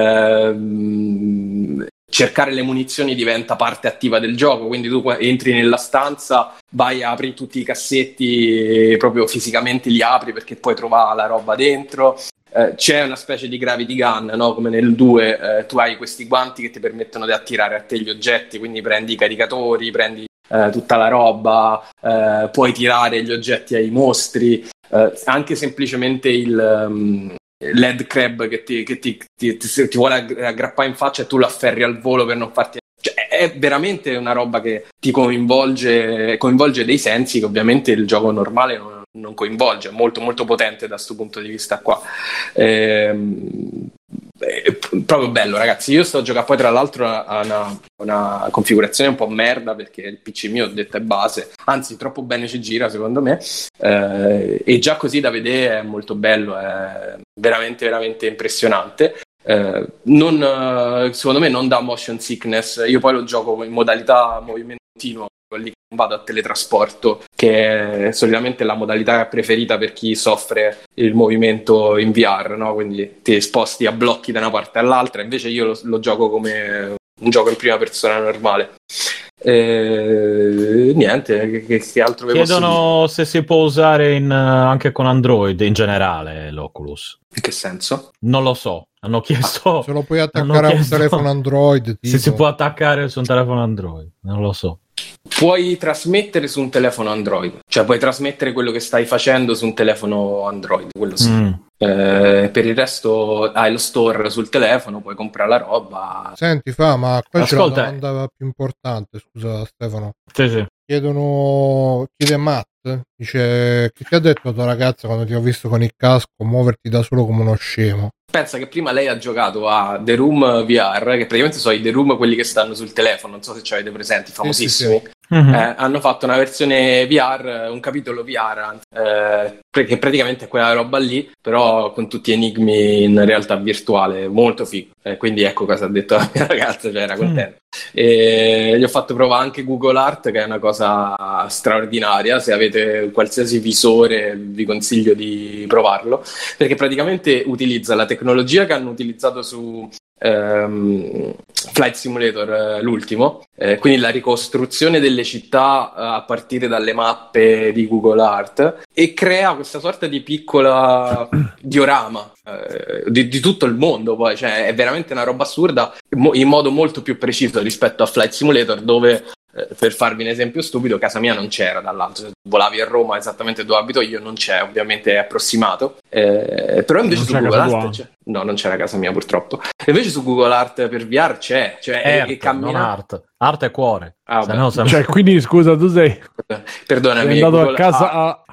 cercare le munizioni diventa parte attiva del gioco, quindi tu entri nella stanza, vai, apri tutti i cassetti, proprio fisicamente li apri perché poi trova la roba dentro. C'è una specie di gravity gun, no? Come nel 2, tu hai questi guanti che ti permettono di attirare a te gli oggetti, quindi prendi i caricatori, prendi tutta la roba, puoi tirare gli oggetti ai mostri, anche semplicemente l'head crab che ti vuole aggrappare in faccia e tu lo afferri al volo per non farti... Cioè, è veramente una roba che ti coinvolge dei sensi che ovviamente il gioco normale non coinvolge. È molto molto potente da questo punto di vista qua. È proprio bello, ragazzi. Io sto giocando, poi tra l'altro a una configurazione un po' merda, perché il PC mio, ho detto, è base, anzi troppo bene ci gira secondo me, e già così da vedere è molto bello, è veramente veramente impressionante. Secondo me non dà motion sickness. Io poi lo gioco in modalità movimento continuo, lì che non vado a teletrasporto, che è solitamente la modalità preferita per chi soffre il movimento in VR, no? Quindi ti sposti a blocchi da una parte all'altra, invece io lo gioco come un gioco in prima persona normale. Niente, che altro che chiedono se si può usare anche con Android in generale l'Oculus. In che senso? Non lo so, hanno chiesto se lo puoi attaccare a un telefono Android, tipo. Se si può attaccare su un telefono Android, non lo so. Puoi trasmettere su un telefono Android, cioè puoi trasmettere quello che stai facendo su un telefono Android, quello sì. Per il resto hai lo store sul telefono, puoi comprare la roba. Senti, ma qua c'è la domanda più importante, scusa Stefano. Sì. Chiede Matt, dice: che ti ha detto la tua ragazza quando ti ho visto con il casco muoverti da solo come uno scemo? Pensa che prima lei ha giocato a The Room VR, che praticamente sono i The Room quelli che stanno sul telefono, non so se ci avete presenti, famosissimi. Sì. Hanno fatto una versione VR, un capitolo VR, che praticamente è quella roba lì, però con tutti enigmi in realtà virtuale, molto figo. Quindi ecco cosa ha detto la mia ragazza, cioè era contenta. E gli ho fatto provare anche Google Art, che è una cosa straordinaria. Se avete qualsiasi visore vi consiglio di provarlo, perché praticamente utilizza la tecnologia che hanno utilizzato su Flight Simulator, l'ultimo, quindi la ricostruzione delle città a partire dalle mappe di Google Art, e crea questa sorta di piccola diorama di tutto il mondo. Poi, cioè, è veramente una roba assurda, in modo molto più preciso rispetto a Flight Simulator, dove per farvi un esempio stupido, casa mia non c'era dall'alto, se volavi a Roma esattamente dove abito io non c'è, ovviamente è approssimato, però invece su Google Art no, non c'era casa mia purtroppo, invece su Google Art per VR c'è, cioè Art, cammina... Arte e cuore. Cioè, quindi scusa, tu sei perdonami, sei andato Google... a casa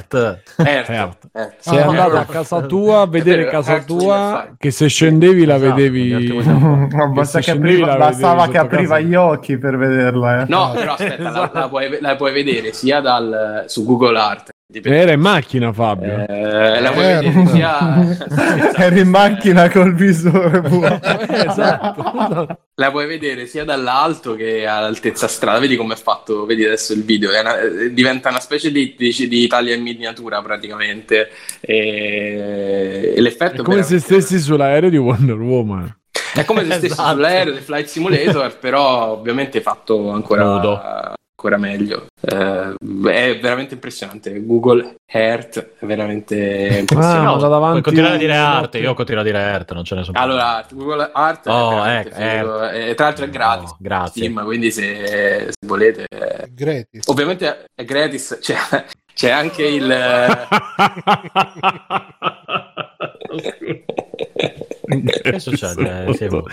sei andato a casa tua a vedere casa tua, che se scendevi la vedevi, bastava che apriva gli occhi per vederla. No, però aspetta, la puoi vedere sia su Google Art. Era in macchina, Fabio. La puoi vedere sia... Eri in macchina col visore. Esatto. La puoi vedere sia dall'alto che all'altezza strada. Vedi com'è fatto? Vedi adesso il video. Diventa una specie di Italia in miniatura praticamente. E l'effetto è come se stessi sull'aereo di Wonder Woman. È come se stessi sull'aereo di Flight Simulator, però ovviamente fatto ancora ancora meglio. È veramente impressionante. Google Earth è veramente impressionante. Puoi continuare a dire art, io continuo a dire Earth, non ce ne sono. Allora, Google Art è tra l'altro è gratis. Grazie. Steam, quindi se volete gratis. Ovviamente è gratis, c'è anche il che succede?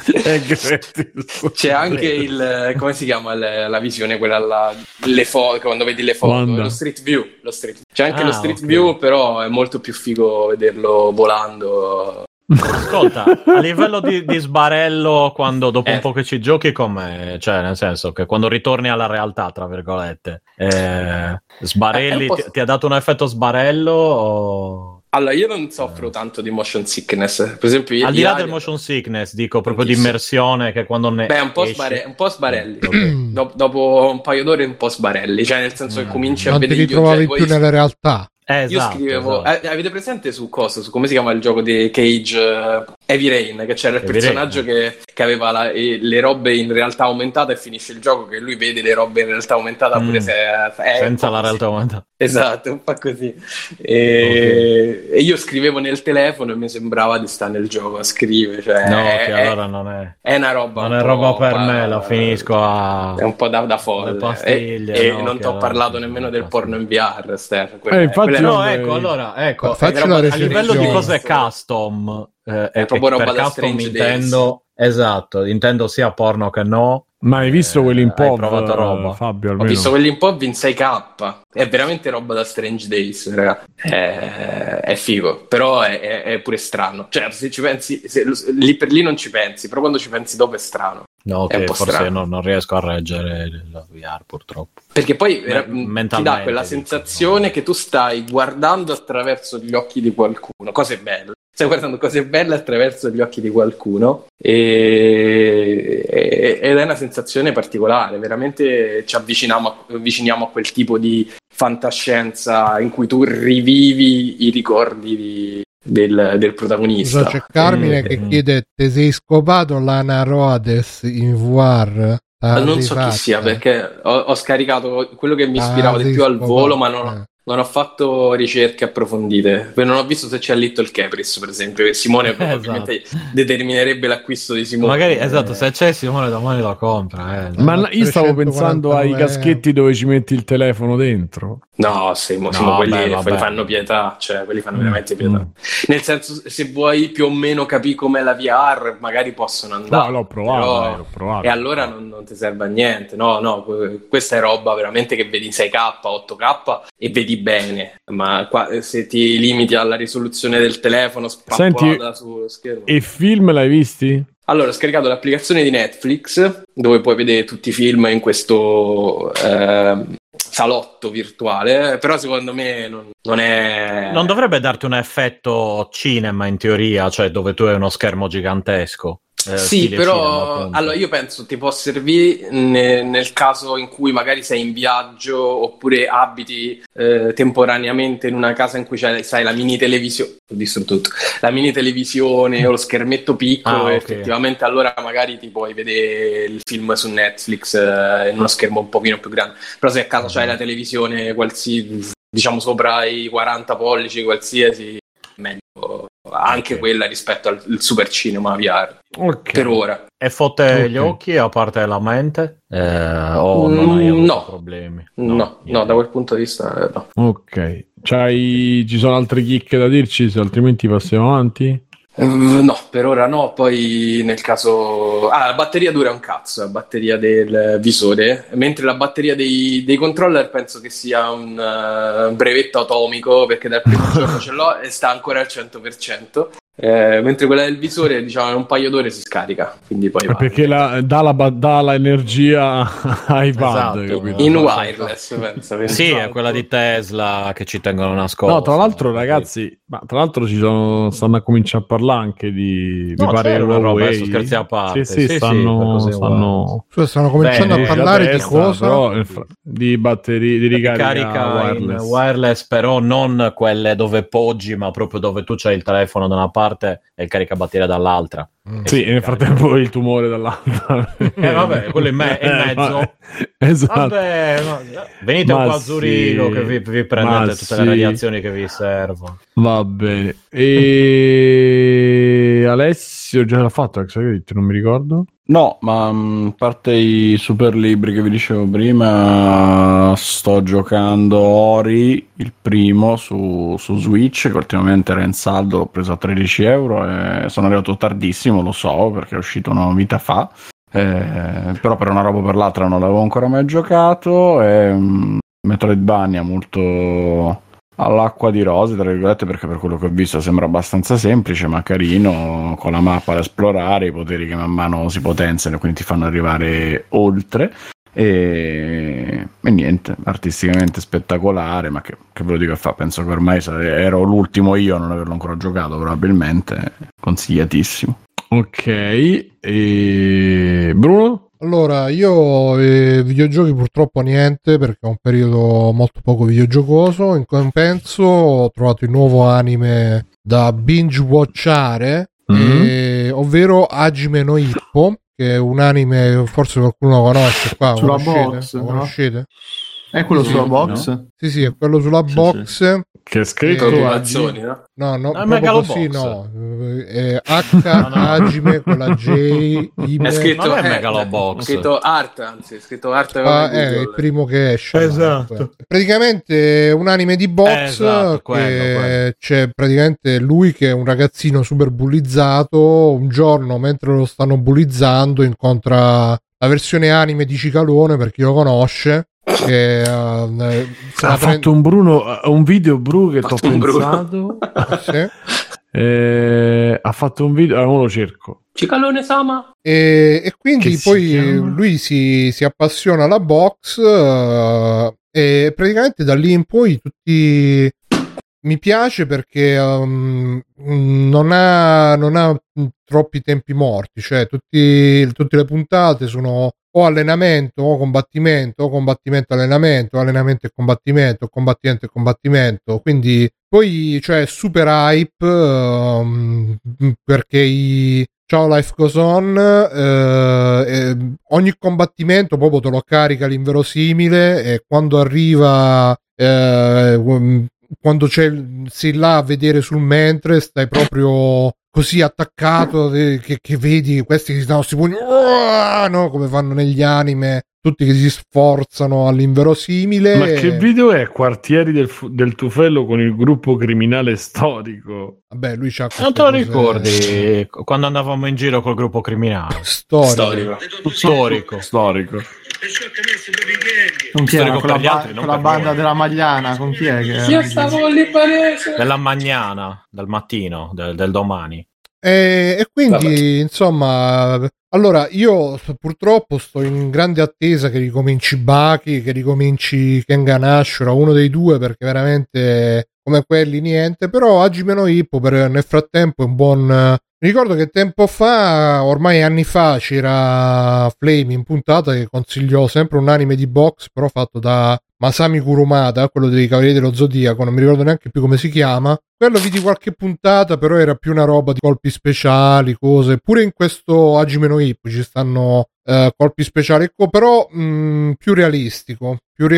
C'è anche il come si chiama la visione quella le foto, quando vedi le foto, lo street view, c'è anche lo street view, però è molto più figo vederlo volando. Ascolta, a livello di sbarello, quando dopo un po' che ci giochi, come, cioè nel senso che quando ritorni alla realtà, tra virgolette, sbarelli, ti ha dato un effetto sbarello o... Allora, io non soffro tanto di motion sickness, per esempio. Al di là del motion sickness, dico proprio di immersione, che quando ne un po' sbarelli. Okay. Dopo un paio d'ore un po' sbarelli, cioè nel senso che cominci a vedere gli oggetti. Non ti ritrovavi più nella realtà. Esatto, io scrivevo, avete presente su come si chiama il gioco di Cage, Heavy Rain, che c'era il personaggio che aveva le robe in realtà aumentata e finisce il gioco che lui vede le robe in realtà aumentata pure se senza la realtà aumentata. Esatto, un po' così. E io scrivevo nel telefono e mi sembrava di stare nel gioco a scrivere, cioè che allora non è una roba, non è roba per me, la finisco a è un po' da folle e non ti ho parlato nemmeno del porno in VR, Steph. Ecco, a livello di cose custom, è proprio roba per da custom intendo. Esatto, intendo sia porno che no. Ma hai visto quelli in POV, roba? Fabio? Almeno. Ho visto quelli in POV in 6K. È veramente roba da Strange Days, raga. È figo, però è pure strano. Cioè, se ci pensi, lì per lì non ci pensi, però quando ci pensi dopo è strano. No, che forse non riesco a reggere la VR, purtroppo. Perché poi ti dà quella sensazione che tu stai guardando attraverso gli occhi di qualcuno, cose belle. Stai guardando cose belle attraverso gli occhi di qualcuno ed è una sensazione particolare, veramente ci avviciniamo a quel tipo di fantascienza in cui tu rivivi i ricordi del protagonista. C'è Carmine che chiede: ti sei scopato Lana Rhoades in VR? Non so chi sia, perché ho scaricato quello che mi ispirava di più al volo, ma non ho fatto ricerche approfondite. Non ho visto se c'è Little Capris, per esempio, che Simone probabilmente determinerebbe l'acquisto di Simone. Magari, se c'è Simone domani la compra. Ma io stavo pensando ai caschetti dove ci metti il telefono dentro. No, quelli fanno pietà, cioè quelli fanno veramente pietà. Nel senso, se vuoi più o meno capire com'è la VR, magari possono andare. No, l'ho provato. E allora non ti serve a niente. No, questa è roba veramente che vedi in 6K, 8K e vedi bene, ma se ti limiti alla risoluzione del telefono spappolata sullo schermo. E film l'hai visti? Allora, ho scaricato l'applicazione di Netflix dove puoi vedere tutti i film in questo salotto virtuale, però secondo me non dovrebbe darti un effetto cinema in teoria, cioè dove tu hai uno schermo gigantesco. Sì, però cinema, allora io penso ti può servire nel caso in cui magari sei in viaggio oppure abiti temporaneamente in una casa in cui sai la mini televisione, ho distrutto tutto, la mini televisione o lo schermetto piccolo e effettivamente allora magari ti puoi vedere il film su Netflix in uno schermo un pochino più grande, però se a casa c'hai la televisione qualsiasi, diciamo sopra i 40 pollici qualsiasi, meglio anche quella rispetto al super cinema VR per ora. E fotte gli occhi a parte la mente? O non hai avuto problemi? No, da quel punto di vista no. Ok, ci sono altre chicche da dirci, se altrimenti passiamo avanti? No, per ora no. Poi nel caso la batteria dura un cazzo, la batteria del visore, mentre la batteria dei controller penso che sia un brevetto atomico, perché dal primo giorno ce l'ho e sta ancora al 100%. Mentre quella del visore, diciamo, in un paio d'ore si scarica, quindi poi perché dà l'energia ai pad, esatto. In wireless, penso. Sì, è quella di Tesla che ci tengono nascosta. No, tra l'altro, ragazzi, stanno a cominciare a parlare anche di mi pare Huawei. Scherzi a parte. Sì, stanno cominciando a parlare di cosa? Però, di batterie, di ricarica wireless, però non quelle dove poggi, ma proprio dove tu c'hai il telefono da una parte e il caricabatteria dall'altra. Sì, e nel frattempo il tumore dall'altra. Vabbè, quello in mezzo. Esatto. Vabbè, venite un po' a Zurigo che vi prendete tutte le radiazioni che vi servono. Va bene. E Alessio già l'ha fatto, non mi ricordo. No, ma a parte i super libri che vi dicevo prima, sto giocando Ori, il primo, su Switch, che ultimamente era in saldo, l'ho preso a 13 euro e sono arrivato tardissimo, lo so, perché è uscito una vita fa, però per una roba o per l'altra non l'avevo ancora mai giocato, è Metroidvania molto all'acqua di rose, tra virgolette, perché per quello che ho visto sembra abbastanza semplice ma carino, con la mappa da esplorare, i poteri che man mano si potenziano e quindi ti fanno arrivare oltre e niente, artisticamente spettacolare, ma che ve lo dico a fa, penso che ormai ero l'ultimo io a non averlo ancora giocato, probabilmente consigliatissimo. Ok, e Bruno? Allora, io videogiochi purtroppo niente, perché è un periodo molto poco videogiocoso. In compenso ho trovato il nuovo anime da binge watchare, ovvero Hajime no Ippo, che è un anime, forse qualcuno lo conosce qua. Sulla box, lo conoscete? È quello sulla box? No? Sì, è quello sulla box. Sì. Che è scritto no, così, no. H Hajime con la J. È scritto non è Megalobox. È scritto Art, anzi, è scritto Art. È il primo che esce. Esatto. Praticamente un anime di box, quello. C'è praticamente lui che è un ragazzino super bullizzato. Un giorno, mentre lo stanno bullizzando, incontra la versione anime di Cicalone, per chi lo conosce. Che ha fatto un video che t'ho pensato. Sì. Ha fatto un video, ora lo cerco. Cicalone Sama. E quindi poi lui si appassiona alla box, e praticamente da lì in poi tutti mi piace perché non ha troppi tempi morti, cioè tutte le puntate sono o allenamento o combattimento, o combattimento allenamento, allenamento e combattimento, combattimento e combattimento, quindi poi cioè super hype, perché Ciao Life Goes On, ogni combattimento proprio te lo carica l'inverosimile, e quando arriva quando sei là a vedere sul mentre, stai proprio così attaccato che vedi questi che si danno sti pugni, no, come fanno negli anime, tutti che si sforzano all'inverosimile. Ma che video è? Quartieri del Tufello con il gruppo criminale storico. Vabbè, lui c'ha non te lo ricordi quando andavamo in giro col gruppo criminale? Storico. Con chi era? Con la banda della Magliana, con chi è che io stavo lì palese della Magnana, dal mattino del domani, e quindi insomma, allora io purtroppo sto in grande attesa che ricominci Baki, che ricominci Kengan Ashura, uno dei due, perché veramente come quelli niente. Però Hajime no Ippo nel frattempo è un buon. Mi ricordo che tempo fa, ormai anni fa, c'era Flame in puntata che consigliò sempre un anime di box, però fatto da Masami Kurumada, quello dei Cavalieri dello Zodiaco, non mi ricordo neanche più come si chiama. Quello vidi qualche puntata, però era più una roba di colpi speciali, cose. Pure in questo Hajime no Ippo ci stanno colpi speciali, però più realistico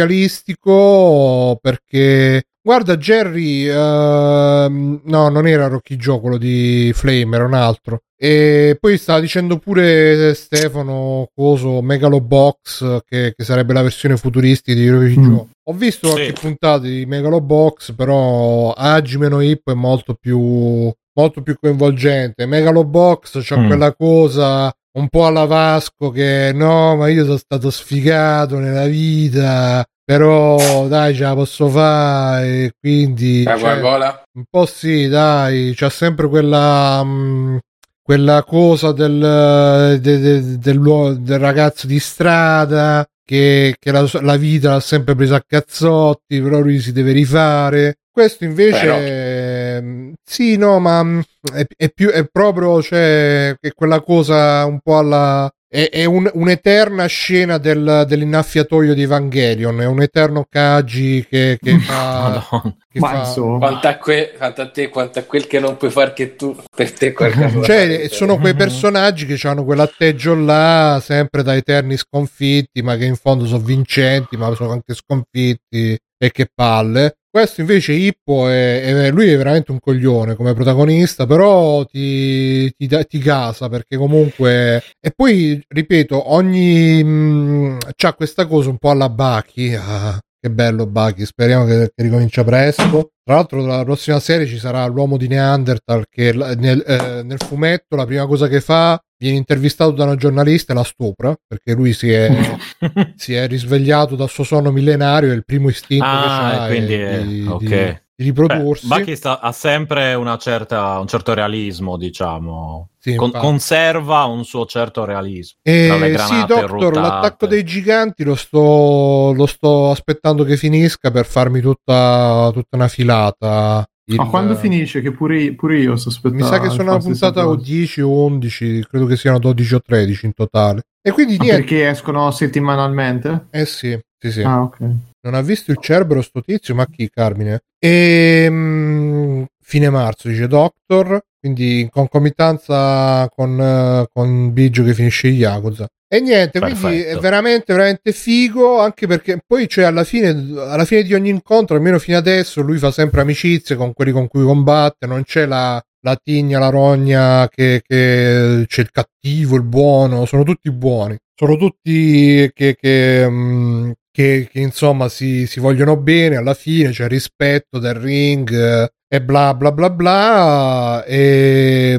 perché guarda Jerry, no, non era Rocky Joe quello di Flame, era un altro. E poi stava dicendo pure Stefano coso Megalobox, che sarebbe la versione futuristica di Rocky Joe. Ho visto qualche puntata di Megalobox, però Hajime no Ippo è molto più coinvolgente. Megalobox c'ha quella cosa un po' alla Vasco che no, ma io sono stato sfigato nella vita, però dai, ce la posso fare, quindi un po' sì, dai, c'ha sempre quella cosa del ragazzo di strada che la vita l'ha sempre presa a cazzotti, però lui si deve rifare. Questo invece sì, no, ma è proprio, cioè, è quella cosa un po' alla è un'eterna scena dell'innaffiatoio di Evangelion, è un eterno Kaji che fa... Quanto a quel che non puoi far che tu, per te qualcosa. Cioè, sono quei personaggi che hanno quell'atteggio là, sempre da eterni sconfitti, ma che in fondo sono vincenti, ma sono anche sconfitti, e che palle. Questo invece Hippo lui è veramente un coglione come protagonista, però ti gasa, perché comunque... E poi, ripeto, c'ha questa cosa un po' alla Baki. Che bello Baki, speriamo che ricomincia presto. Tra l'altro la prossima serie ci sarà l'uomo di Neanderthal che nel fumetto la prima cosa che fa, viene intervistato da una giornalista e la stupra, perché lui si è risvegliato dal suo sonno millenario e il primo istinto che ha è di riprodursi. Baki ha sempre un certo realismo, diciamo. Sì, conserva un suo certo realismo. Tra le granate Doctor, l'attacco dei giganti lo sto aspettando che finisca per farmi tutta una filata. Ma quando finisce? Che pure io sospettavo. Mi sa che sono una puntata o 10 o 11, credo che siano 12 o 13 in totale. E quindi niente. Perché escono settimanalmente? Sì. Ah, ok. Non ha visto il Cerbero sto tizio, ma chi, Carmine? Fine marzo, dice Doctor, quindi in concomitanza con Biggio che finisce Yakuza. E niente, perfetto. Quindi è veramente, veramente figo, anche perché poi cioè alla fine di ogni incontro, almeno fino adesso, lui fa sempre amicizie con quelli con cui combatte, non c'è la tigna, la rogna, che c'è il cattivo, il buono, sono tutti buoni, sono tutti che insomma si vogliono bene, alla fine c'è rispetto del ring e bla bla bla bla, e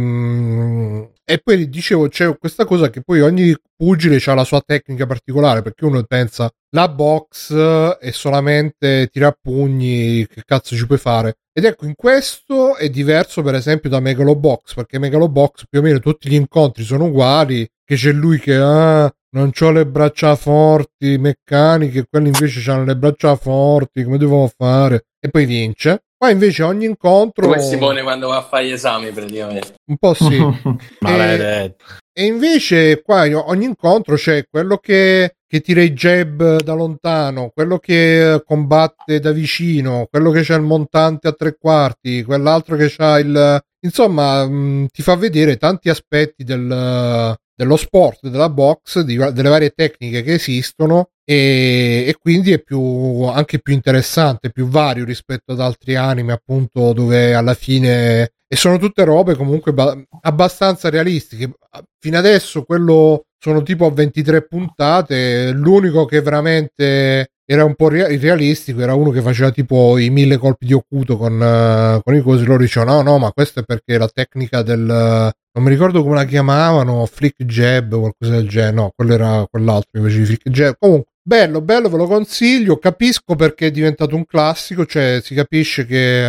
poi dicevo c'è questa cosa che poi ogni pugile ha la sua tecnica particolare, perché uno pensa la box è solamente tirapugni, che cazzo ci puoi fare? Ed ecco, in questo è diverso per esempio da Megalobox, perché Megalobox più o meno tutti gli incontri sono uguali, che c'è lui che non c'ho le braccia forti meccaniche, quelli invece hanno le braccia forti, come devo fare? E poi vince. Qua invece ogni incontro... Come Simone quando va a fare gli esami praticamente. Un po' sì. Maledetto. E invece qua ogni incontro c'è quello che tira i jab da lontano, quello che combatte da vicino, quello che c'ha il montante a 3/4, quell'altro che c'ha il... Insomma, ti fa vedere tanti aspetti dello sport, della box, delle varie tecniche che esistono, e quindi è anche più interessante, più vario rispetto ad altri anime, appunto, dove alla fine... E sono tutte robe comunque abbastanza realistiche. Fino adesso quello sono tipo 23 puntate, l'unico che veramente era un po' irrealistico era uno che faceva tipo i 1000 colpi di Okuto con i cosi. Loro dicevano no, ma questo è perché la tecnica non mi ricordo come la chiamavano, flick jab o qualcosa del genere. No, quello era quell'altro invece di flick jab. Comunque bello, ve lo consiglio. Capisco perché è diventato un classico, cioè si capisce che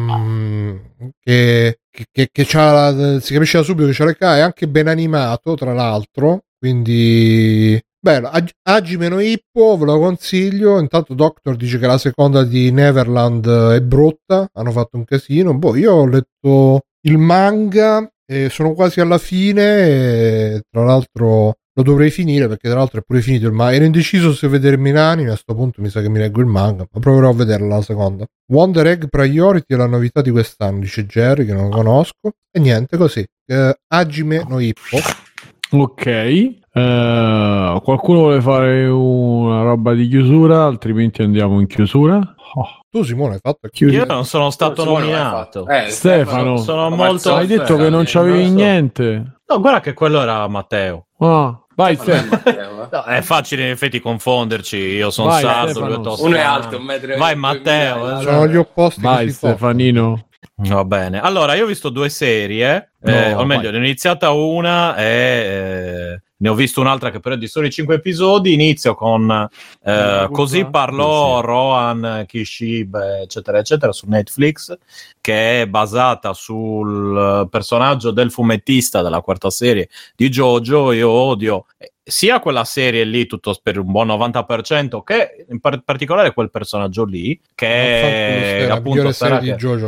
si capisce da subito che c'ha le è anche ben animato, tra l'altro, quindi bello. Hajime no Ippo ve lo consiglio. Intanto Doctor dice che la seconda di Neverland è brutta, hanno fatto un casino. Io ho letto il manga e sono quasi alla fine, e tra l'altro lo dovrei finire, perché tra l'altro è pure finito il manga. Ero indeciso se vedermi in anime, a sto punto mi sa che mi leggo il manga, ma proverò a vederla la seconda. Wonder Egg Priority è la novità di quest'anno, dice Jerry, che non lo conosco. E niente, così. Hajime no Ippo. Ok, qualcuno vuole fare una roba di chiusura, altrimenti andiamo in chiusura. Tu Simone hai fatto chiudere? Io non sono stato nominato. Stefano, sono molto... hai detto che non c'avevi niente. No, guarda che quello era Matteo. Vai Stefano. No, è facile in effetti confonderci. Io sono sardo, lui è toscano. Uno è alto, 1,20 m. Vai Matteo. Sono gli opposti. Vai Stefanino. Va bene. Allora, io ho visto 2 serie, o meglio, ne ho iniziata una e ne ho visto un'altra che però è di soli 5 episodi. Inizio con Così parlò Rohan Kishib, eccetera, eccetera, su Netflix, che è basata sul personaggio del fumettista della 4ª serie di JoJo. Io odio sia quella serie lì, tutto per un buon 90%, che in particolare quel personaggio lì, che è appunto la serie di JoJo.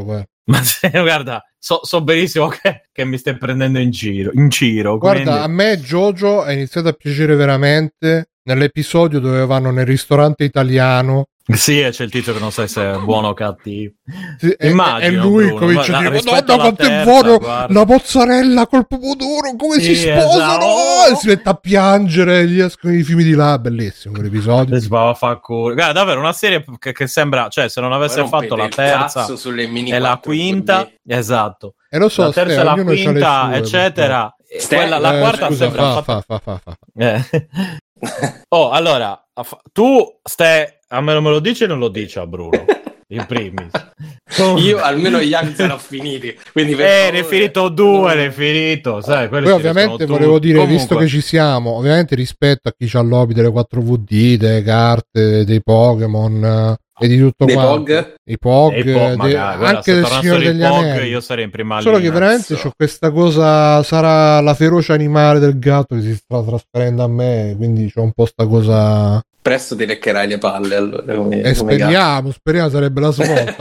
Ma guarda, so benissimo che mi stai prendendo in giro. Guarda, quindi... a me JoJo è iniziato a piacere veramente nell'episodio dove vanno nel ristorante italiano. Sì, c'è il tizio che non sai se è buono o cattivo. Sì, immagino, e lui Bruno, comincia a dire: rispetto Madonna, quanto è buono la mozzarella col pomodoro, come si sposano! Esatto. E si mette a piangere, gli escono i fiumi di là. Bellissimo quell'episodio. Guarda, davvero una serie che sembra, cioè, se non avesse fatto la terza e la quinta, esatto, e lo so, la terza e la quinta, eccetera, la quarta scusa, sembra Oh, allora, tu stai, a me non me lo dici e non lo dici a Bruno in primis. Io almeno gli anni sarò finiti, quindi ne è finito due, ne è finito, sai. Poi ovviamente volevo dire, comunque, visto che ci siamo, ovviamente rispetto a chi c'ha il lobby delle 4VD, delle carte, dei Pokémon e di tutto quanto, i Pog, anche del Signore degli Anelli, io sarei in prima solo linea. Che veramente c'ho questa cosa, sarà la ferocia animale del gatto che si sta trasferendo a me, quindi c'ho un po' sta cosa. Presto ti leccherai le palle, allora, speriamo, sarebbe la svolta.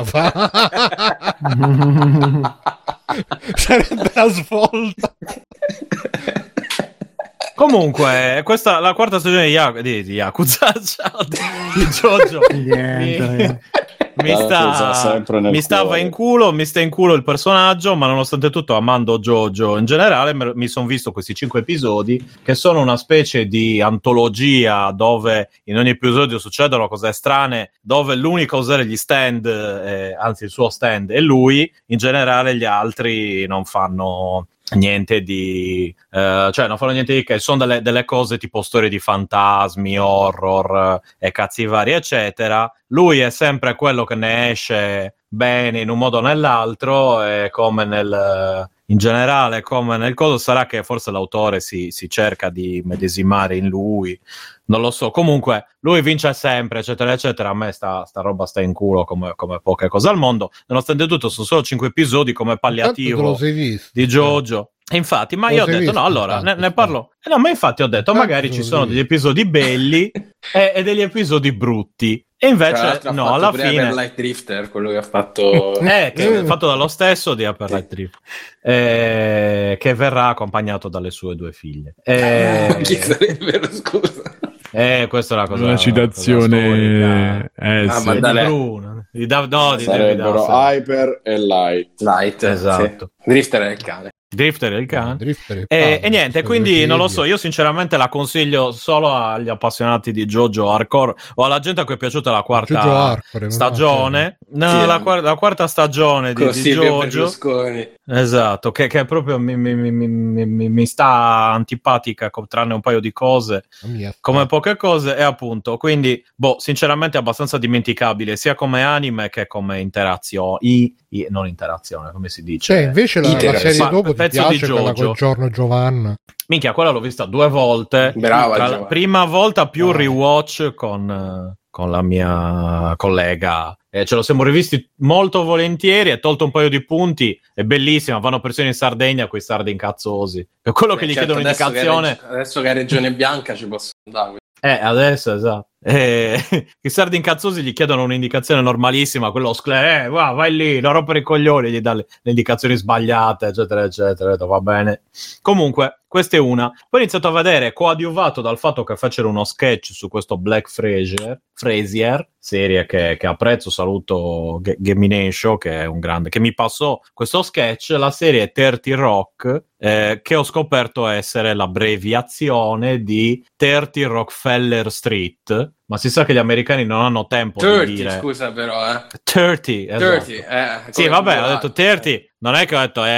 Sarebbe la svolta. Comunque, questa la quarta stagione di Yakuza, di JoJo. Mi stava in culo, mi sta in culo il personaggio, ma nonostante tutto, amando JoJo in generale, mi sono visto questi 5 episodi che sono una specie di antologia dove in ogni episodio succedono cose strane, dove l'unico a usare gli stand, anzi il suo stand è lui, in generale gli altri non fanno niente di cioè non fanno niente di che, sono delle cose tipo storie di fantasmi, horror e cazzi vari eccetera. Lui è sempre quello che ne esce bene in un modo o nell'altro, e come in generale come nel coso, sarà che forse l'autore si cerca di medesimare in lui, non lo so, comunque lui vince sempre eccetera eccetera. A me sta roba sta in culo come poche cose al mondo, nonostante tutto sono solo 5 episodi come palliativo di JoJo. Infatti, ma io ho detto no, allora ne parlo. No, ma infatti ho detto magari ci sono degli episodi belli e degli episodi brutti. E invece no, alla fine per Light Drifter, quello che ha fatto che è fatto dallo stesso di Upper Light Drifter, che verrà accompagnato dalle sue 2 figlie. Chi sarebbero, scusa? Questa è una citazione sì. Ma di Bruno, sarebbero Hyper e Light, esatto. Sì. Drifter è il cane. Drifter è il cane. E niente, quindi non lo so, io sinceramente la consiglio solo agli appassionati di JoJo Hardcore o alla gente a cui è piaciuta la quarta stagione. La quarta stagione di JoJo. Esatto, che proprio mi sta antipatica, tranne un paio di cose, come poche cose, e appunto, quindi sinceramente è abbastanza dimenticabile sia come anime che come interazione, non interazione, come si dice? Cioè, invece la serie dopo ti piace, quella con Giorno Giovanna? Minchia, quella l'ho vista 2 volte. Brava, la prima volta più rewatch con la mia collega. Ce lo siamo rivisti molto volentieri, è tolto un paio di punti, è bellissima, vanno persino in Sardegna quei sardi incazzosi. Per quello che gli chiedono indicazione. Adesso che è Regione Bianca ci posso andare. Adesso, esatto. I sardi incazzosi gli chiedono un'indicazione normalissima, quello vai lì, non rompere i coglioni, gli dà le indicazioni sbagliate, eccetera, eccetera. Va bene. Comunque, questa è una. Poi ho iniziato a vedere, coadiuvato dal fatto che fecero uno sketch su questo Black Frasier, serie che apprezzo, saluto Gamination, che è un grande, che mi passò questo sketch. La serie è 30 Rock, che ho scoperto essere l'abbreviazione di 30 Rockefeller Street, ma si sa che gli americani non hanno tempo 30, di dire scusa però 30, esatto. 30 sì vabbè, ho detto 30, non è che ho detto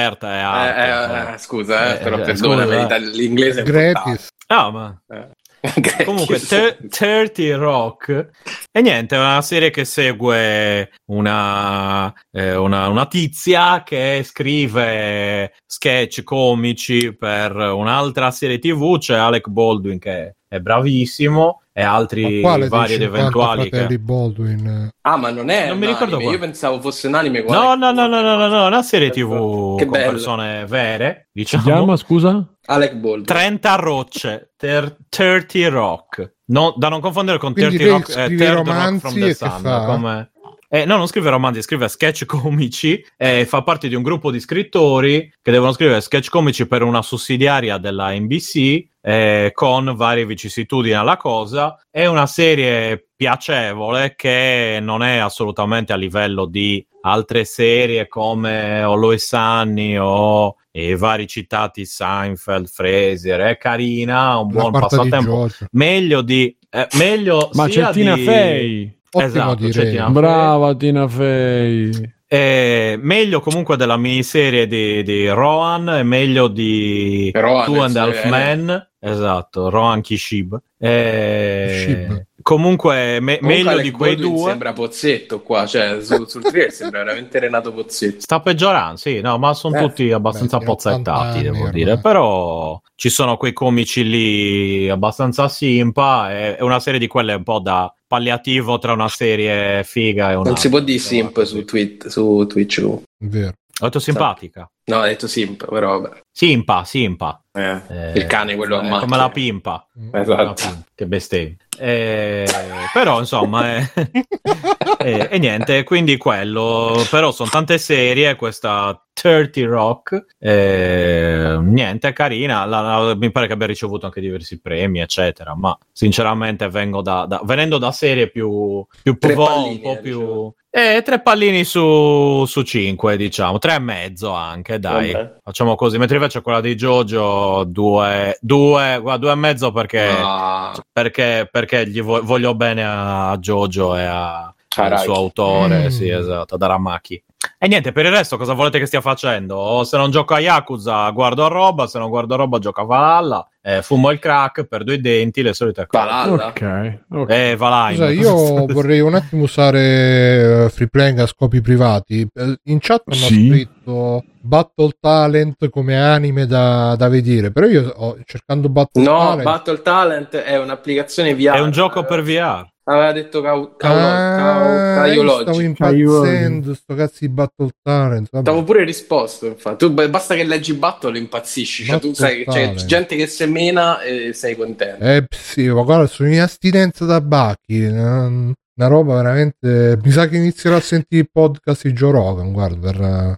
Erta scusa però perdonami, l'inglese è gratis. No, ma comunque 30 Rock, e niente, è una serie che segue una tizia che scrive sketch comici per un'altra serie TV. C'è Alec Baldwin che è bravissimo, e altri vari ed eventuali Baldwin. Ma non mi ricordo io pensavo fosse un anime. No, una serie TV con persone vere, diciamo. Si chiama, scusa? Alec Baldwin. 30 Rocce, 30 Rock, da non confondere con quindi 30 Rock, scrive romanzi Rock from the Sun, come no, non scrive romanzi, scrive sketch comici, fa parte di un gruppo di scrittori che devono scrivere sketch comici per una sussidiaria della NBC, con varie vicissitudini alla cosa. È una serie piacevole che non è assolutamente a livello di altre serie come Always Sunny o i vari citati Seinfeld, Frasier. È carina, un buon passatempo, meglio ma sia c'è Tina di... Fey. Esatto, c'è Tina brava Tina Fey. Meglio comunque della miniserie di Rohan, è meglio di Two and a Half Men. Esatto, Rohan Kishib. Comunque meglio di quei due. Sembra Pozzetto qua, cioè sul trailer sembra veramente Renato Pozzetto. Sta peggiorando, sì, no, ma sono tutti abbastanza pozzettati, devo dire. Però ci sono quei comici lì abbastanza simpa. È una serie di quelle un po' da palliativo tra una serie figa e una. Non si può dire simp su Twitch. Vero. Ho detto simpatica. No, ho detto simp, però vabbè. Simpa. Il cane quello a macchina. Come la pimpa. Esatto. Che bestemmia. Però insomma e niente, quindi quello. Però sono tante serie, questa 30 Rock niente, è carina, mi pare che abbia ricevuto anche diversi premi eccetera, ma sinceramente venendo da serie più pallini, un po' più 3 pallini su 5, diciamo 3,5 anche, dai. Vabbè. Facciamo così, mentre invece quella di JoJo 2,5 perché gli voglio bene a JoJo e al suo autore, sì, esatto, ad Aramaki. E niente, per il resto cosa volete che stia facendo? O se non gioco a Yakuza guardo a roba, se non guardo a roba gioco a Valhalla, fumo il crack, perdo i denti, le solite cose. Valhalla? Ok. Valheim. Scusa, io vorrei un attimo usare Free Playing a scopi privati. In chat hanno scritto Battle Talent come anime da vedere, però io cercando Battle Talent... No, Battle Talent è un'applicazione VR. È un gioco per VR. Aveva detto stavo impazzendo sto cazzo di Battle Talent. Stavo pure risposto, infatti. Tu basta che leggi Battle impazzisci, cioè, tu sai che c'è gente che semena e sei contento. Sì, ma guarda, sono in astinenza da Bacchi, una roba veramente. Mi sa che inizierò a sentire i podcast di Joe Rogan, guarda,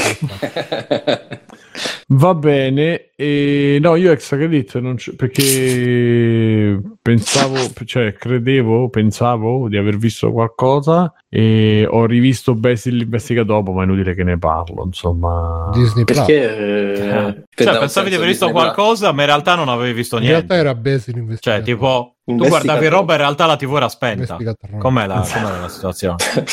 Va bene, no, io Extra Credit non perché pensavo di aver visto qualcosa e ho rivisto Basil l'investiga dopo, ma è inutile che ne parlo, insomma. Disney Plus. Perché pensavi di aver visto qualcosa, ma in realtà non avevi visto niente. In realtà era Basil l'investiga. Cioè, tipo, tu guardavi roba e in realtà la TV era spenta. Com'è la situazione?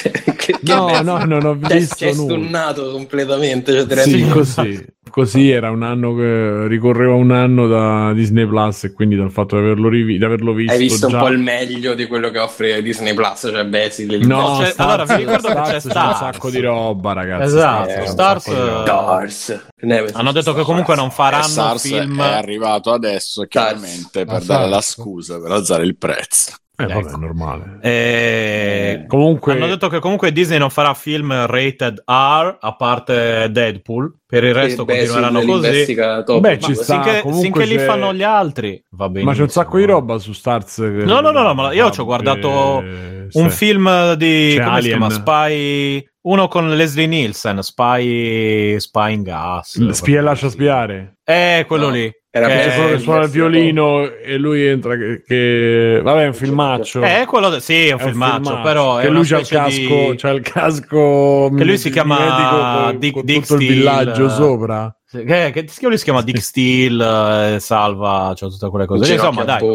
non ho visto nulla. È stunnato completamente. Sì, così era un anno che ricorreva un anno da Disney Plus, e quindi dal fatto di averlo visto. Hai visto già un po' il meglio di quello che offre Disney Plus, cioè Basil. No, allora vi ricordo che c'è Stars, un sacco di roba, ragazzi. Esatto, Stars. Hanno detto che comunque non faranno film. È arrivato adesso chiaramente per dare la scusa per alzare il prezzo. Vabbè, è normale. Comunque hanno detto che comunque Disney non farà film rated R a parte Deadpool, per il resto continueranno così. Beh, ci sta, finché li fanno gli altri va bene. Ma c'è un sacco di roba su Stars. No, ma io ci ho guardato un film di come si chiama? Spy, uno con Leslie Nielsen, Spying Us. Spia e lascia spiare. Quello lì. Era quello che suona il violino e lui entra che vabbè, è un filmaccio. Quello sì, è un filmaccio, però che è lui c'ha il casco che lui si chiama Dick tutto il villaggio sopra. Che si chiama Dick Steele, salva, cioè tutte quelle cose. Insomma, dai.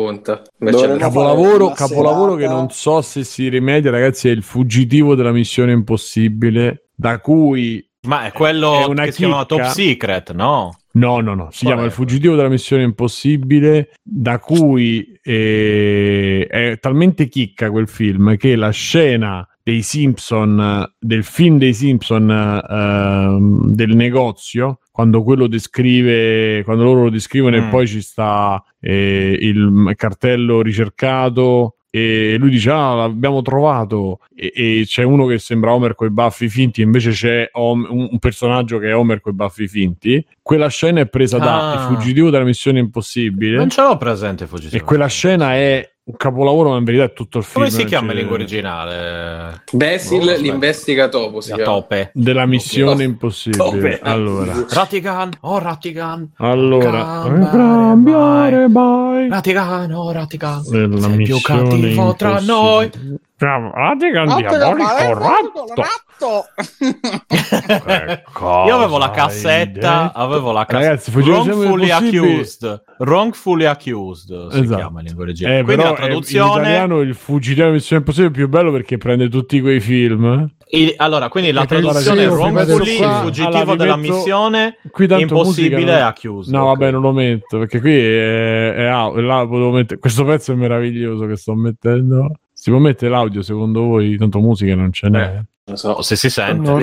Capolavoro che non so se si rimedia, ragazzi, è Il fuggitivo della Missione Impossibile, da cui ma è quello che si chiama Top Secret, no? No, si chiama Il fuggitivo della Missione Impossibile, da cui è talmente chicca quel film che la scena dei Simpson, del film dei Simpson, del negozio, quando loro lo descrivono e poi ci sta il cartello ricercato e lui dice l'abbiamo trovato e c'è uno che sembra Homer coi baffi finti, invece c'è un personaggio che è Homer coi baffi finti. Quella scena è presa da Il fuggitivo della Missione Impossibile. Non ce l'ho presente il fuggitivo. E quella scena è un capolavoro, ma in verità è tutto il film. Come si chiama in lingua originale? Basil l'investigatopo si chiama. Tope della missione impossibile. Tope. Allora Ratigan. allora cambiare mai Ratigan nella sei più cattivo tra noi. Ratigan diabolico ratto. Io avevo la cassetta, ragazzi, Wrongfully Accused si chiama in lingua originale. Quindi però la traduzione in italiano il fuggitivo della missione impossibile è più bello perché prende tutti quei film. Allora, quindi la traduzione è Wrongfully, il fuggitivo della missione impossibile Accused. No, vabbè, non lo metto perché qui là potevo mettere questo pezzo è meraviglioso che sto mettendo. Si può mettere l'audio secondo voi? Tanto musica non ce n'è. Non so se si sente. Non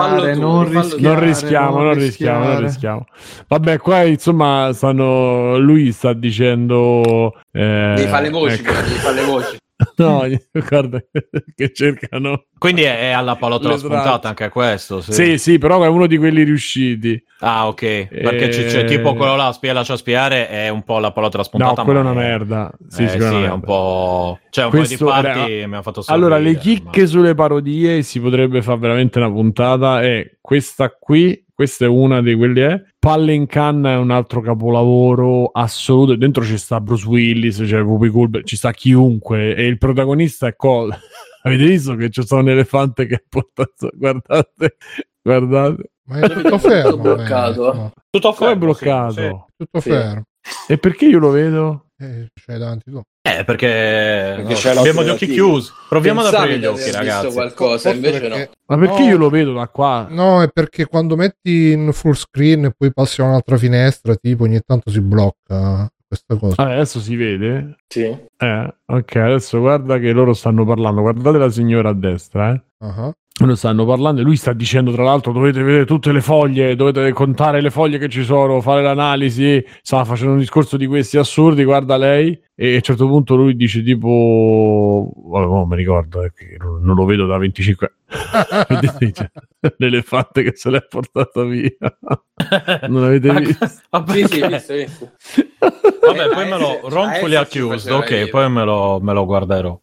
rischiamo. Vabbè, qua insomma lui sta dicendo devi fare le voci, devi fare le voci. No, guarda che cercano. Quindi è alla palottola spuntata anche questo. Sì, però è uno di quelli riusciti. Ah, ok. Perché c'è tipo quello là, lascia spiare, è un po' la palottola spuntata. No, quello è una merda. Sì, è un po'. Cioè, un questo po' di parti mi ha fatto sorridere. Allora, le chicche sulle parodie si potrebbe fare veramente una puntata. E questa qui, questa è una di quelle. Palle in canna è un altro capolavoro assoluto. Dentro ci sta Bruce Willis, c'è Whoopi Goldberg, ci sta chiunque. E il protagonista è Cole. Avete visto che c'è stato un elefante che ha portato? Guardate. Ma è tutto fermo. Tutto bloccato. No. Tutto bloccato. Sì. Tutto fermo. E perché io lo vedo? C'hai davanti tu. Perché abbiamo gli occhi chiusi. Proviamo ad aprire gli occhi, ragazzi. Visto qualcosa, invece no. Ma perché io lo vedo da qua? No, è perché quando metti in full screen e poi passi a un'altra finestra, tipo ogni tanto si blocca questa cosa. Adesso si vede? Sì. Ok, adesso guarda che loro stanno parlando. Guardate la signora a destra, Uh-huh. Loro stanno parlando e lui sta dicendo, tra l'altro, dovete vedere tutte le foglie, dovete contare le foglie che ci sono, fare l'analisi. Stava facendo un discorso di questi assurdi, guarda lei. E a un certo punto lui dice tipo, non mi ricordo, non lo vedo da 25 anni. Dice, l'elefante che se l'è portato via. Non avete visto? Sì, visto. Vabbè, poi me lo Wrongfully Accused, ok, poi me lo guarderò.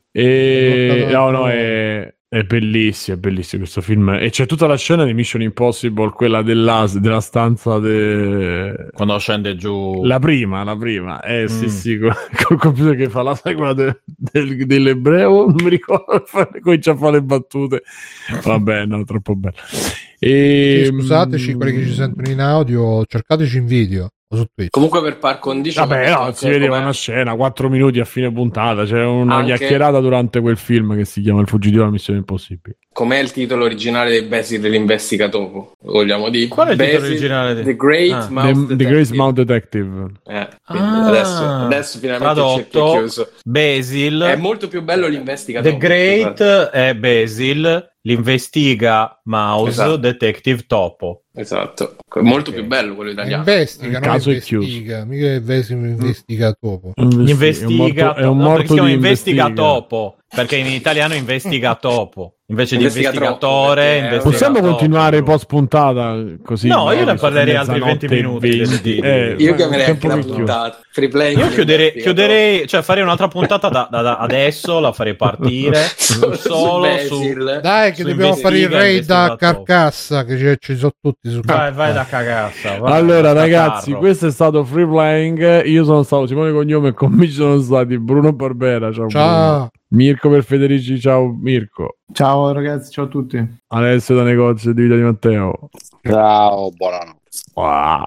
È bellissimo questo film. E c'è tutta la scena di Mission Impossible, quella della stanza quando scende giù la prima. Sì, col computer che fa la quella dell'ebreo, non mi ricordo, comincia a fare le battute. Vabbè, no, troppo bello. Scusateci quelli che ci sentono in audio, cercateci in video su Twitch. Comunque per par condicio si vedeva una scena 4 minuti a fine puntata, c'è una chiacchierata durante quel film che si chiama Il fuggitivo della missione impossibile. Com'è il titolo originale di Basil l'investigatopo? Vogliamo dire? Qual è il titolo originale? The Great Mouth Detective. Adesso finalmente tradotto, c'è chiuso. Basil è molto più bello l'investigatopo. The Great è Basil, l'investiga Mouse, esatto. Detective Topo. Esatto, molto più bello quello italiano. Investiga, non investiga, mica è Basil investiga Topo. Investiga, è un morto di investiga Topo, perché in italiano investiga Topo. Invece di investigatore, possiamo continuare post puntata così? No, io ne parlerei altri 20 minuti. Io chiamerei anche la puntata. Free play. Io chiuderei, cioè farei un'altra puntata da adesso, la farei partire solo su dai che dobbiamo fare il raid da Carcassa, che ci sono tutti su vai da Carcassa. Allora ragazzi, questo è stato Free Playing. Io sono stato Simone Cognome e con me ci sono stati Bruno Barbera. Ciao. Bruno. Mirko per Federici, ciao Mirko. Ciao ragazzi, ciao a tutti. Alessio da Negozio di Vita di Matteo. Ciao, buonanotte. Wow.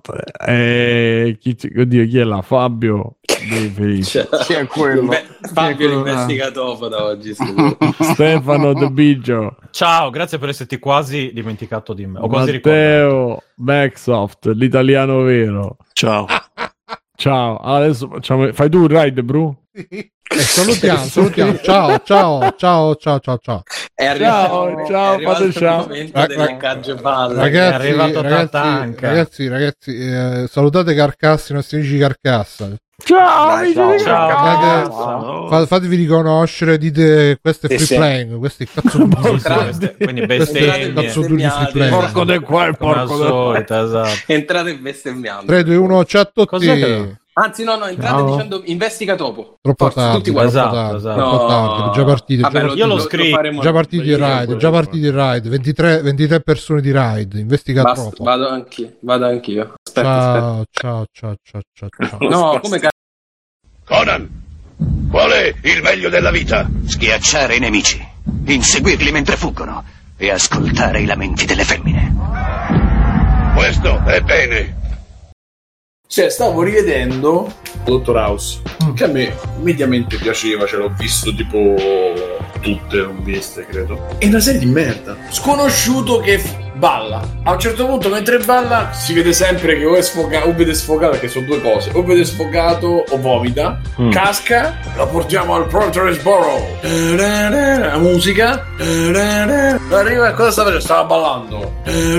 Chi è là? Fabio. Chi è quello? Fabio l'investigatore da oggi. Stefano De Biggio. Ciao, grazie per esserti quasi dimenticato di me. Matteo Backsoft, l'italiano vero. Ciao. Ciao. Adesso fai tu il ride, Bru? Salutiamo. Ciao. È arrivato ciao. Ragazzi, salutate Carcassa, i nostri amici Carcassa. Ciao. Fatevi riconoscere, dite questo è free playing, questi cazzo quindi bestemmie. Porco del qua, il porco del esatto. Entrate e bestemmiamo. 3, 2, 1, ciao a tutti. Anzi, no, entrate dicendo investiga dopo. Troppo tardi, esatto. Troppo tardi. Già partiti. Io lo scrivo. Già partiti di raid. 23 persone di raid. Investiga troppo. Vado anch'io. Ciao. No, come Conan, qual è il meglio della vita? Schiacciare i nemici, inseguirli mentre fuggono e ascoltare i lamenti delle femmine. Questo è bene. Cioè, stavo rivedendo Dottor House, che a me mediamente piaceva, ce l'ho visto tipo tutte, non viste credo. È una serie di merda. Sconosciuto che balla. A un certo punto mentre balla si vede sempre che o vede sfogato, perché sono due cose, o vede sfogato o vomita, casca, la portiamo al Portersboro, la musica, arriva, cosa stava facendo? Stava ballando,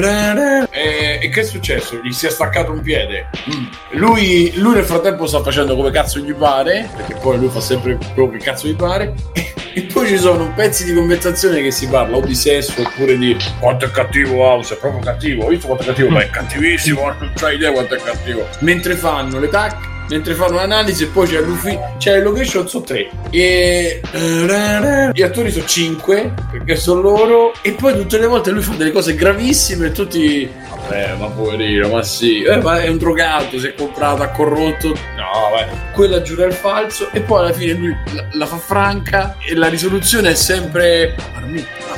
e che è successo? Gli si è staccato un piede. Lui nel frattempo sta facendo come cazzo gli pare, perché poi lui fa sempre quello che cazzo gli pare. E poi ci sono pezzi di conversazione che si parla o di sesso oppure di quanto è cattivo House, è proprio cattivo, ho visto quanto è cattivo, ma è cattivissimo, non c'hai idea quanto è cattivo. Mentre fanno le mentre fanno l'analisi, e poi c'è le location, sono 3 e gli attori sono 5 perché sono loro, e poi tutte le volte lui fa delle cose gravissime e tutti ma poverino, ma sì, ma è un drogato, si è comprato, ha corrotto, no vai, quella giura il falso, e poi alla fine lui la fa franca e la risoluzione è sempre la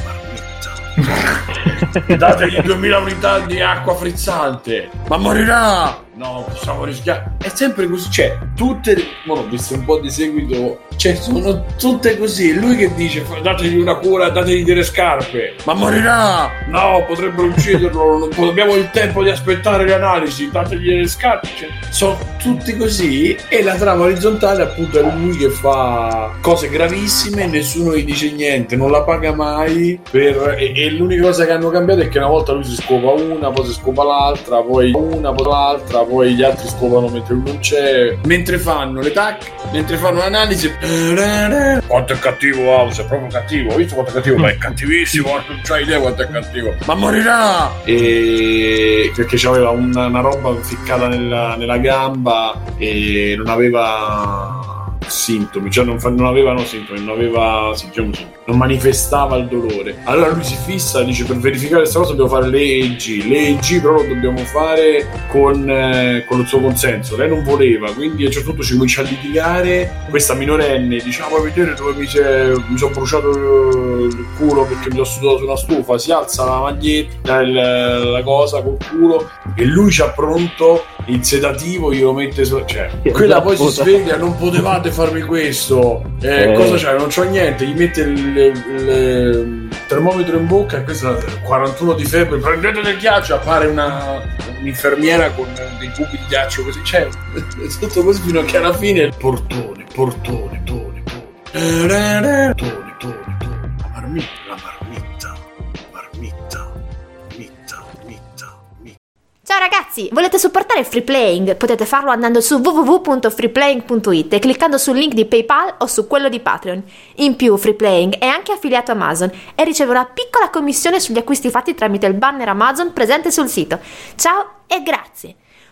marmitta dategli 2000 unità di acqua frizzante, ma morirà. No, possiamo rischiare. È sempre così. Cioè, tutte. Ho visto un po' di seguito. Cioè, sono tutte così. Lui che dice: dategli una cura, dategli delle scarpe. Ma morirà! No, potrebbero ucciderlo. Non abbiamo il tempo di aspettare le analisi. Dategli delle scarpe. Cioè, sono tutti così. E la trama orizzontale, appunto, è lui che fa cose gravissime. Nessuno gli dice niente, non la paga mai. E l'unica cosa che hanno cambiato è che una volta lui si scopa una, poi si scopa l'altra, poi una, poi l'altra. Poi gli altri scopano mentre lui non c'è, mentre fanno le mentre fanno l'analisi. Quanto è cattivo House, è proprio cattivo, ho visto quanto è cattivo, ma è cattivissimo, non c'hai idea quanto è cattivo, ma morirà. E perché c'aveva una roba ficcata nella gamba e non aveva sintomi, cioè non avevano sintomi, non manifestava il dolore. Allora lui si fissa, dice: per verificare questa cosa dobbiamo fare le EEG, però lo dobbiamo fare con il suo consenso. Lei non voleva, quindi a un certo punto ci comincia a litigare. Questa minorenne dice: vuoi vedere dove mi sono bruciato il culo perché mi ho sudato su una stufa? Si alza la maglietta, la cosa col culo, e lui c'ha pronto il sedativo, glielo mette cioè quella poi si sveglia: non potevate farmi questo, cosa c'è? Non c'ho niente, gli mette il termometro in bocca, e questo è il 41 di febbre, prendete del ghiaccio, appare un'infermiera con dei cubi di ghiaccio così, cioè tutto così fino a che alla fine portone, la marmitta. Ciao ragazzi, volete supportare il free playing? Potete farlo andando su www.freeplaying.it e cliccando sul link di PayPal o su quello di Patreon. In più, free playing è anche affiliato a Amazon e riceve una piccola commissione sugli acquisti fatti tramite il banner Amazon presente sul sito. Ciao e grazie!